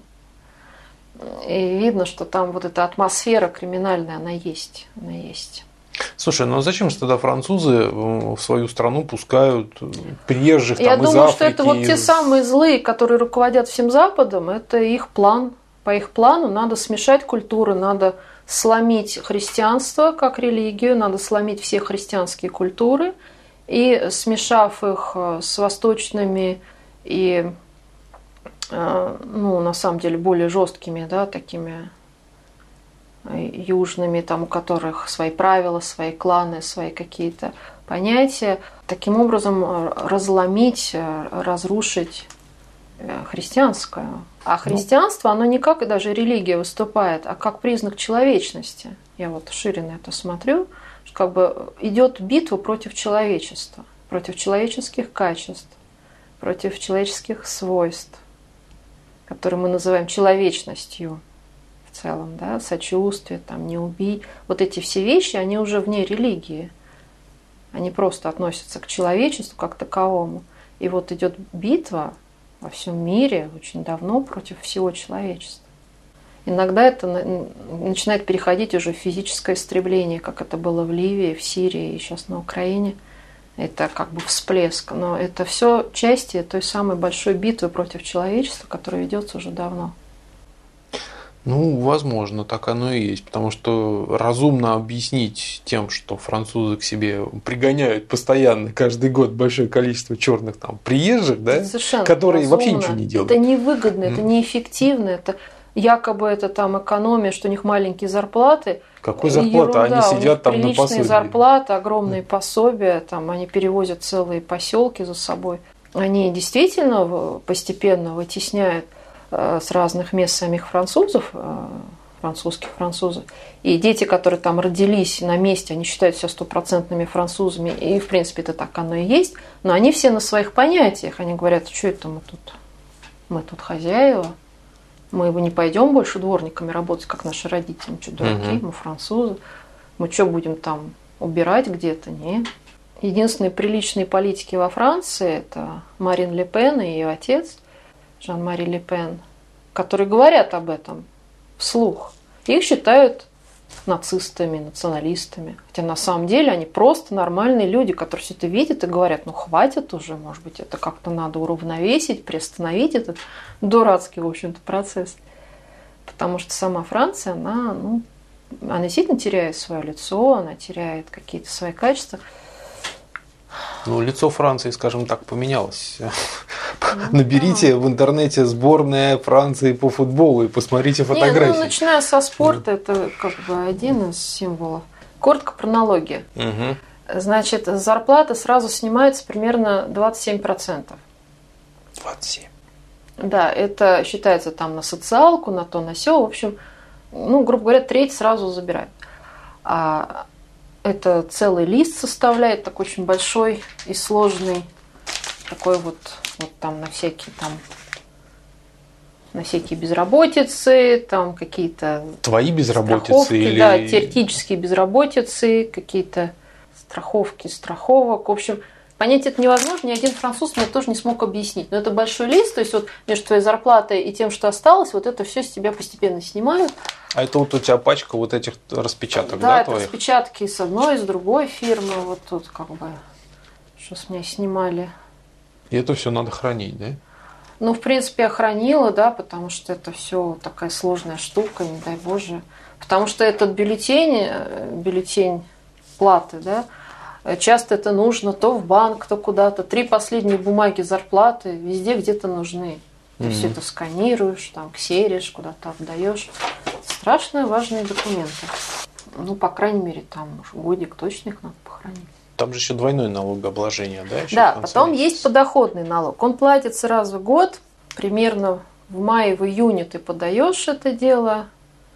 И видно, что там вот эта атмосфера криминальная, она есть. Она есть. Слушай, ну а зачем же тогда французы в свою страну пускают приезжих Я там, из Африки? Я думаю, что это вот те самые злые, которые руководят всем Западом, это их план. По их плану надо смешать культуры, надо сломить христианство как религию, надо сломить все христианские культуры, и смешав их с восточными и, ну, на самом деле, более жесткими, да, такими южными, там, у которых свои правила, свои кланы, свои какие-то понятия. Таким образом разломить, разрушить христианское. А христианство, оно не как даже религия выступает, а как признак человечности. Я вот шире на это смотрю, что как бы идет битва против человечества, против человеческих качеств, против человеческих свойств, которые мы называем человечностью. В целом, да, сочувствие, там, не убий. Вот эти все вещи, они уже вне религии. Они просто относятся к человечеству как таковому. И вот идет битва во всем мире очень давно против всего человечества. Иногда это начинает переходить уже в физическое истребление, как это было в Ливии, в Сирии и сейчас на Украине. Это как бы всплеск. Но это все части той самой большой битвы против человечества, которая ведется уже давно. Ну, возможно, так оно и есть, потому что разумно объяснить тем, что французы к себе пригоняют постоянно каждый год большое количество черных там приезжих, да, которые разумно. Вообще ничего не делают. Это невыгодно, это неэффективно, это якобы это там экономия, что у них маленькие зарплаты. Какой зарплата? Они сидят там на пособии. Зарплаты, огромные пособия, там они перевозят целые поселки за собой. Они действительно постепенно вытесняют с разных мест самих французов, французских французов. И дети, которые там родились на месте, они считают себя стопроцентными французами, и в принципе это так оно и есть, но они все на своих понятиях. Они говорят, что это мы тут хозяева, мы не пойдем больше дворниками работать, как наши родители. Мы что, дураки, мы французы, мы что, будем там убирать где-то? Нет. единственные приличные политики во Франции – это Марин Ле Пен и ее отец Жан-Мари Ле Пен, которые говорят об этом вслух. Их считают нацистами, националистами. Хотя на самом деле они просто нормальные люди, которые все это видят и говорят, ну хватит уже, может быть, это как-то надо уравновесить, приостановить этот дурацкий, в общем-то, процесс. Потому что сама Франция, она действительно теряет свое лицо, она теряет какие-то свои качества. Ну, лицо Франции, скажем так, поменялось. Наберите в интернете сборная Франции по футболу и посмотрите фотографии. Начиная со спорта, это как бы один из символов. Коротко хронология. Значит, зарплата сразу снимается примерно 27%. 27%. Да, это считается там на социалку, на то, на сё. В общем, грубо говоря, треть сразу забирают. А это целый лист составляет, такой очень большой и сложный, такой вот там на всякие безработицы, там какие-то твои безработицы страховки, или... Да, теоретические безработицы, какие-то страховки, страховок. В общем, понять это невозможно, ни один француз мне тоже не смог объяснить. Но это большой лист, то есть вот между твоей зарплатой и тем, что осталось, вот это все с тебя постепенно снимают. А это вот у тебя пачка вот этих распечаток, да, да, это твоих? распечатки с одной, и с другой фирмы. Вот тут как бы, что с меня снимали. И это все надо хранить, да? Ну, в принципе, я хранила, да, потому что это все такая сложная штука, не дай Боже. Потому что этот бюллетень платы, да, часто это нужно то в банк, то куда-то. 3 последние бумаги зарплаты везде где-то нужны. Ты все это сканируешь, там, ксеришь, куда-то отдаешь. Страшно важные документы. Ну, по крайней мере, там уж годик точно их надо похоронить. Там же еще двойное налогообложение, да? Да, потом есть подоходный налог. Он платит сразу в год. Примерно в мае, в июне ты подаешь это дело.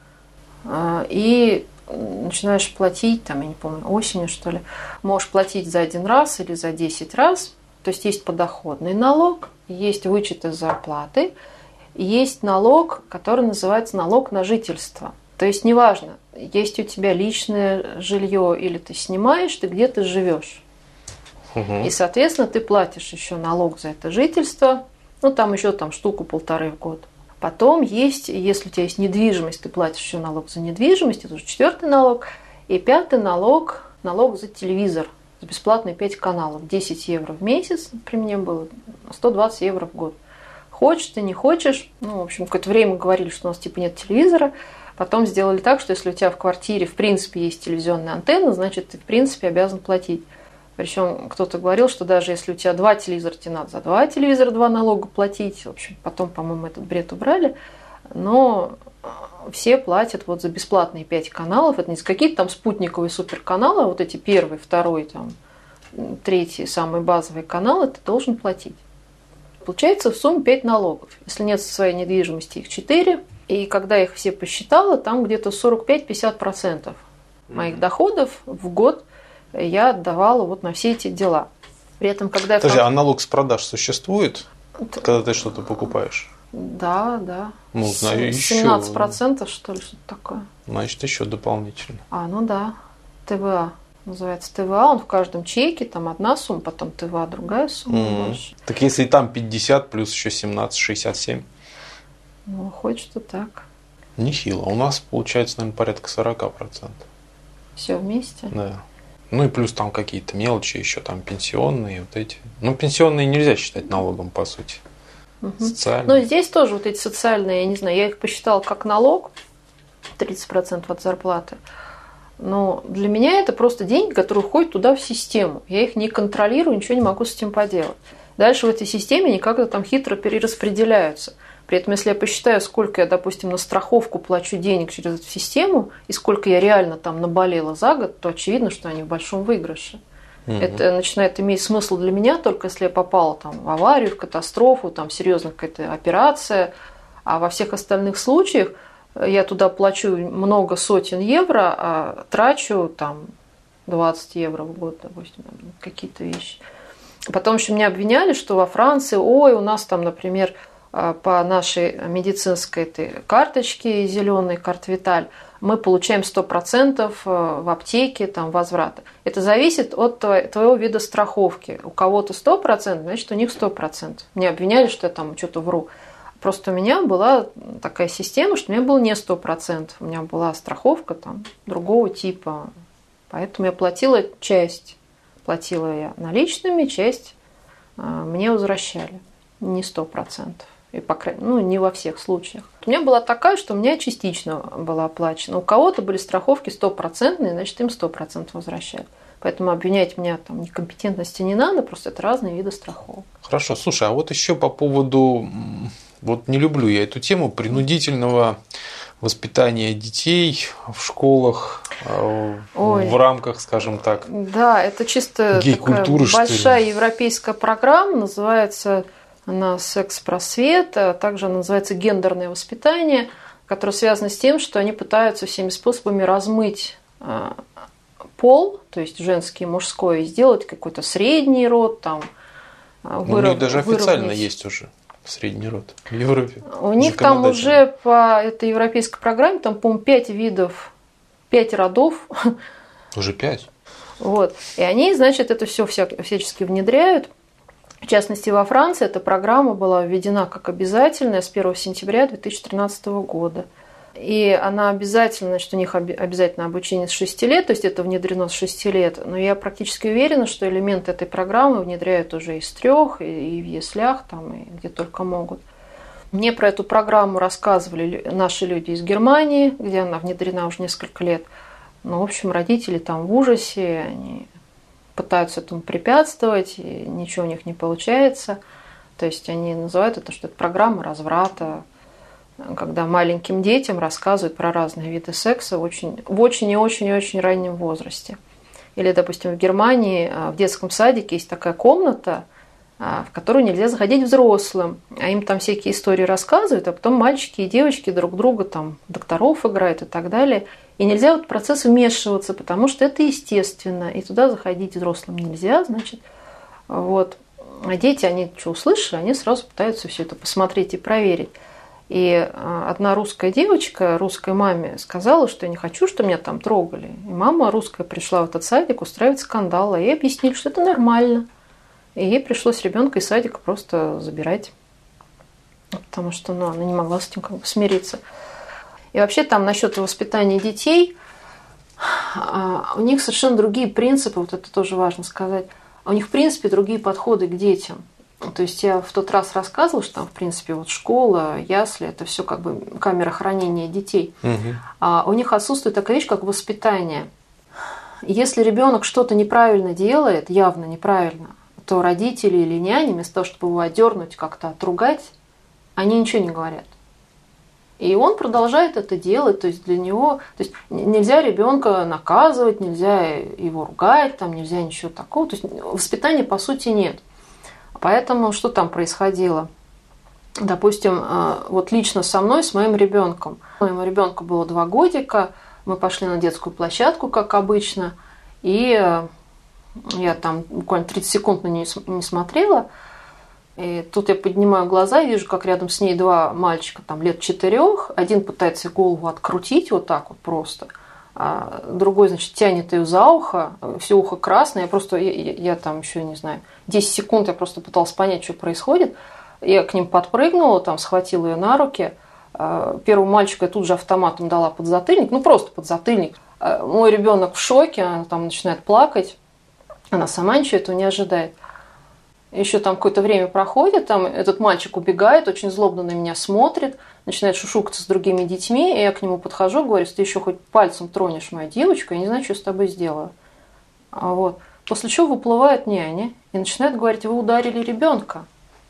И начинаешь платить, там, я не помню, осенью, что ли. Можешь платить за 1 раз или за 10 раз. То есть есть подоходный налог, есть вычет из зарплаты, есть налог, который называется налог на жительство. То есть неважно, есть у тебя личное жилье или ты снимаешь, ты где-то живешь. И, соответственно, ты платишь еще налог за это жительство, там еще штуку 1,5 в год. Потом есть, если у тебя есть недвижимость, ты платишь еще налог за недвижимость, это уже 4-й налог. И 5-й налог за телевизор, за бесплатные 5 каналов. 10 евро в месяц при мне было, 120 евро в год. Хочешь ты, не хочешь. В общем, какое-то время говорили, что у нас нет телевизора. Потом сделали так, что если у тебя в квартире в принципе есть телевизионная антенна, значит, ты в принципе обязан платить. Причем кто-то говорил, что даже если у тебя 2 телевизора, тебе надо за 2 телевизора 2 налога платить. В общем, потом, по-моему, этот бред убрали. Но все платят за бесплатные 5 каналов. Это не какие-то там спутниковые суперканалы, а вот эти 1-й, 2-й, 3-й, самые базовые каналы ты должен платить. Получается в сумме 5 налогов. Если нет своей недвижимости, их 4. И когда я их все посчитала, там где-то 45-50% моих доходов в год я отдавала на все эти дела. При этом, когда а налог с продаж существует, когда ты что-то покупаешь? Да, да. 17%, что ли, что-то такое. Значит, еще дополнительно. Да. ТВА. Называется ТВА, он в каждом чеке, там одна сумма, потом ТВА другая сумма больше. Так если там 50 плюс еще 17, 67? Хоть что так. Нехило. У нас получается, наверное, порядка 40%. Все вместе? Да. И плюс там какие-то мелочи еще, там пенсионные, вот эти. Пенсионные нельзя считать налогом, по сути. Социальные. Здесь тоже вот эти социальные, я не знаю, я их посчитала как налог, 30% от зарплаты. Но для меня это просто деньги, которые уходят туда в систему. Я их не контролирую, ничего не могу с этим поделать. Дальше в этой системе они как-то там хитро перераспределяются. При этом, если я посчитаю, сколько я, допустим, на страховку плачу денег через эту систему, и сколько я реально там наболела за год, то очевидно, что они в большом выигрыше. Это начинает иметь смысл для меня только если я попала в аварию, в катастрофу, серьезная какая-то операция. А во всех остальных случаях я туда плачу много сотен евро, а трачу 20 евро в год, допустим, какие-то вещи. Потом еще меня обвиняли, что во Франции, у нас например, по нашей медицинской этой карточке зеленой, карт Виталь, мы получаем 100% в аптеке там, возврата. Это зависит от твоего вида страховки. У кого-то 100%, значит, у них 100%. Меня обвиняли, что я там что-то вру. Просто у меня была такая система, что у меня было не 100%. У меня была страховка там, другого типа. Поэтому я платила часть. Платила я наличными, часть мне возвращали. Не 100%. И не во всех случаях. У меня была такая, что у меня частично была оплачена. У кого-то были страховки 100%, значит, им 100% возвращали. Поэтому обвинять меня там в некомпетентности не надо, просто это разные виды страховок. Хорошо, слушай, а вот еще по поводу, вот не люблю я эту тему принудительного воспитания детей в школах, в рамках, скажем так, да, это чисто гей-культуры, такая большая европейская программа, называется она «Секс-просвет», а также она называется «Гендерное воспитание», которое связано с тем, что они пытаются всеми способами размыть пол, то есть женский и мужской, и сделать какой-то средний род, там, у них даже официально есть уже средний род в Европе. У них там уже по этой европейской программе, там, по-моему, 5 видов, 5 родов. Уже 5? Вот. И они, значит, это все всячески внедряют. В частности, во Франции эта программа была введена как обязательная с 1 сентября 2013 года. И она обязательно, значит, у них обязательно обучение с 6 лет, то есть это внедрено с 6 лет. Но я практически уверена, что элементы этой программы внедряют уже и с 3, и в яслях, там, и где только могут. Мне про эту программу рассказывали наши люди из Германии, где она внедрена уже несколько лет. Ну, в общем, родители там в ужасе, они пытаются этому препятствовать, и ничего у них не получается. То есть они называют это, что это программа разврата, когда маленьким детям рассказывают про разные виды секса в очень и очень раннем возрасте. Или, допустим, в Германии в детском садике есть такая комната, в которую нельзя заходить взрослым. А им там всякие истории рассказывают, а потом мальчики и девочки друг друга там докторов играют и так далее. И нельзя в этот процесс вмешиваться, потому что это естественно. И туда заходить взрослым нельзя, значит. Вот. А дети, они что услышали, они сразу пытаются все это посмотреть и проверить. И одна русская девочка русской маме сказала, что я не хочу, чтобы меня там трогали. И мама русская пришла в этот садик устраивать скандал, а ей объяснили, что это нормально. И ей пришлось ребенка из садика просто забирать, потому что она не могла с этим как бы смириться. И вообще там насчет воспитания детей, у них совершенно другие принципы, вот это тоже важно сказать. У них, в принципе, другие подходы к детям. То есть я в тот раз рассказывала, что там, в принципе, вот школа, ясли, это все как бы камера хранения детей. А у них отсутствует такая вещь, как воспитание. Если ребенок что-то неправильно делает, явно неправильно, то родители или няни, вместо того, чтобы его одернуть, как-то отругать, они ничего не говорят. И он продолжает это делать, то есть для него, то есть нельзя ребенка наказывать, нельзя его ругать, там нельзя ничего такого, то есть воспитания по сути нет. Поэтому что там происходило? Допустим, вот лично со мной, с моим ребенком. Моему ребенку было 2 годика, мы пошли на детскую площадку, как обычно, и я там буквально 30 секунд на нее не смотрела. И тут я поднимаю глаза и вижу, как рядом с ней 2 мальчика, там, лет 4. Один пытается голову открутить вот так вот просто, а другой, значит, тянет ее за ухо, все ухо красное. Я там еще, не знаю, 10 секунд я просто пыталась понять, что происходит. Я к ним подпрыгнула, там, схватила ее на руки. Первому мальчику я тут же автоматом дала подзатыльник, ну просто подзатыльник. Мой ребенок в шоке, она там начинает плакать. Она сама ничего этого не ожидает. Еще там какое-то время проходит, там этот мальчик убегает, очень злобно на меня смотрит, начинает шушукаться с другими детьми, и я к нему подхожу, говорю, если ты еще хоть пальцем тронешь мою девочку, я не знаю, что с тобой сделаю. Вот. После чего выплывает няня и начинает говорить, вы ударили ребенка.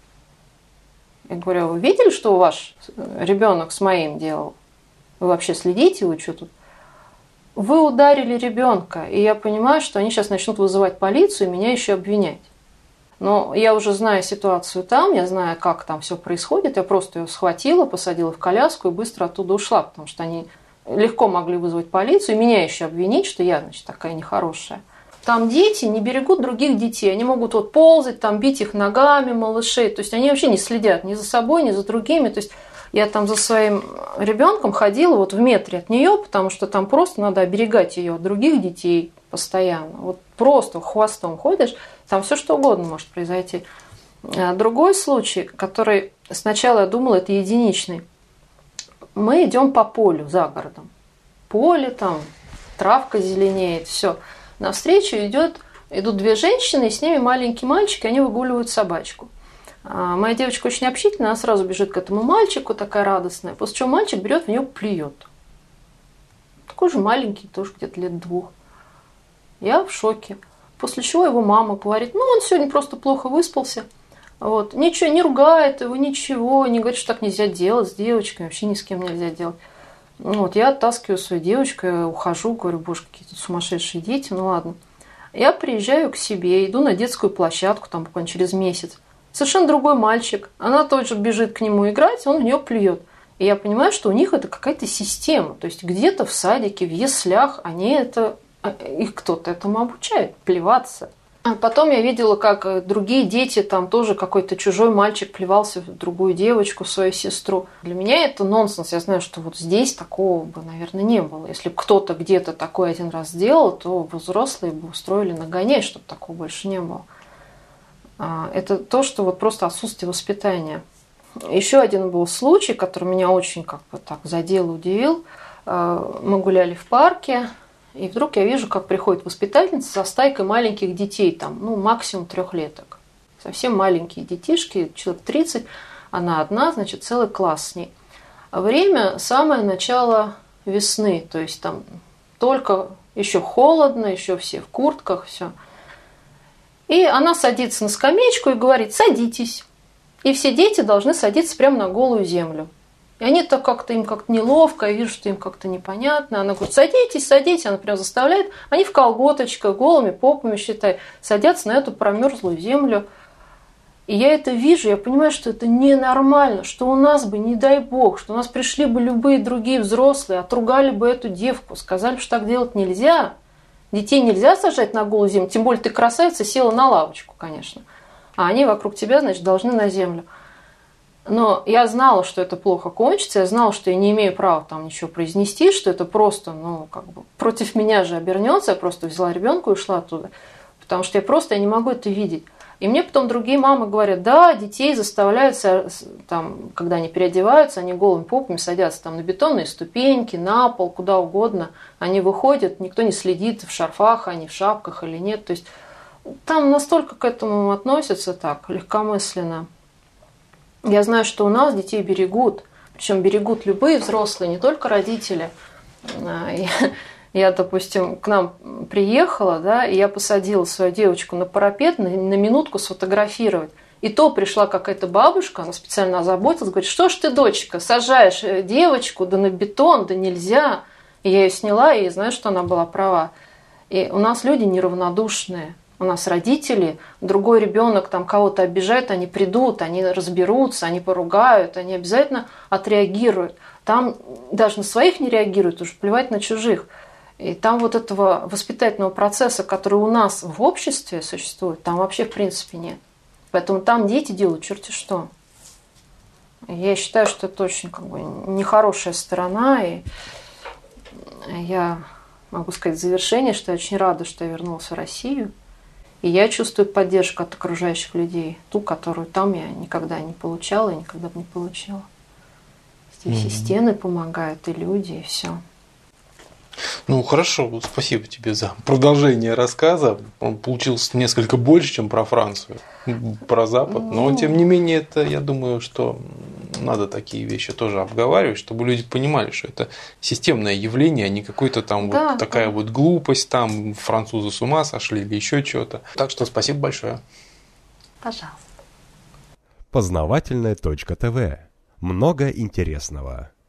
Я говорю, вы видели, что ваш ребенок с моим делал? Вы вообще следите, вы что тут? Вы ударили ребенка, и я понимаю, что они сейчас начнут вызывать полицию и меня еще обвинять. Но я уже знаю ситуацию там, я знаю, как там все происходит. Я просто ее схватила, посадила в коляску и быстро оттуда ушла, потому что они легко могли вызвать полицию и меня еще обвинить, что я, значит, такая нехорошая. Там дети не берегут других детей. Они могут вот ползать, там, бить их ногами, малышей. То есть они вообще не следят ни за собой, ни за другими. То есть Я там за своим ребенком ходила вот в метре от нее, потому что там просто надо оберегать ее от других детей постоянно. Вот просто хвостом ходишь, там все что угодно может произойти. Другой случай, который сначала я думала, это единичный. Мы идем по полю за городом. Поле там, травка зеленеет, все. Навстречу идут две женщины, и с ними маленький мальчик, и они выгуливают собачку. Моя девочка очень общительная, она сразу бежит к этому мальчику, такая радостная. После чего мальчик берет в нее плюет. Такой же маленький, тоже где-то лет 2. Я в шоке. После чего его мама говорит, он сегодня просто плохо выспался. Вот. Ничего, не ругает его, ничего, не говорит, что так нельзя делать с девочкой, вообще ни с кем нельзя делать. Вот. Я оттаскиваю свою девочку, я ухожу, говорю, боже, какие-то сумасшедшие дети, ладно. Я приезжаю к себе, иду на детскую площадку, там буквально через месяц. Совершенно другой мальчик. Она тоже бежит к нему играть, он в нее плюет. И я понимаю, что у них это какая-то система. То есть где-то в садике, в яслях их кто-то этому обучает, плеваться. А потом я видела, как другие дети, там тоже какой-то чужой мальчик плевался в другую девочку, в свою сестру. Для меня это нонсенс. Я знаю, что вот здесь такого бы, наверное, не было. Если бы кто-то где-то такой один раз сделал, то взрослые бы устроили нагоняй, чтобы такого больше не было. Это то, что вот просто отсутствие воспитания. Еще один был случай, который меня очень так задел и удивил. Мы гуляли в парке, и вдруг я вижу, как приходит воспитательница со стайкой маленьких детей, там, максимум 3-леток. Совсем маленькие детишки, человек 30, она одна, значит, целый класс с ней. Время самое начало весны, то есть там только еще холодно, еще все в куртках, все. И она садится на скамеечку и говорит: садитесь. И все дети должны садиться прямо на голую землю. И они так им как-то неловко, я вижу, что им как-то непонятно. Она говорит: садитесь, садитесь. Она прям заставляет. Они в колготочках, голыми попами, считай, садятся на эту промерзлую землю. И я это вижу, я понимаю, что это ненормально, что у нас бы, не дай бог, что у нас пришли бы любые другие взрослые, отругали бы эту девку, сказали, что так делать нельзя. Детей нельзя сажать на голую землю, тем более ты красавица, села на лавочку, конечно. А они вокруг тебя, значит, должны на землю. Но я знала, что это плохо кончится, я знала, что я не имею права там ничего произнести, что это просто, против меня же обернется. Я просто взяла ребенка и ушла оттуда, потому что я не могу это видеть. И мне потом другие мамы говорят: да, детей заставляются, там, когда они переодеваются, они голыми попами садятся там на бетонные ступеньки, на пол, куда угодно. Они выходят, никто не следит, в шарфах они, в шапках или нет. То есть там настолько к этому относятся так, легкомысленно. Я знаю, что у нас детей берегут, причем берегут любые взрослые, не только родители. Я, допустим, к нам приехала, да, и я посадила свою девочку на парапет на минутку сфотографировать. И то пришла какая-то бабушка, она специально озаботилась, говорит: что ж ты, дочка, сажаешь девочку, да на бетон, да нельзя. И я ее сняла, и знаю, что она была права. И у нас люди неравнодушные. У нас родители, другой ребенок там кого-то обижает, они придут, они разберутся, они поругают, они обязательно отреагируют. Там даже на своих не реагируют, уже плевать на чужих. И там вот этого воспитательного процесса, который у нас в обществе существует, там вообще в принципе нет. Поэтому там дети делают черти что. И я считаю, что это очень нехорошая сторона. И я могу сказать в завершение, что я очень рада, что я вернулась в Россию. И я чувствую поддержку от окружающих людей, ту, которую там я никогда не получала и никогда бы не получила. Здесь и стены помогают, и люди, и все. Хорошо, спасибо тебе за продолжение рассказа. Он получился несколько больше, чем про Францию, про Запад. Но, тем не менее, это, я думаю, что надо такие вещи тоже обговаривать, чтобы люди понимали, что это системное явление, а не какой-то там такая вот глупость, там французы с ума сошли или еще чего-то. Так что спасибо большое. Пожалуйста. Познавательная .тв. Много интересного.